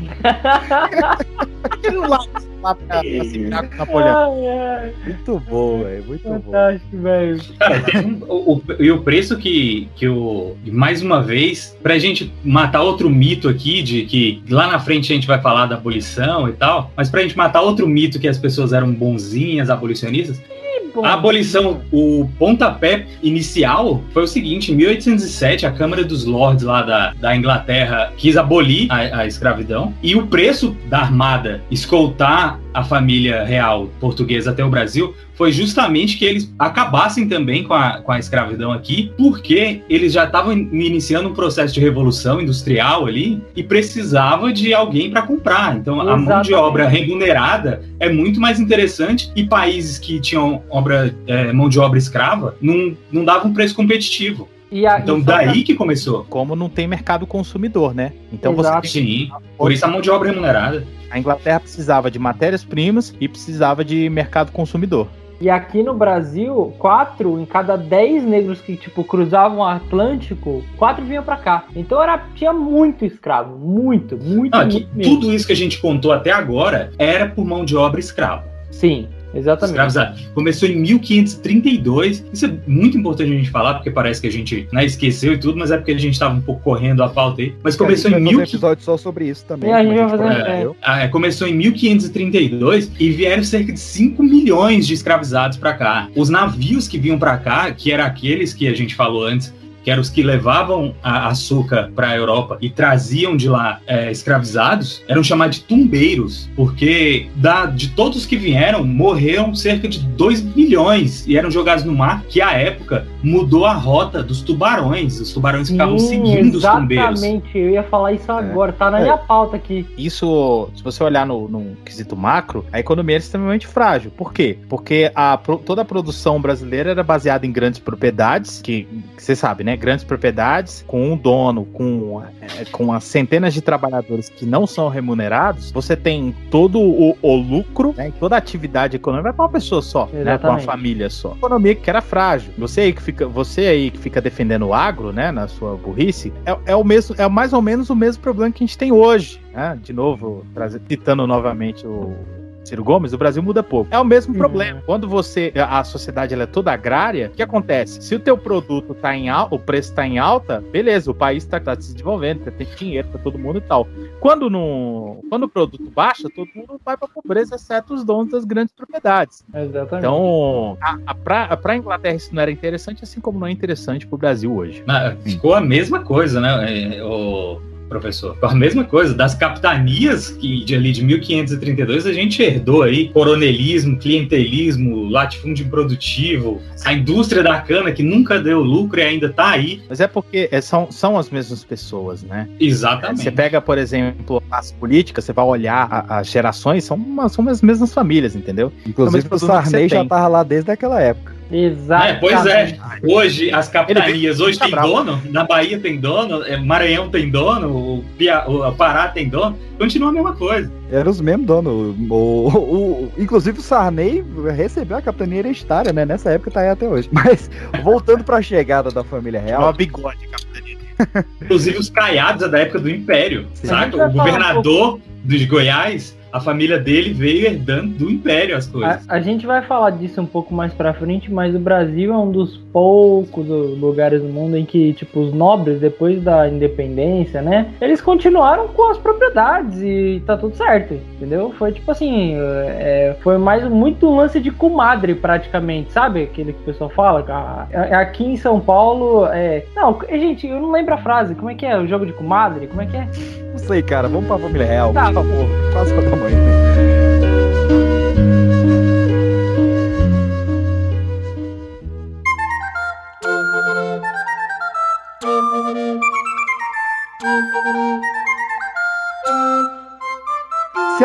Aquele lado lá pra, pra se virar com o Napoleão. Ai, ai. Muito bom, velho, muito bom. Fantástico, velho. Cara, tem um- o, o- e o preço que, que o. Mais uma vez, pra gente matar outro mito aqui, de que lá na frente a gente vai falar da abolição e tal, mas pra gente matar outro mito que as pessoas eram bonzinhas, abolicionistas. A abolição, o pontapé inicial foi o seguinte: em mil oitocentos e sete, a Câmara dos Lords lá da, da Inglaterra quis abolir a, a escravidão, e o preço da armada escoltar a família real portuguesa até o Brasil foi justamente que eles acabassem também com a, com a escravidão aqui, porque eles já estavam iniciando um processo de revolução industrial ali e precisava de alguém para comprar. Então, a mão de obra remunerada é muito mais interessante, e países que tinham obra, é, mão de obra escrava não, não davam um preço competitivo. E a, Então, e daí pra... que começou. Como não tem mercado consumidor, né? Então Exato. você tem... Sim, por isso a mão de obra remunerada. A Inglaterra precisava de matérias-primas e precisava de mercado consumidor. E aqui no Brasil, quatro em cada dez negros que, tipo, cruzavam o Atlântico, quatro vinham pra cá. Então era, tinha muito escravo. Muito, muito, Não, aqui, muito mesmo. tudo isso que a gente contou até agora era por mão de obra escrava. Sim, exatamente. Escravizado. Começou em mil quinhentos e trinta e dois. Isso é muito importante a gente falar, porque parece que a gente, né, esqueceu e tudo, mas é porque a gente estava um pouco correndo a pauta aí. Mas começou em a gente vai mil... fazer um episódio só sobre isso também. E a gente como vai fazer- prometeu. É, começou em mil quinhentos e trinta e dois e vieram cerca de cinco milhões de escravizados para cá. Os navios que vinham para cá, que eram aqueles que a gente falou antes, que eram os que levavam a açúcar para a Europa e traziam de lá é, escravizados, eram chamados de tumbeiros, porque da, de todos que vieram, morreram cerca de dois milhões e eram jogados no mar, que à época mudou a rota dos tubarões. Os tubarões ficavam Sim, seguindo os tumbeiros. exatamente, eu ia falar isso agora, tá na É. minha pauta aqui. Isso, se você olhar no, no quesito macro, a economia é extremamente frágil. Por quê? Porque a, pro- toda a produção brasileira era baseada em grandes propriedades, que você sabe, né? Grandes propriedades, com um dono, com, é, com as centenas de trabalhadores que não são remunerados, você tem todo o, o lucro, né? Toda a atividade econômica vai para uma pessoa só, né? Para uma Exatamente. família só. A economia que era frágil. Você aí que fica, você aí que fica defendendo o agro, né? Na sua burrice, é, é o mesmo, é mais ou menos o mesmo problema que a gente tem hoje, né? De novo, trazer- citando novamente o Ciro Gomes, o Brasil muda pouco. É o mesmo Uhum. problema. Quando você, a sociedade ela é toda agrária, o que acontece? Se o teu produto tá em alta, o preço tá em alta, beleza, o país tá, tá se desenvolvendo, tá tendo dinheiro pra todo mundo e tal. Quando, no, quando o produto baixa, todo mundo vai pra pobreza, exceto os donos das grandes propriedades. Exatamente. Então, a, a, pra, pra Inglaterra isso não era interessante, assim como não é interessante pro Brasil hoje. Ah, ficou a mesma coisa, né, é, o professor? A mesma coisa, das capitanias que de ali de mil quinhentos e trinta e dois a gente herdou aí coronelismo, clientelismo, latifúndio improdutivo, a indústria da cana que nunca deu lucro e ainda tá aí. Mas é porque é, são, são as mesmas pessoas, né? Exatamente. Você pega, por exemplo, as políticas, você vai olhar a- as gerações, são, uma- são as mesmas famílias, entendeu? Inclusive o Sarney já tava lá desde aquela época. Exato. É, pois é, hoje as capitanias, hoje tem bravo. dono, na Bahia tem dono, é, Maranhão tem dono, o, Pia, o Pará tem dono, continua a mesma coisa. Era os mesmos donos. O, o- o- inclusive o Sarney recebeu a capitania hereditária, né? Nessa época tá aí até hoje. Mas voltando pra chegada da família Uma real. bigode, capitania. Inclusive os caiados é da época do Império, A gente saca? vai O falar um governador de Goiás, a família dele veio herdando do Império as coisas. A, a gente vai falar disso um pouco mais pra frente, mas o Brasil é um dos poucos lugares no mundo em que, tipo, os nobres, depois da independência, né, eles continuaram com as propriedades e tá tudo certo, entendeu? Foi tipo assim, é, foi mais muito um lance de comadre praticamente, sabe? Aquele que o pessoal fala, a- a- aqui em São Paulo, é... Não, gente, eu não lembro a frase, como é que é? O jogo de comadre? Como é que é? Não sei, cara. Vamos pra família real. Tá. Por favor. Quase pra tamanho.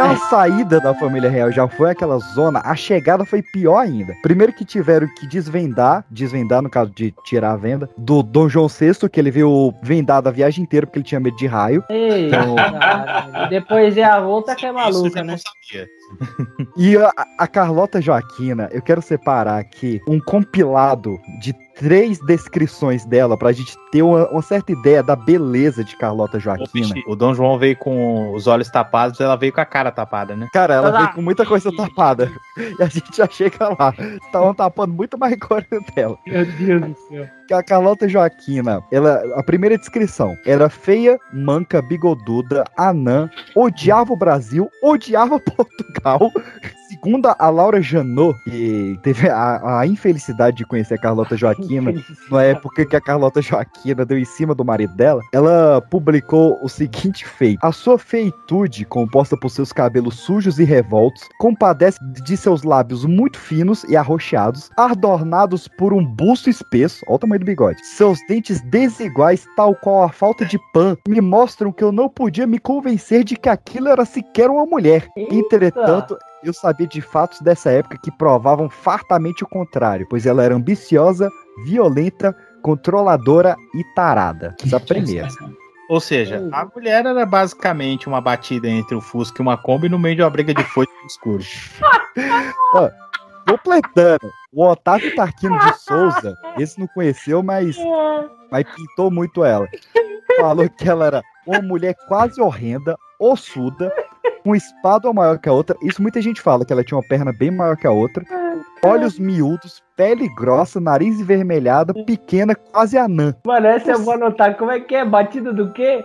a saída da família real já foi aquela zona, a chegada foi pior ainda. Primeiro que tiveram que desvendar, desvendar no caso de tirar a venda, do Dom João sexto, que ele veio vendado a viagem inteira porque ele tinha medo de raio. Ei, cara, depois é a volta que é maluca, né? E a, a Carlota Joaquina, eu quero separar aqui um compilado de três descrições dela pra gente ter uma, uma certa ideia da beleza de Carlota Joaquina. O Dom João veio com os olhos tapados, ela veio com a cara tapada, né? Cara, ela veio com muita coisa tapada. E a gente já chega lá. Estavam tapando muito mais coisa dela. Meu Deus do céu. A Carlota Joaquina, ela, a primeira descrição, era feia, manca, bigoduda, anã, odiava o Brasil, odiava Portugal. Segundo a Laura Janot, que teve a, a infelicidade de conhecer a Carlota Joaquina, na época que a Carlota Joaquina deu em cima do marido dela, ela publicou o seguinte feito: a sua feitude, composta por seus cabelos sujos e revoltos, compadece de seus lábios muito finos e arroxeados, adornados por um busto espesso, olha o tamanho do bigode. Seus dentes desiguais, tal qual a falta de pã, me mostram que eu não podia me convencer de que aquilo era sequer uma mulher. Eita. Entretanto, eu sabia de fatos dessa época que provavam fartamente o contrário, pois ela era ambiciosa, violenta, controladora e tarada. Essa é a primeira. Ou seja, a mulher era basicamente uma batida entre o Fusca e uma Kombi no meio de uma briga de foice no escuro. Ó, completando, o Otávio Tarquino de Souza, esse não conheceu, mas, mas pintou muito ela. Falou que ela era uma mulher quase horrenda, ossuda, com espada maior que a outra. Isso muita gente fala, que ela tinha uma perna bem maior que a outra. Olhos miúdos, pele grossa, nariz envermelhado, pequena, quase anã. Mano, essa eu vou anotar. Como é que é? Batida do quê?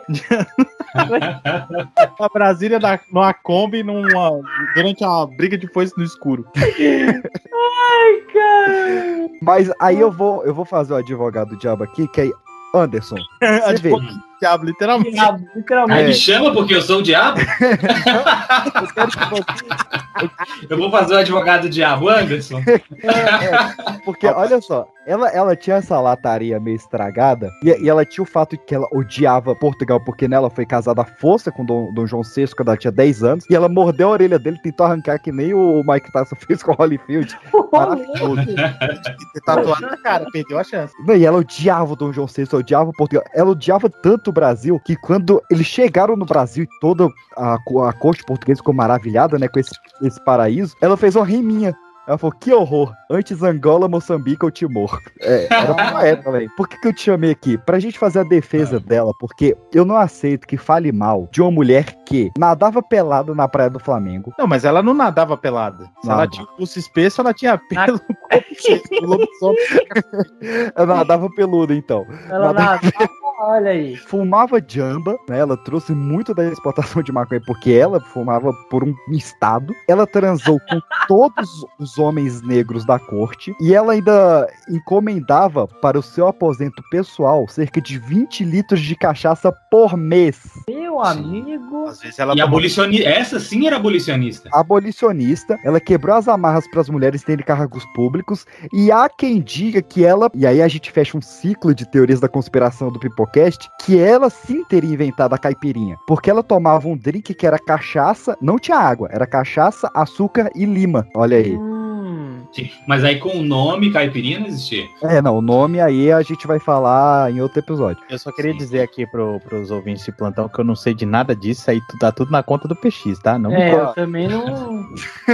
A Brasília na, numa Kombi numa, durante uma briga de foice no escuro. Ai, cara. Mas aí eu vou, eu vou fazer o advogado do diabo aqui, que é Anderson. Você vê. Diabo, literalmente. Diabo, literalmente. Aí me chama porque eu sou o diabo? Eu quero que você... Eu vou fazer o advogado do diabo, Anderson. É, é, porque, olha só, ela, ela tinha essa lataria meio estragada, e, e ela tinha o fato de que ela odiava Portugal, porque nela foi casada à força com Dom, Dom João sexto quando ela tinha dez anos, e ela mordeu a orelha dele, tentou arrancar que nem o Mike Tyson fez com o Holyfield. Maravilhoso. Tatuado na cara, perdeu a chance. Não, e ela odiava o Dom João sexto, odiava Portugal. Ela odiava tanto o Brasil, que quando eles chegaram no Brasil e toda a, a corte portuguesa ficou maravilhada, né, com esse, esse paraíso, ela fez uma riminha. Ela falou, que horror, antes Angola, Moçambique ou Timor. É, era poeta, velho. Por que que eu te chamei aqui? Pra gente fazer a defesa dela, porque eu não aceito que fale mal de uma mulher que nadava pelada na praia do Flamengo. Não, mas ela não nadava pelada. Se Nada. ela tinha pulso espesso, ela tinha pelo no corpo. Ela nadava peluda, então. Ela Nadava- nadava, olha aí. Fumava jamba, né? Ela trouxe muito da exportação de maconha, porque ela fumava por um estado. Ela transou com todos os homens negros da corte. E ela ainda encomendava para o seu aposento pessoal cerca de vinte litros de cachaça por mês. Meu amigo. Às vezes ela E tomava- abolicionista. Essa sim era abolicionista. Abolicionista, ela quebrou as amarras para as mulheres terem cargos públicos, e há quem diga que ela, e aí a gente fecha um ciclo de teorias da conspiração do Pipocast, que ela sim teria inventado a caipirinha, porque ela tomava um drink que era cachaça, não tinha água, era cachaça, açúcar e lima, olha aí. Sim, mas aí com o nome caipirinha não existia. É, não, o nome aí a gente vai falar em outro episódio. Eu só queria dizer aqui pro, pros ouvintes de plantão que eu não sei de nada disso, aí tu- tá tudo na conta do P X, tá? Não me É, fala. eu também não.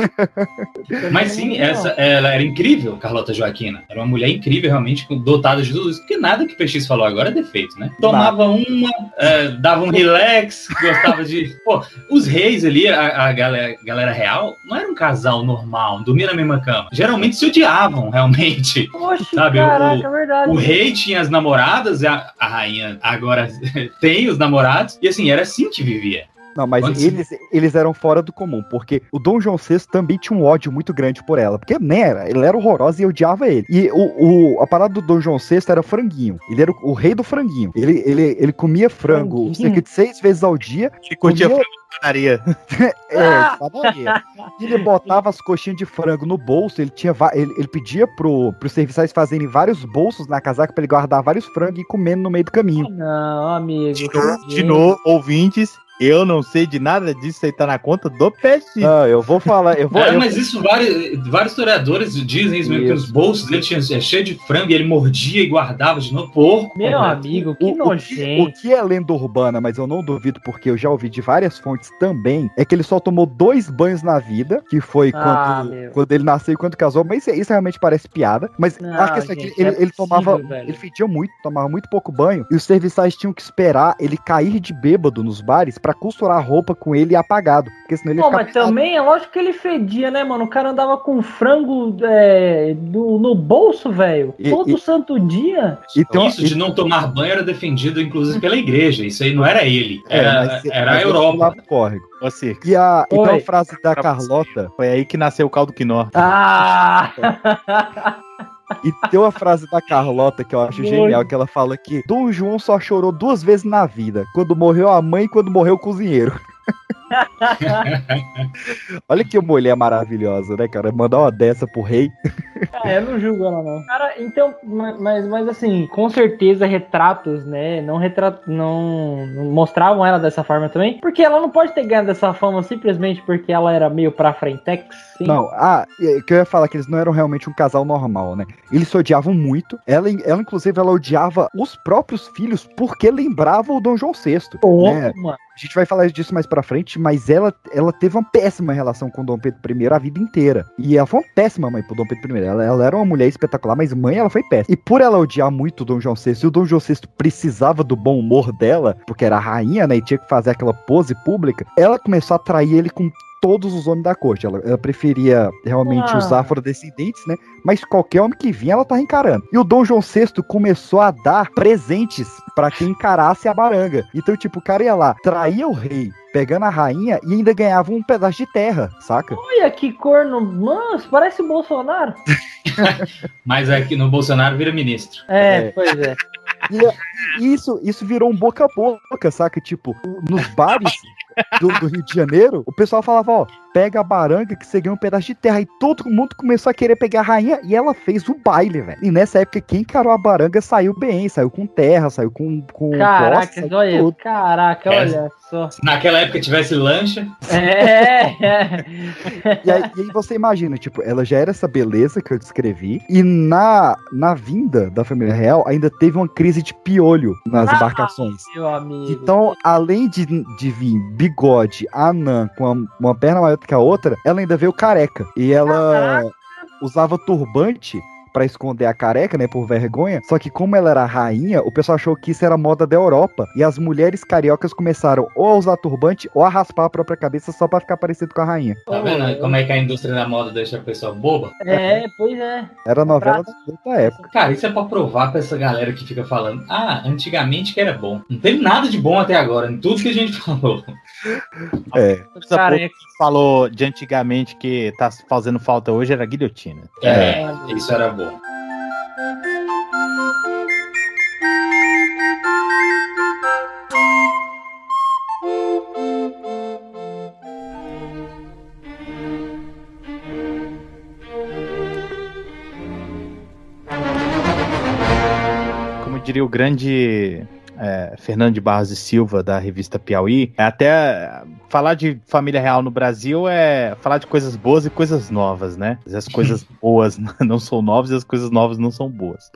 Mas sim, essa, ela era incrível, Carlota Joaquina. Era uma mulher incrível, realmente, com- dotada de tudo isso. Porque nada que o P X falou agora é defeito, né? Tomava uma, é, dava um relax, gostava de... Pô, os reis ali, a, a galera, galera real, não era um casal normal, não dormia na mesma cama. Geralmente se odiavam, realmente. Poxa, Sabe, caraca, o, é verdade. o rei tinha as namoradas, a, a rainha agora tem os namorados, e assim, era assim que vivia. Não, mas Quantos- eles, eles eram fora do comum, porque o Dom João sexto também tinha um ódio muito grande por ela, porque, né, era- ele era horroroso e odiava ele. E o, o- a parada do Dom João sexto era franguinho, ele era o, o rei do franguinho. Ele, ele, ele comia frango Franguinho. cerca de seis vezes ao dia. Que curtia comia- frango na padaria. É, de padaria. Ele botava as coxinhas de frango no bolso, ele tinha va- ele, ele pedia pro, pros serviçais fazerem vários bolsos na casaca pra ele guardar vários frangos e ir comendo no meio do caminho. Não, amigo. De novo, de novo, ouvintes, Eu não sei de nada disso, aí tá na conta do Peste. Não, eu vou falar, eu vou... É, eu... mas isso vários, vários historiadores dizem isso mesmo, que os bolsos dele tinham é cheio de frango e ele mordia e guardava de novo. Porco. Meu amigo, que o, nojento. O que, o que é lenda urbana, mas eu não duvido porque eu já ouvi de várias fontes também, é que ele só tomou dois banhos na vida, que foi Ah, quando, meu. quando ele nasceu e quando casou, mas isso, isso realmente parece piada. Mas Não, a questão é gente, que ele, não é ele tomava, possível, velho. ele fedia muito, tomava muito pouco banho, e os serviçais tinham que esperar ele cair de bêbado nos bares pra costurar a roupa com ele apagado, porque senão ele ia Pô, ficar mas também é lógico que ele fedia, né, mano? O cara andava com frango é, do, no bolso, velho. E- Todo e- santo dia. Então, Isso de não tomar banho era defendido, inclusive, pela igreja. Isso aí não era ele, É, era, mas- era mas a eu Europa. lá pro córrego. Você. E a, então Oi. a frase da Carlota, Foi aí que nasceu o caldo quinó. Ah! e tem uma frase da Carlota que eu acho Oi. genial, que ela fala que Dom João só chorou duas vezes na vida, quando morreu a mãe e quando morreu o cozinheiro. Olha que mulher maravilhosa, né, cara? Mandar uma dessa pro rei. É, eu não julgo ela, não. Cara, então, ma- mas, mas assim, com certeza retratos, né? Não, retrat... não, não mostravam ela dessa forma também. Porque ela não pode ter ganhado dessa fama simplesmente porque ela era meio pra frentex. Sim. Não, ah, e- que eu ia falar que eles não eram realmente um casal normal, né? Eles se odiavam muito. Ela, ela inclusive, ela odiava os próprios filhos porque lembrava o Dom João sexto. Pô, né? mano. A gente vai falar disso mais pra frente, mas ela, ela teve uma péssima relação com o Dom Pedro I a vida inteira. E ela foi uma péssima mãe pro Dom Pedro I. Ela, ela era uma mulher espetacular, mas mãe ela foi péssima. E por ela odiar muito o Dom João sexto, e o Dom João sexto precisava do bom humor dela, porque era a rainha, né, e tinha que fazer aquela pose pública, ela começou a atrair ele com todos os homens da corte. Ela, ela preferia realmente Ah. os afrodescendentes, né? Mas qualquer homem que vinha, ela tava encarando. E o Dom João sexto começou a dar presentes pra quem encarasse a baranga. Então, tipo, o cara ia lá, traía o rei, pegando a rainha e ainda ganhava um pedaço de terra, saca? Olha que corno. Mano, parece o Bolsonaro. Mas aqui no Bolsonaro vira ministro. É, É. pois é. E, e isso, isso virou um boca a boca, saca? Tipo, nos bares do, do Rio de Janeiro, o pessoal falava, ó, pega a baranga que você ganha um pedaço de terra. E todo mundo começou a querer pegar a rainha e ela fez o baile, velho. E nessa época, quem encarou a baranga saiu bem, saiu com terra, saiu com, com Caraca, posse, saiu olha, com tudo. caraca, É. olha só. Se naquela época tivesse lancha, É, é. E aí, e aí você imagina, tipo, ela já era essa beleza que eu descrevi, e na, na vinda da família real ainda teve uma crise de piolho nas Ah, embarcações. Meu amigo. Então, além de, de vir bigode, anã, com uma, uma perna maior do que a outra, ela ainda veio careca. E ela usava turbante pra esconder a careca, né, por vergonha. Só que como ela era rainha, o pessoal achou que isso era moda da Europa. E as mulheres cariocas começaram ou a usar turbante ou a raspar a própria cabeça só pra ficar parecido com a rainha. tá vendo como é que a indústria da moda deixa a pessoa boba? É, pois é. Era a novela da outra época. Cara, isso é pra provar pra essa galera que fica falando, ah, antigamente que era bom. Não teve nada de bom até agora, em tudo que a gente falou. É. Coisa Cara, pouca que falou de antigamente que tá fazendo falta hoje era guilhotina. É, isso era bom. Como diria o grande é, Fernando de Barros e Silva, da revista Piauí, é até falar de família real no Brasil é falar de coisas boas e coisas novas, né? As coisas boas não são novas e as coisas novas não são boas.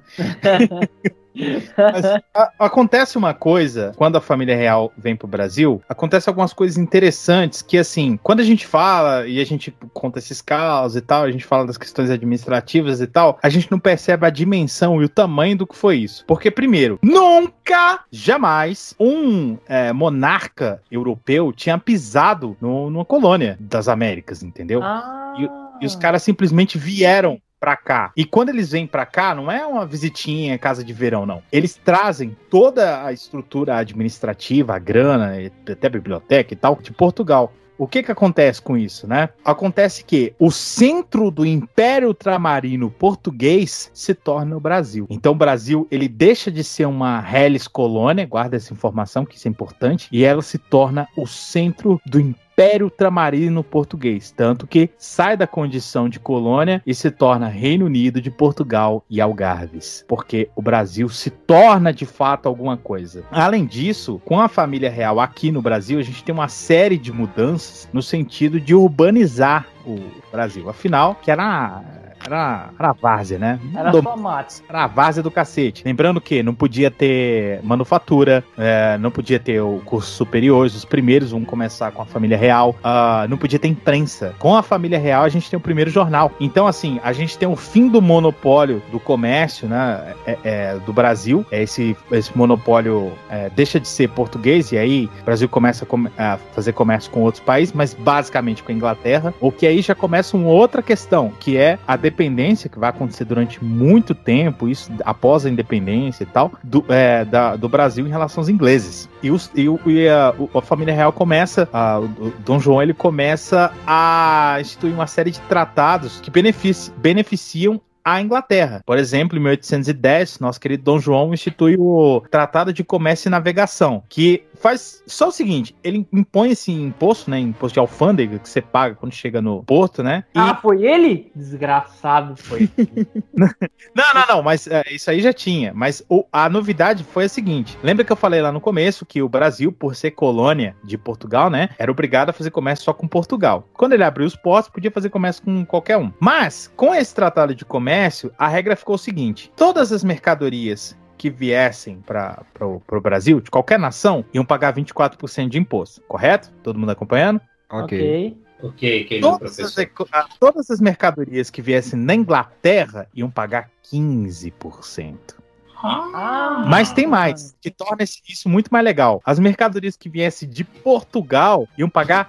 Mas, a, acontece uma coisa, quando a família real vem pro Brasil, acontece algumas coisas interessantes que, assim, quando a gente fala e a gente conta esses casos e tal, a gente fala das questões administrativas e tal, a gente não percebe a dimensão e o tamanho do que foi isso. Porque, primeiro, nunca, jamais, um é, monarca europeu tinha pisado no, numa colônia das Américas, entendeu? Ah. E, e os caras simplesmente vieram pra cá. E quando eles vêm pra cá, não é uma visitinha, casa de verão, não. Eles trazem toda a estrutura administrativa, a grana, até a biblioteca e tal, de Portugal. O que que acontece com isso, né? Acontece que o centro do Império Ultramarino português se torna o Brasil. Então o Brasil, ele deixa de ser uma reles colônia, guarda essa informação que isso é importante, e ela se torna o centro do Império Império Ultramarino Português, tanto que sai da condição de colônia e se torna Reino Unido de Portugal e Algarves, porque o Brasil se torna de fato alguma coisa. Além disso, com a família real aqui no Brasil, a gente tem uma série de mudanças no sentido de urbanizar o Brasil. Afinal, que era... Era, era a várzea, né? Era Do, só mato. Era a várzea do cacete. Lembrando que não podia ter manufatura, é, não podia ter o curso superior, os primeiros vão começar com a família real, uh, não podia ter imprensa. Com a família real, a gente tem o primeiro jornal. Então, assim, a gente tem o fim do monopólio do comércio, né, é, é, do Brasil. Esse, esse monopólio é, deixa de ser português, e aí o Brasil começa a, com, a fazer comércio com outros países, mas basicamente com a Inglaterra, o que aí já começa uma outra questão, que é a dependência, que vai acontecer durante muito tempo, isso após a independência e tal, do, é, da, do Brasil em relação aos ingleses. E, os, e, e a, a família real começa, a, o Dom João, ele começa a instituir uma série de tratados que benefici, beneficiam a Inglaterra. Por exemplo, em mil oitocentos e dez, nosso querido Dom João institui o Tratado de Comércio e Navegação, que faz só o seguinte, ele impõe esse imposto, né, imposto de alfândega que você paga quando chega no porto, né? E... Ah, foi ele? Desgraçado, foi. não, não, não, mas é, isso aí já tinha, mas o, a novidade foi a seguinte, lembra que eu falei lá no começo que o Brasil, por ser colônia de Portugal, né, era obrigado a fazer comércio só com Portugal. Quando ele abriu os portos, podia fazer comércio com qualquer um. Mas, com esse tratado de comércio, a regra ficou o seguinte, todas as mercadorias que viessem para o Brasil, de qualquer nação, iam pagar vinte e quatro por cento de imposto, correto? Todo mundo acompanhando? Ok. Ok, querido todas professor. As, todas as mercadorias que viessem da Inglaterra iam pagar quinze por cento. Ah. Mas tem mais, que torna isso muito mais legal. As mercadorias que viessem de Portugal iam pagar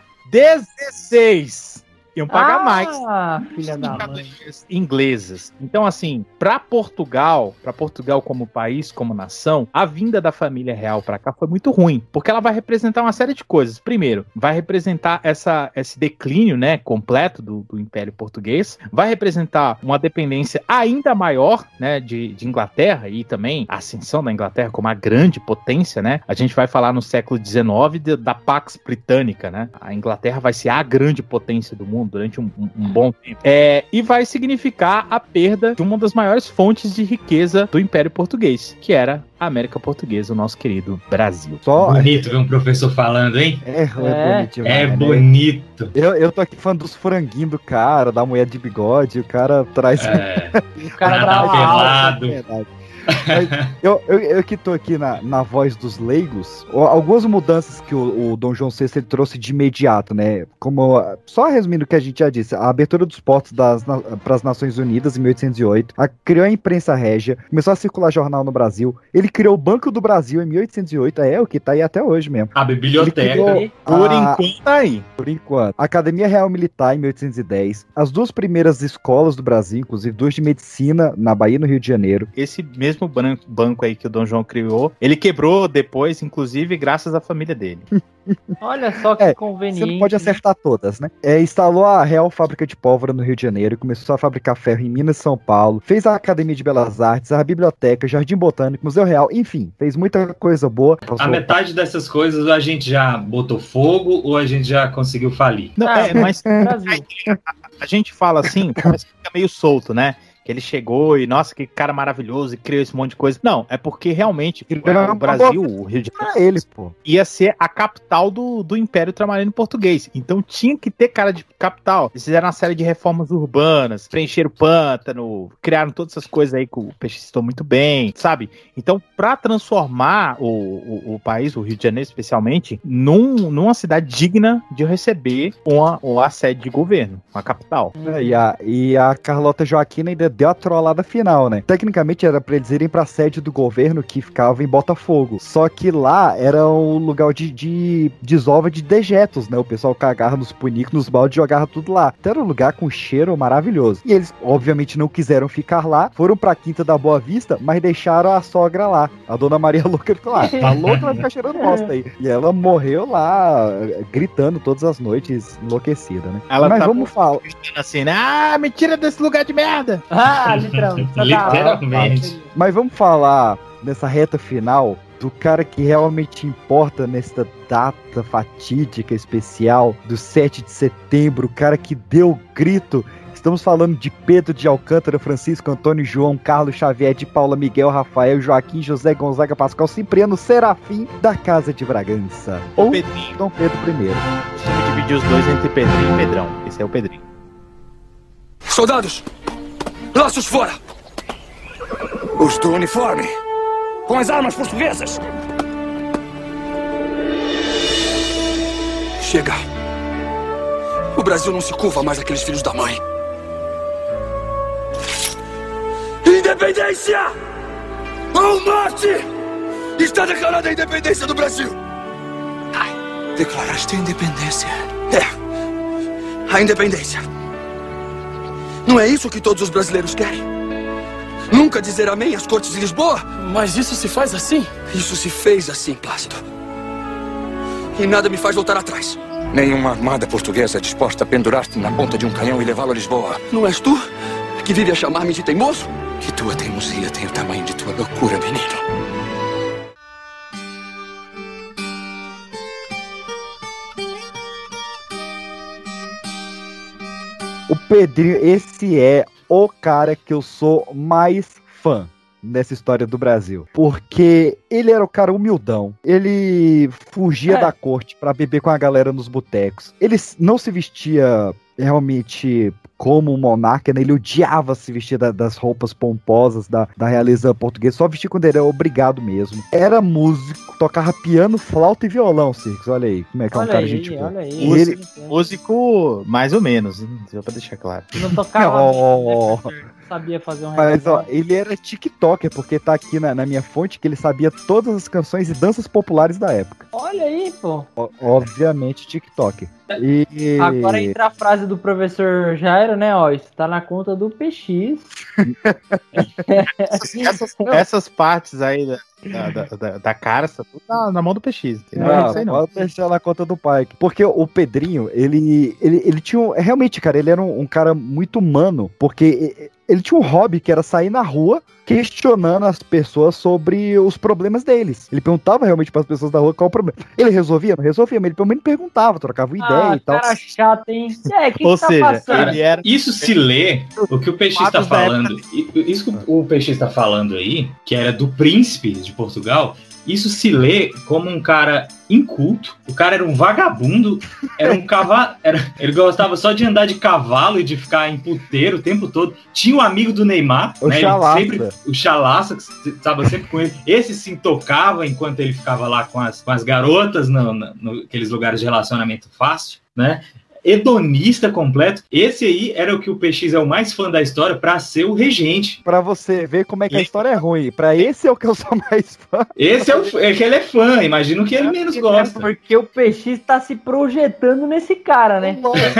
dezesseis por cento. Iam pagar ah, mais. Ah, filha da mãe. Inglesas. Então, assim, para Portugal, para Portugal como país, como nação, a vinda da família real para cá foi muito ruim, porque ela vai representar uma série de coisas. Primeiro, vai representar essa, esse declínio, né, completo do, do Império Português, vai representar uma dependência ainda maior, né, de, de Inglaterra e também a ascensão da Inglaterra como a grande potência, né? A gente vai falar no século dezenove de, da Pax Britânica, né? A Inglaterra vai ser a grande potência do mundo durante um, um, um bom tempo. É, e vai significar a perda de uma das maiores fontes de riqueza do Império Português, que era a América Portuguesa, o nosso querido Brasil. Só... Bonito ver um professor falando, hein? É, é, é bonito demais, É né? bonito. Eu, eu tô aqui falando dos franguinhos do cara, da mulher de bigode, o cara traz... É. o cara Nadal pelado. É verdade. Mas eu, eu, eu que tô aqui na, na voz dos leigos, algumas mudanças que o, o Dom João sexto ele trouxe de imediato, né? Como, só resumindo o que a gente já disse, a abertura dos portos para as Nações Unidas em mil oitocentos e oito, a, criou a imprensa régia, começou a circular jornal no Brasil, ele criou o Banco do Brasil em mil oitocentos e oito, é o que tá aí até hoje mesmo. A biblioteca. Por a, enquanto tá aí. Por enquanto. A Academia Real Militar em mil oitocentos e dez, as duas primeiras escolas do Brasil, inclusive duas de medicina na Bahia e no Rio de Janeiro. Esse mesmo mesmo banco aí que o Dom João criou, ele quebrou depois, inclusive, graças à família dele. Olha só que é, conveniente. Você não pode acertar todas, né? É, instalou a Real Fábrica de Pólvora no Rio de Janeiro, começou a fabricar ferro em Minas e São Paulo, fez a Academia de Belas Artes, a Biblioteca, Jardim Botânico, Museu Real, enfim, fez muita coisa boa. A metade dessas coisas a gente já botou fogo ou a gente já conseguiu falir? Não, ah, é, mas a, a gente fala assim, parece que fica meio solto, né? Que ele chegou e, nossa, que cara maravilhoso, e criou esse monte de coisa. Não, é porque realmente o, o Brasil, o Rio de Janeiro, ele, pô. ia ser a capital do, do Império Ultramarino Português. Então tinha que ter cara de capital. Eles fizeram uma série de reformas urbanas, preencheram o pântano, criaram todas essas coisas aí que o Peixe citou muito bem, sabe? Então, pra transformar o, o, o país, o Rio de Janeiro especialmente, num, numa cidade digna de receber uma, uma sede de governo, uma capital. É, e, a, e a Carlota Joaquina ainda deu a trollada final, né? Tecnicamente era pra eles irem pra sede do governo que ficava em Botafogo. Só que lá era o lugar de, de desova de dejetos, né? O pessoal cagava nos punicos, nos baldes e jogava tudo lá. Então era um lugar com cheiro maravilhoso. E eles, obviamente, não quiseram ficar lá, foram pra Quinta da Boa Vista, mas deixaram a sogra lá. A Dona Maria Louca ficou lá. Tá louca, vai ficar cheirando bosta aí. E ela morreu lá, gritando todas as noites, enlouquecida, né? Ela mas tá vamos falar assim, né? Ah, me tira desse lugar de merda! Ah, literalmente. Literalmente. Mas vamos falar nessa reta final do cara que realmente importa nesta data fatídica especial do sete de setembro, o cara que deu o grito. Estamos falando de Pedro de Alcântara, Francisco Antônio, João, Carlos Xavier, de Paula, Miguel, Rafael, Joaquim, José, Gonzaga, Pascoal, Cipriano, Serafim, da Casa de Bragança. Ou Pedrinho. Dom Pedro primeiro. Vamos dividir os dois entre Pedrinho e Pedrão. Esse é o Pedrinho. Soldados, laços fora! Os do uniforme, com as armas portuguesas! Chega! O Brasil não se curva mais àqueles filhos da mãe. Independência! Ou morte! Está declarada a independência do Brasil! Declaraste a independência? É, a independência. Não é isso que todos os brasileiros querem? Nunca dizer amém às cortes de Lisboa? Mas isso se faz assim? Isso se fez assim, Plácido. E nada me faz voltar atrás. Nenhuma armada portuguesa é disposta a pendurar-te na ponta de um canhão e levá-lo a Lisboa. Não és tu que vive a chamar-me de teimoso? Que tua teimosia tem o tamanho de tua loucura, menino. O Pedrinho, esse é o cara que eu sou mais fã nessa história do Brasil. Porque ele era o cara humildão. Ele fugia é. da corte pra beber com a galera nos botecos. Ele não se vestia realmente como um monarca, né? Ele odiava se vestir da, das roupas pomposas da, da realeza portuguesa, só vestia quando ele era obrigado mesmo. Era músico, tocava piano, flauta e violão, Circos. Olha aí, como é que é um olha cara aí, gente boa. Olha aí, ele... Músico, mais ou menos, só pra deixar claro. Não tocava, oh. né, sabia fazer um Mas, ó, ele era tiktoker, porque tá aqui na, na minha fonte que ele sabia todas as canções e danças populares da época. Olha aí, pô. O, obviamente, tiktoker. E... Agora entra a frase do professor Jairo, né, ó, isso tá na conta do P X. essas, essas partes aí da, da, da, da cara, tá tudo na, na mão do P X. Não, não, não sei não. Pode deixar na conta do pai. Porque o Pedrinho, ele, ele, ele tinha um, realmente, cara, ele era um, um cara muito humano, porque ele tinha um hobby que era sair na rua questionando as pessoas sobre os problemas deles. Ele perguntava realmente para as pessoas da rua qual o problema. Ele resolvia? Não resolvia, mas ele pelo menos perguntava, trocava uma ideia ah, e tal. Cara chato, hein? É, que Ou que tá seja, passando? Cara, era... isso se lê, o que o P X está falando, isso que o P X está falando aí, que era do príncipe de Portugal, isso se lê como um cara inculto, o cara era um vagabundo, era um cavalo, era, ele gostava só de andar de cavalo e de ficar em puteiro o tempo todo. Tinha um amigo do Neymar, o né, Chalaça. Ele sempre, o Chalaça, que estava sempre com ele. Esse se tocava enquanto ele ficava lá com as, com as garotas no, no, naqueles lugares de relacionamento fácil, né? Hedonista completo. Esse aí era o que o P X é o mais fã da história pra ser o regente. Pra você ver como é que a história é ruim. Pra esse é o que eu sou mais fã. Esse é o é que ele é fã. Imagino o que ele menos gosta. Porque o P X tá se projetando nesse cara, né?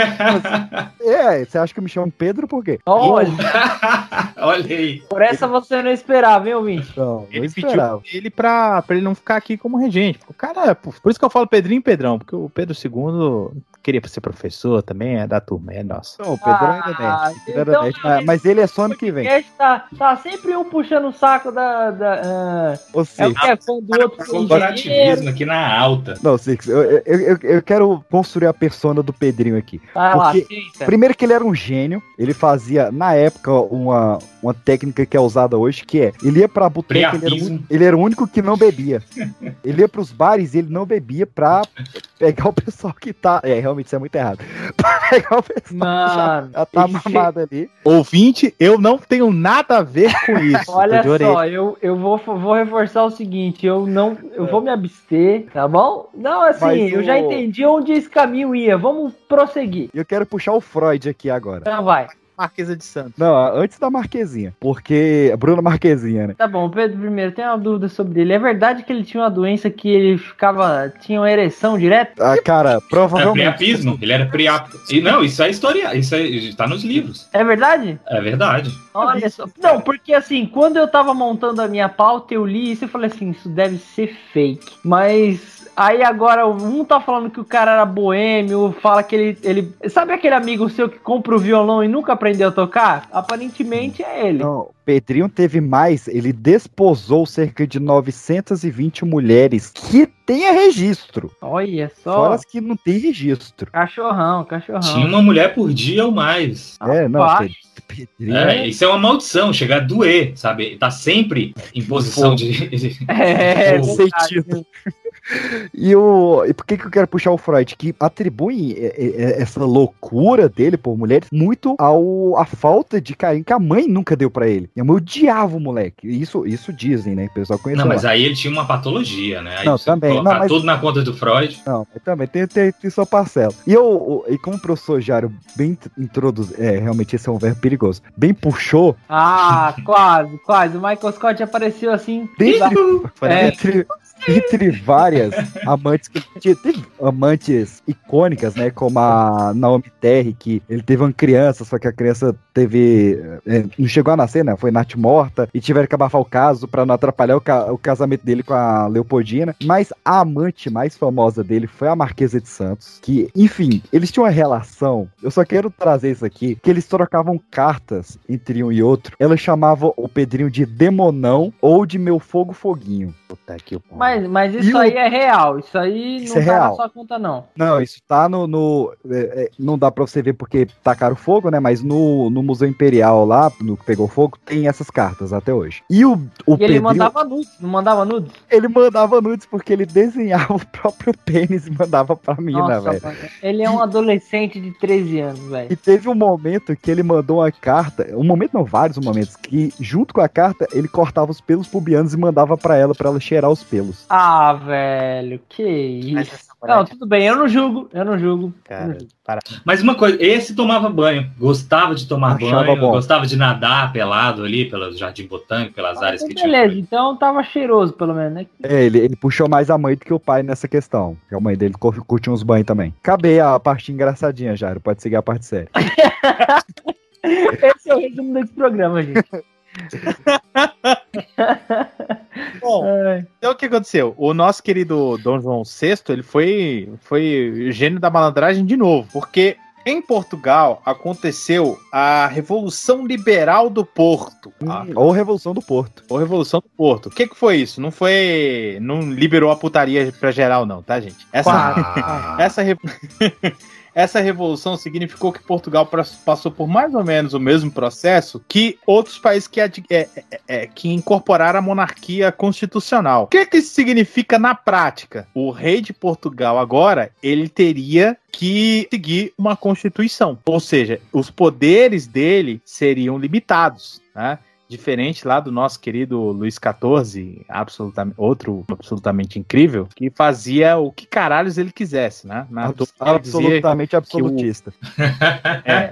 É, você acha que eu me chamo Pedro por quê? Olha. Olha aí. Por essa você não esperava, hein, ouvinte? Não, ele pediu ele pra, pra ele não ficar aqui como regente. O cara, por, por isso que eu falo Pedrinho e Pedrão, porque o Pedro segundo queria ser professor também, é da turma, é nossa. Não, o Pedro ah, ainda é Pedro então, nerd, mas, mas ele é só ano que vem. Tá, tá sempre um puxando o saco da... da uh, Ou seja, é o que é fã do outro. Corporativismo aqui na alta. Não, Six, eu, eu, eu, eu quero construir a persona do Pedrinho aqui. Vai porque, lá, primeiro que ele era um gênio, ele fazia, na época, uma, uma técnica que é usada hoje, que é, ele ia pra boteca, ele, era ele era o único que não bebia. Ele ia pros bares e ele não bebia pra pegar o pessoal que tá... É, realmente isso é muito errado. Pra pegar o pessoal Mano, já, já tá mamado ali. Ouvinte, eu não tenho nada a ver com isso. Olha só, eu, eu vou, vou reforçar o seguinte, eu não, eu vou me abster, tá bom? Não, assim, Mas eu o... já entendi onde esse caminho ia, vamos prosseguir. Eu quero puxar o Freud aqui agora. Então vai. Marquesa de Santos. Não, antes da Marquezinha. Porque... Bruna Marquezinha, né? Tá bom, Pedro, primeiro, tem uma dúvida sobre ele. É verdade que ele tinha uma doença que ele ficava... Tinha uma ereção direto? Ah, cara, provavelmente... Era priapismo. Ele era priap... E não, isso é história. Isso é, tá nos livros. É verdade? É verdade. Olha só. Não, porque assim, quando eu tava montando a minha pauta, eu li isso e falei assim, isso deve ser fake. Mas... Aí agora um tá falando que o cara era boêmio, fala que ele, ele... Sabe aquele amigo seu que compra o violão e nunca aprendeu a tocar? Aparentemente é ele. Não, Pedrinho teve mais, ele desposou cerca de novecentas e vinte mulheres que tenha registro. Olha só. Fora as que não tem registro. Cachorrão, cachorrão. Tinha uma mulher por dia ou mais. É, não, Rapaz. Pedrinho... É, isso é uma maldição, chegar a doer, sabe? Tá sempre em posição de... É, Faz sentido. E, o, e por que, que eu quero puxar o Freud? Que atribui é, é, essa loucura dele por mulheres muito ao a falta de carinho que a mãe nunca deu pra ele. E a mãe odiava o moleque. Isso, isso dizem, né? O pessoal conhece. Não, lá. mas aí ele tinha uma patologia, né? Aí Não, você também. colocar Não, mas... tudo na conta do Freud. Não, mas também tem, tem, tem sua parcela. E eu, e como o professor Jário bem introduz, é, realmente esse é um verbo perigoso, bem puxou. Ah, quase, quase. O Michael Scott apareceu assim. Dentre, É. entre, entre várias amantes que tinha, teve amantes icônicas, né? Como a Naomi Terry, que ele teve uma criança, só que a criança teve. É, não chegou a nascer, né? Foi Nath morta e tiveram que abafar o caso pra não atrapalhar o, ca, o casamento dele com a Leopoldina. Mas a amante mais famosa dele foi a Marquesa de Santos. Que, enfim, eles tinham uma relação. Eu só quero trazer isso aqui: que eles trocavam cartas entre um e outro. Ela chamava o Pedrinho de Demonão ou de Meu Fogo Foguinho. Puta que Mas, mas isso E o- aí é real. Isso aí Isso não é tá real. na sua conta, não. Não, isso tá no. no é, é, não dá pra você ver porque tacaram fogo, né? Mas no, no Museu Imperial lá, no que pegou fogo, tem essas cartas até hoje. E o, o E ele Pedrinho, mandava nudes, não mandava nudes? ele mandava nudes porque ele desenhava o próprio pênis e mandava pra mina, Nossa, velho. mano. Ele é um adolescente de treze anos, velho. E teve um momento que ele mandou uma carta, um momento não, vários momentos, que junto com a carta ele cortava os pelos pubianos e mandava pra ela, pra ela cheirar os pelos. Ah, velho, que isso. Não, tudo bem, eu não julgo, eu não julgo. eu não julgo. Para. Mas uma coisa, esse tomava banho, gostava de tomar Achava banho, bom. gostava de nadar pelado ali pelo Jardim Botânico, pelas áreas que tinha. Beleza, então tava cheiroso, pelo menos, né? É, ele, ele puxou mais a mãe do que o pai nessa questão. Que a mãe dele cur- curte uns banhos também. Acabei a parte engraçadinha, Jairo. Pode seguir a parte séria. Esse é o resumo desse programa, gente. Bom, então o que aconteceu? O nosso querido Dom João sexto, ele foi, foi gênio da malandragem de novo, porque em Portugal aconteceu a Revolução Liberal do Porto. Hum, ou Revolução do Porto. Ou Revolução do Porto. O que que foi isso? Não foi... Não liberou a putaria pra geral não, tá, gente? Essa... Ah. essa re- Essa revolução significou que Portugal pras- passou por mais ou menos o mesmo processo que outros países que, ad- é, é, é, que incorporaram a monarquia constitucional. O que que isso significa na prática? O rei de Portugal agora, ele teria que seguir uma constituição. Ou seja, os poderes dele seriam limitados, né? Diferente lá do nosso querido Luís quatorze, absolutamente, outro absolutamente incrível, que fazia o que caralhos ele quisesse, né? Na Abs- toa ele dizia absolutamente que o- absolutista. É,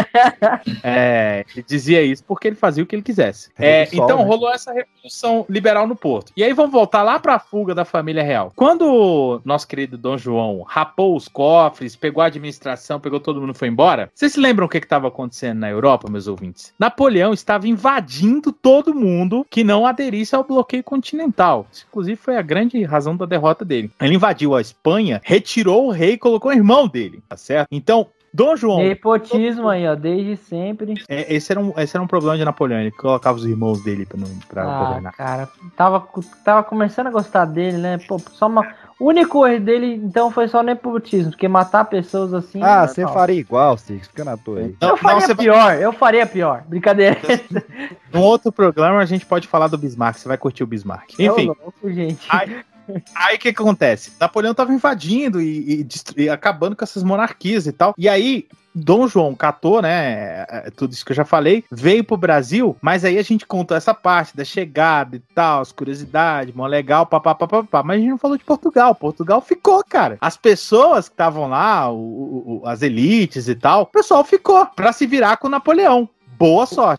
é, ele dizia isso porque ele fazia o que ele quisesse. É, É, do sol, então né? rolou essa revolução liberal no Porto. E aí vamos voltar lá pra fuga da família real. Quando o nosso querido Dom João rapou os cofres, pegou a administração, pegou todo mundo e foi embora, vocês se lembram o que estava acontecendo na Europa, meus ouvintes? Napoleão estava invadindo todo mundo que não aderisse ao bloqueio continental. Isso, inclusive, foi a grande razão da derrota dele. Ele invadiu a Espanha, retirou o rei e colocou o irmão dele, tá certo? Então, Dom João... Nepotismo aí, ó, desde sempre. É, esse, era um, esse era um problema de Napoleão, ele colocava os irmãos dele pra, não, pra Ah, governar. cara, tava, tava começando a gostar dele, né? Pô, só uma... O único erro dele, então, foi só o nepotismo, porque matar pessoas assim... Ah, é você normal. faria igual, Six, fica na tua aí. Eu Não, faria não, você- pior, eu faria pior. Brincadeira. Num outro programa a gente pode falar do Bismarck, você vai curtir o Bismarck. Enfim, Ô, louco, gente. aí aí o que que acontece? Napoleão tava invadindo e, e destru- e acabando com essas monarquias e tal. E aí, Dom João catou, né, é, tudo isso que eu já falei, veio pro Brasil, mas aí a gente contou essa parte da chegada e tal, as curiosidades, mó legal, papapá, papapá, mas a gente não falou de Portugal. Portugal ficou, cara. As pessoas que estavam lá, o- o- o- as elites e tal, o pessoal ficou pra se virar com Napoleão. Boa sorte.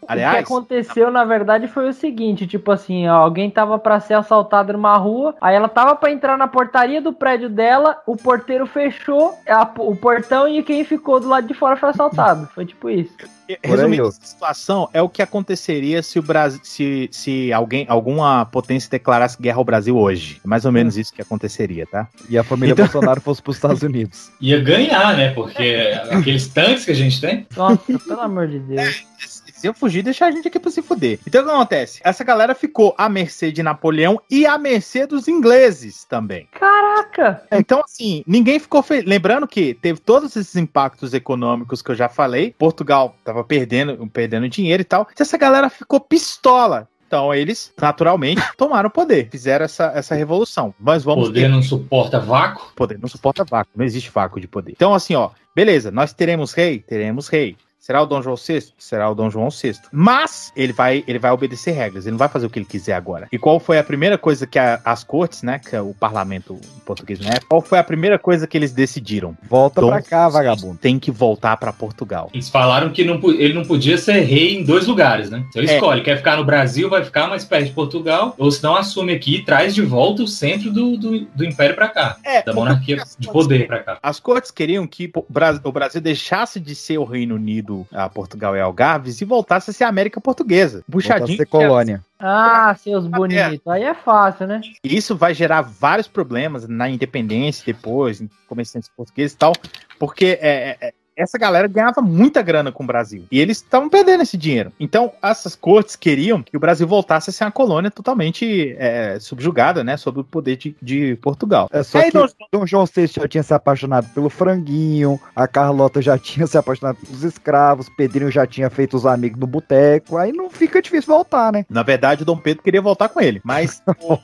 Aliás, o que aconteceu, na verdade, foi o seguinte, tipo assim, ó, alguém tava pra ser assaltado numa rua, aí ela tava pra entrar na portaria do prédio dela, o porteiro fechou a, o portão e quem ficou do lado de fora foi assaltado. Foi tipo isso. Resumindo, essa situação é o que aconteceria se o Brasil, se, se alguém, alguma potência declarasse guerra ao Brasil hoje. É mais ou menos isso que aconteceria, tá? E a família então... Bolsonaro fosse pros Estados Unidos. Ia ganhar, né? Porque aqueles tanques que a gente tem. Nossa, pelo amor de Deus. Se eu fugir, deixar a gente aqui pra se fuder. Então o que acontece? Essa galera ficou à mercê de Napoleão e à mercê dos ingleses também. Caraca! Então, assim, ninguém ficou feliz. Lembrando que teve todos esses impactos econômicos que eu já falei. Portugal tava perdendo, perdendo dinheiro e tal. Então, essa galera ficou pistola. Então, eles, naturalmente, tomaram o poder. Fizeram essa, essa revolução. Mas vamos poder ter... não suporta vácuo? Poder não suporta vácuo. Não existe vácuo de poder. Então, assim, ó. Beleza, nós teremos rei? Teremos rei. Será o Dom João sexto? Será o Dom João sexto. Mas ele vai, ele vai obedecer regras, ele não vai fazer o que ele quiser agora. E qual foi a primeira coisa que a, as cortes, né, que é o parlamento português, né, qual foi a primeira coisa que eles decidiram? Volta Dom pra cá, vagabundo. Tem que voltar pra Portugal. Eles falaram que não, ele não podia ser rei em dois lugares, né? Então ele é. escolhe, quer ficar no Brasil, vai ficar mais perto de Portugal, ou se não assume aqui e traz de volta o centro do, do, do império pra cá, é, da monarquia de poder pra cá. As cortes queriam que o Brasil deixasse de ser o Reino Unido a Portugal e Algarves e voltasse a ser a América Portuguesa. Puxadinho. Ser colônia. Ah, seus bonitos. Aí é fácil, né? Isso vai gerar vários problemas na independência depois, em comerciantes portugueses e tal, porque é, é, essa galera ganhava muita grana com o Brasil. E eles estavam perdendo esse dinheiro. Então, essas cortes queriam que o Brasil voltasse a ser uma colônia totalmente é, subjugada, né? Sob o poder de, de Portugal. É só Aí, que Dom... Dom João sexto já tinha se apaixonado pelo franguinho, a Carlota já tinha se apaixonado pelos escravos, Pedrinho já tinha feito os amigos no boteco. Aí não fica difícil voltar, né? Na verdade, o Dom Pedro queria voltar com ele, mas...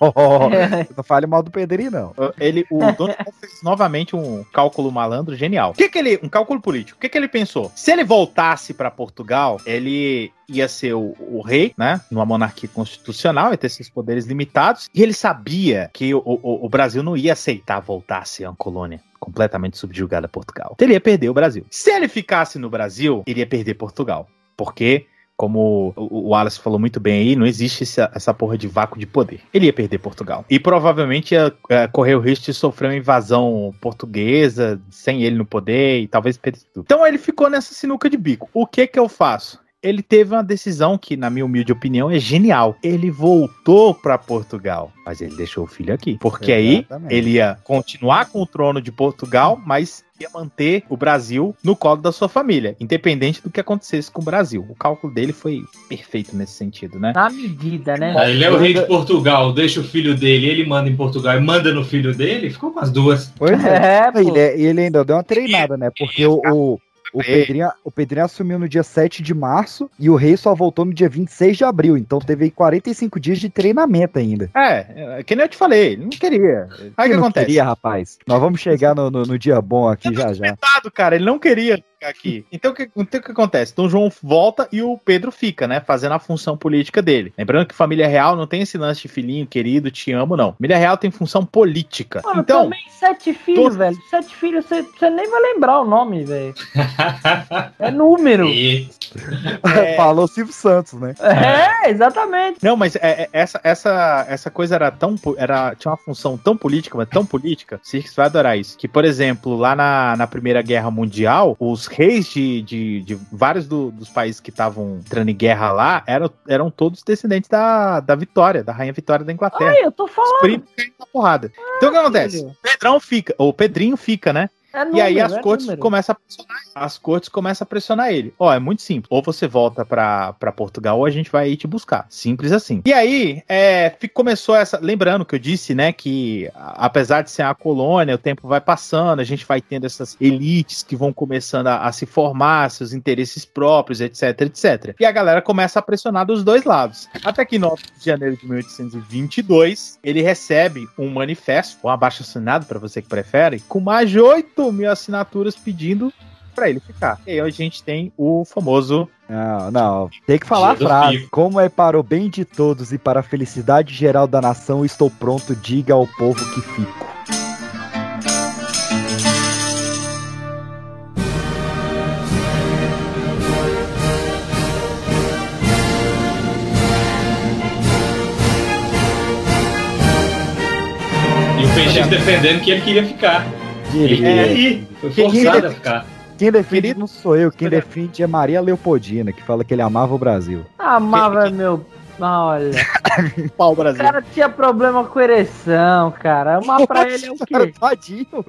Não fale mal do Pedrinho, não. Ele, o Dom João fez novamente um cálculo malandro genial. O que que ele... Um cálculo político. O que que ele pensou? Se ele voltasse para Portugal, ele ia ser o, o rei, né? Numa monarquia constitucional, ia ter seus poderes limitados. E ele sabia que o, o, o Brasil não ia aceitar voltar a ser uma colônia completamente subjugada a Portugal. Então ele ia perder o Brasil. Se ele ficasse no Brasil, ele ia perder Portugal. Porque... Como o Wallace falou muito bem aí, não existe essa, essa porra de vácuo de poder. Ele ia perder Portugal. E provavelmente ia, ia correr o risco de sofrer uma invasão portuguesa, sem ele no poder, e talvez perder tudo. Então ele ficou nessa sinuca de bico. O que que eu faço? Ele teve uma decisão que, na minha humilde opinião, é genial. Ele voltou para Portugal, mas ele deixou o filho aqui. Porque Exatamente. Aí ele ia continuar com o trono de Portugal, mas ia manter o Brasil no colo da sua família, independente do que acontecesse com o Brasil. O cálculo dele foi perfeito nesse sentido, né? Na medida, né? Ah, ele é o rei de Portugal, deixa o filho dele, ele manda em Portugal e manda no filho dele, ficou com as duas. Pois é, é ele, ele ainda deu uma treinada, né? Porque o... o... O Pedrinho, o Pedrinho assumiu no dia sete de março e o rei só voltou no dia vinte e seis de abril. Então teve aí quarenta e cinco dias de treinamento ainda. É, é que nem eu te falei, ele não queria. Aí o que não acontece? Queria, rapaz. Nós vamos chegar no, no, no dia bom aqui eu já já. Cara, ele não queria aqui. Então o que, então, o que acontece? Então o João volta e o Pedro fica, né? Fazendo a função política dele. Lembrando que família real não tem esse lance de filhinho, querido, te amo, não. Família real tem função política. Mano, então, também sete filhos, tô... velho. Sete filhos, você nem vai lembrar o nome, velho. É número. E... É... Falou Silvio Santos, né? É, exatamente. Não, mas é, é, essa, essa, essa coisa era tão... Era, tinha uma função tão política, mas tão política, você vai adorar isso. Que, por exemplo, lá na, na Primeira Guerra Mundial, os reis de, de, de vários do, dos países que estavam entrando em guerra lá eram, eram todos descendentes da, da Vitória, da Rainha Vitória da Inglaterra. Ai, eu tô falando. Os primos caem na porrada. Ah, então o que acontece? O Pedrão fica, ou o Pedrinho fica, né? É número, e aí as é cortes número. começam a pressionar, as cortes começam a pressionar ele. Ó, é muito simples. Ou você volta pra, pra Portugal ou a gente vai ir te buscar. Simples assim. E aí, é, começou essa... Lembrando que eu disse, né, que apesar de ser uma colônia, o tempo vai passando, a gente vai tendo essas elites que vão começando a, a se formar, seus interesses próprios, etc, etcétera. E a galera começa a pressionar dos dois lados. Até que em nove de janeiro de mil oitocentos e vinte e dois, ele recebe um manifesto, um abaixo-assinado, pra você que prefere, com mais de oito mil assinaturas pedindo pra ele ficar. E aí a gente tem o famoso... Não, não, tem que falar a frase. Como é para o bem de todos e para a felicidade geral da nação, estou pronto, diga ao povo que fico. gente defendendo que ele queria ficar. Ele queria ir, foi forçado a ficar. Quem defende não sou eu, quem defende é Maria Leopoldina, que fala que ele amava o Brasil. Amava meu... Olha. Pau Brasil. O cara tinha problema com ereção, cara. Amar pra ele é o quê? Tadinho.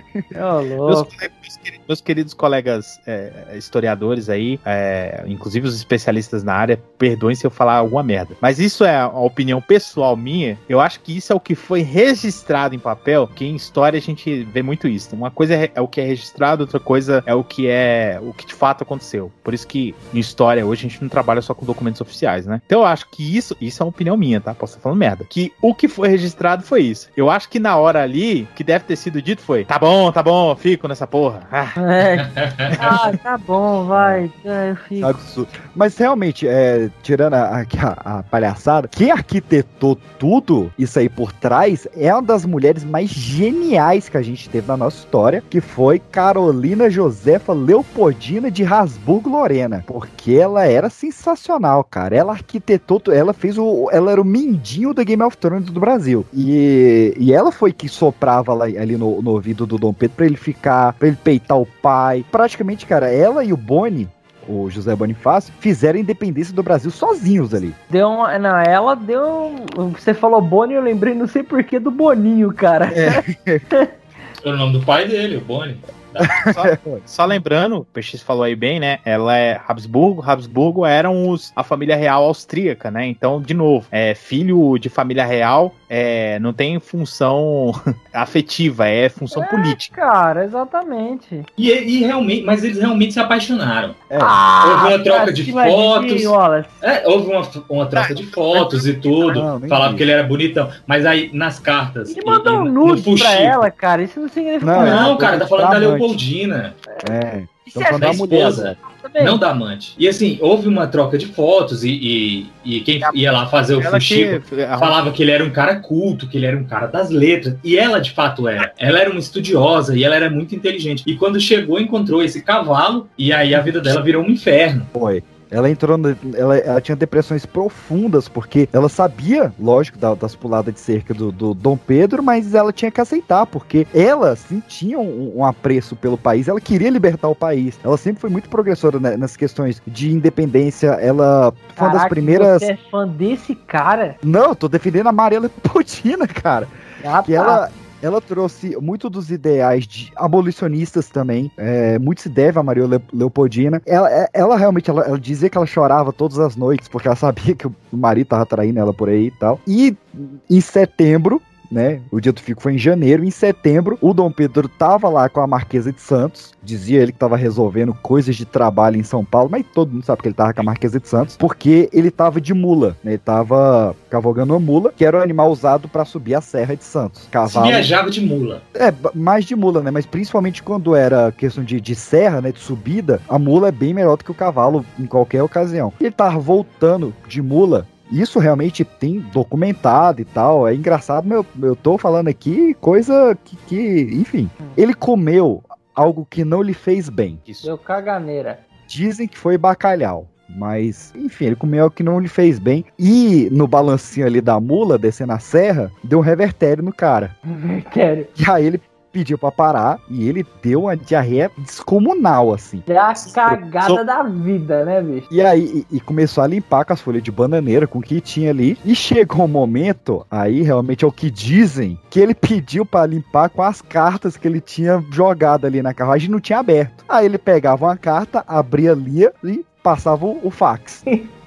É louco. Meus, meus, meus queridos colegas é, historiadores aí, é, inclusive os especialistas na área, perdoem se eu falar alguma merda. Mas isso é a opinião pessoal minha. Eu acho que isso é o que foi registrado em papel, que em história a gente vê muito isso. Uma coisa é, é o que é registrado, outra coisa é o que é o que de fato aconteceu. Por isso que em história hoje a gente não trabalha só com documentos oficiais, né? Então eu acho que isso, isso é uma opinião minha, tá? Posso estar falando merda. Que o que foi registrado foi isso. Eu acho que na hora ali, que deve ter sido dito foi: tá bom, tá bom, fico nessa porra. Ah, é. Ah tá bom, vai. É, eu fico. Absurdo. Mas realmente, é, tirando a, a, a palhaçada, quem arquitetou tudo isso aí por trás é uma das mulheres mais geniais que a gente teve na nossa história, que foi Carolina Josefa Leopoldina de Habsburgo-Lorena. Porque ela era sensacional, cara. Ela arquitetou, ela fez o. Ela era o mindinho do Game of Thrones do Brasil. E, e ela foi que soprava lá, ali no, no ouvido do Dom Pedro pra ele ficar, pra ele peitar o pai. Praticamente, cara, ela e o Boni, o José Bonifácio, fizeram a independência do Brasil sozinhos ali. Deu uma, não, ela deu. Você falou Boni, eu lembrei, não sei porquê, do Boninho, cara. É. É o nome do pai dele, o Boni. Só, só lembrando, o P X falou aí bem, né? Ela é Habsburgo. Habsburgo eram os, a família real austríaca, né? Então, de novo, é, filho de família real é, não tem função afetiva, é função é, política. Cara, exatamente. E, e realmente, mas eles realmente se apaixonaram. É. Ah, houve uma troca de fotos. De é, houve uma, uma troca de fotos e tudo. Não, falava que ele era bonitão. Mas aí, nas cartas. Ele mandou um nude pra ela, cara. Isso não significa não, nada. Não, cara, tá falando da Leopoldina. É. Então, é da esposa, mulher, não da amante. E assim, houve uma troca de fotos e, e, e quem ia lá fazer o fuxico que... falava que ele era um cara culto, que ele era um cara das letras. E ela, de fato, era. Ela era uma estudiosa e ela era muito inteligente. E quando chegou, encontrou esse cavalo e aí a vida dela virou um inferno. Foi. Ela entrou, no, ela, ela tinha depressões profundas, porque ela sabia, lógico, das puladas de cerca do, do Dom Pedro, mas ela tinha que aceitar, porque ela, sim, tinha um, um apreço pelo país, ela queria libertar o país. Ela sempre foi muito progressora, né, nas questões de independência, ela foi uma das primeiras... Você é fã desse cara? Não, eu tô defendendo a Maria Leopoldina, cara. Ah, que tá. ela... Ela trouxe muito dos ideais de abolicionistas também, é, muito se deve a Maria Leopoldina. Ela, ela realmente, ela, ela dizia que ela chorava todas as noites, porque ela sabia que o marido tava traindo ela por aí e tal. E em setembro, né, o dia do fico foi em janeiro, em setembro, o Dom Pedro tava lá com a Marquesa de Santos, dizia ele que tava resolvendo coisas de trabalho em São Paulo, mas todo mundo sabe que ele tava com a Marquesa de Santos, porque ele tava de mula, né, ele tava cavalgando uma mula, que era o animal usado pra subir a Serra de Santos. Cavalo... Se viajava de mula. É, mais de mula, né, mas principalmente quando era questão de, de serra, né, de subida, a mula é bem melhor do que o cavalo em qualquer ocasião. Ele tava voltando de mula. Isso realmente tem documentado e tal, é engraçado, mas eu, eu tô falando aqui coisa que, que, enfim, ele comeu algo que não lhe fez bem. Deu caganeira. Dizem que foi bacalhau, mas, enfim, ele comeu algo que não lhe fez bem, e no balancinho ali da mula, descendo a serra, deu um revertério no cara. Revertério. E aí ele pediu pra parar e ele deu uma diarreia descomunal, assim. É a cagada so... da vida, né, bicho? E aí, e, e começou a limpar com as folhas de bananeira, com o que tinha ali. E chegou um momento, aí realmente é o que dizem, que ele pediu pra limpar com as cartas que ele tinha jogado ali na carruagem e não tinha aberto. Aí ele pegava uma carta, abria, lia e passava o, o fax.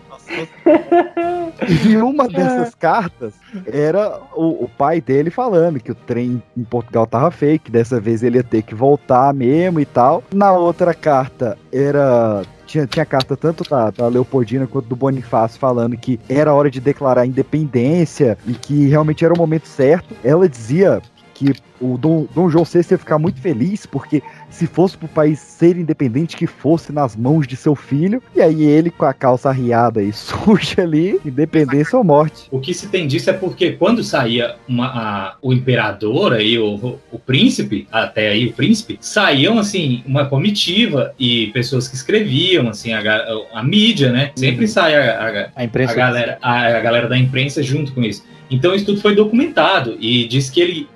E uma dessas cartas era o, o pai dele falando que o trem em Portugal tava feio, que dessa vez ele ia ter que voltar mesmo e tal. Na outra carta era... Tinha, tinha carta tanto da, da Leopoldina quanto do Bonifácio falando que era hora de declarar a independência e que realmente era o momento certo. Ela dizia que o Dom, Dom João sexto ia ficar muito feliz, porque se fosse pro país ser independente, que fosse nas mãos de seu filho, e aí ele com a calça arriada e suja ali, independência ou morte. O que se tem disso é porque quando saía uma, a, o imperador aí, o, o príncipe, até aí o príncipe, saíam assim, uma comitiva e pessoas que escreviam, assim, a, a, a mídia, né? Sempre uhum. sai a, a, a, imprensa. A, galera, a, a galera da imprensa junto com isso. Então isso tudo foi documentado e diz que ele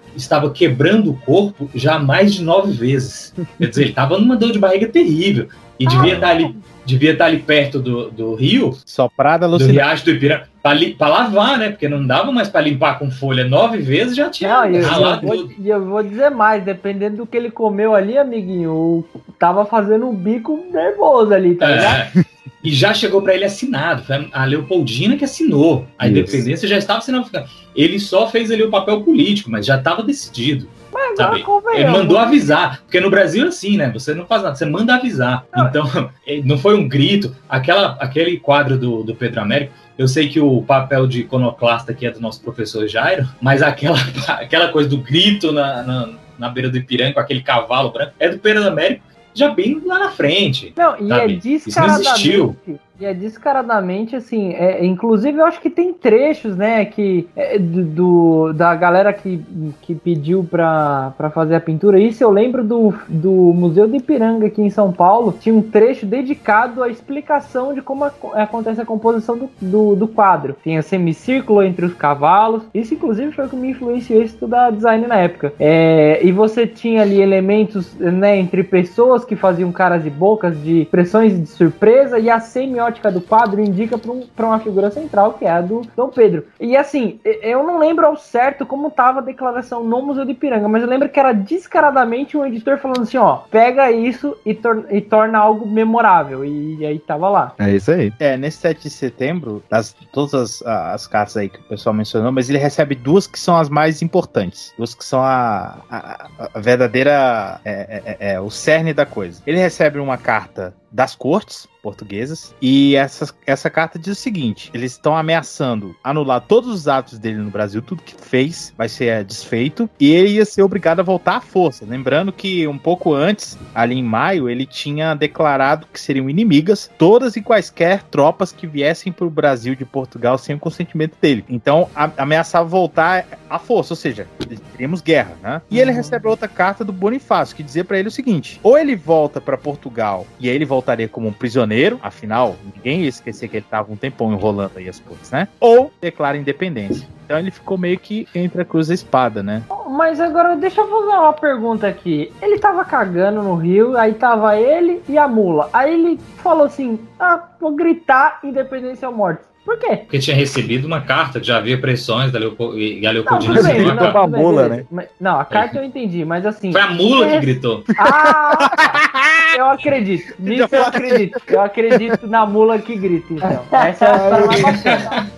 estava quebrando o corpo já mais de nove vezes. Quer dizer, ele estava numa dor de barriga terrível. E devia estar ali, devia estar ali perto do, do rio, Soprada do alucinante. riacho do Ipiranga, para lavar, né? Porque não dava mais para limpar com folha nove vezes, já tinha Não, e eu, eu, ralado vou, tudo. e eu vou dizer mais, dependendo do que ele comeu ali, amiguinho, o- tava fazendo um bico nervoso ali, tá ligado? É, e já chegou para ele assinado, foi a Leopoldina que assinou. A Isso. independência já estava assinando. Ele só fez ali o papel político, mas já estava decidido. Mas Sabe? agora convenhamos. Ele mandou avisar, porque no Brasil é assim, né? Você não faz nada, você manda avisar. Então, não foi um grito. Aquela, aquele quadro do, do Pedro Américo, eu sei que o papel de iconoclasta aqui é do nosso professor Jairo, mas aquela, aquela coisa do grito na, na, na beira do Ipiranga, com aquele cavalo branco, é do Pedro Américo, já bem lá na frente. Não, e sabe? é Isso não existiu. descaradamente, e é descaradamente assim, é, inclusive eu acho que tem trechos, né, que é, do, do- da galera que, que pediu pra, pra fazer a pintura. Isso eu lembro do, do Museu do Ipiranga aqui em São Paulo, tinha um trecho dedicado à explicação de como a- acontece a composição do, do, do quadro. Tinha semicírculo entre os cavalos, isso inclusive foi o que me influenciou a estudar design na época. É, e você tinha ali elementos, né, entre pessoas que faziam caras e bocas de expressões de surpresa, e a semiótica do quadro indica para um, pra uma figura central, que é a do Dom Pedro. E assim, e- eu não lembro ao certo como estava a declaração no Museu do Ipiranga, mas eu lembro que era descaradamente um editor falando assim, ó, pega isso e, tor- e torna algo memorável, e, aí tava lá. É isso aí. É, nesse sete de setembro, das, todas as, as cartas aí que o pessoal mencionou, mas ele recebe duas que são as mais importantes. Duas que são a, a, a verdadeira, é, é, é, o cerne da coisa. Ele recebe uma carta das cortes portuguesas, e essa, essa carta diz o seguinte: eles estão ameaçando anular todos os atos dele no Brasil, tudo que fez vai ser é, desfeito, e ele ia ser obrigado a voltar à força. Lembrando que um pouco antes, ali em maio, ele tinha declarado que seriam inimigas todas e quaisquer tropas que viessem para o Brasil de Portugal sem o consentimento dele. Então a, ameaçava voltar à força, ou seja, teríamos guerra, né? E ele recebe outra carta do Bonifácio, que dizia para ele o seguinte: ou ele volta para Portugal, e aí ele voltaria como um prisioneiro, afinal, ninguém ia esquecer que ele estava um tempão enrolando aí as coisas, né? Ou declara independência. Então ele ficou meio que entre a cruz e a espada, né? Mas agora deixa eu fazer uma pergunta aqui. Ele tava cagando no rio, aí tava ele e a mula. Aí ele falou assim: ah, vou gritar independência ou morte. Por quê? Porque tinha recebido uma carta que já havia pressões da Leopo- e a Não, Leopoldina tudo bem, assinou a não, carta. tudo bem, mula, beleza. né? Mas- não, a carta eu entendi, mas assim... Foi a mula que é- gritou. Ah, eu acredito. Nisso eu acredito. Eu acredito na mula que grita, então. Essa é a história mais bacana.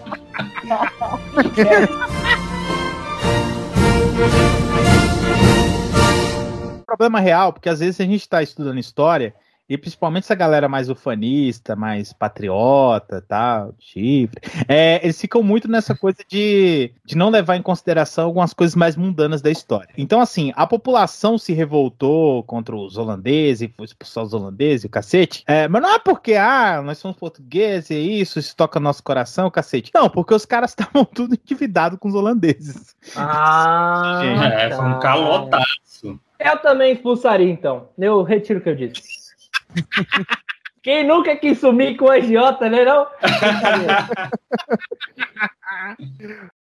Problema real, porque às vezes a gente está estudando história, e principalmente essa galera mais ufanista, mais patriota, tal, chifre, é, eles ficam muito nessa coisa de, de não levar em consideração algumas coisas mais mundanas da história. Então, assim, a população se revoltou contra os holandeses, foi expulsar os holandeses, o cacete, é, mas não é porque, ah, nós somos portugueses, e isso, isso toca no nosso coração, o cacete. Não, porque os caras estavam tudo endividados com os holandeses. Ah, É, foi um calotaço. Eu também expulsaria, então. Eu retiro o que eu disse. Quem nunca quis sumir com o agiota, né, não?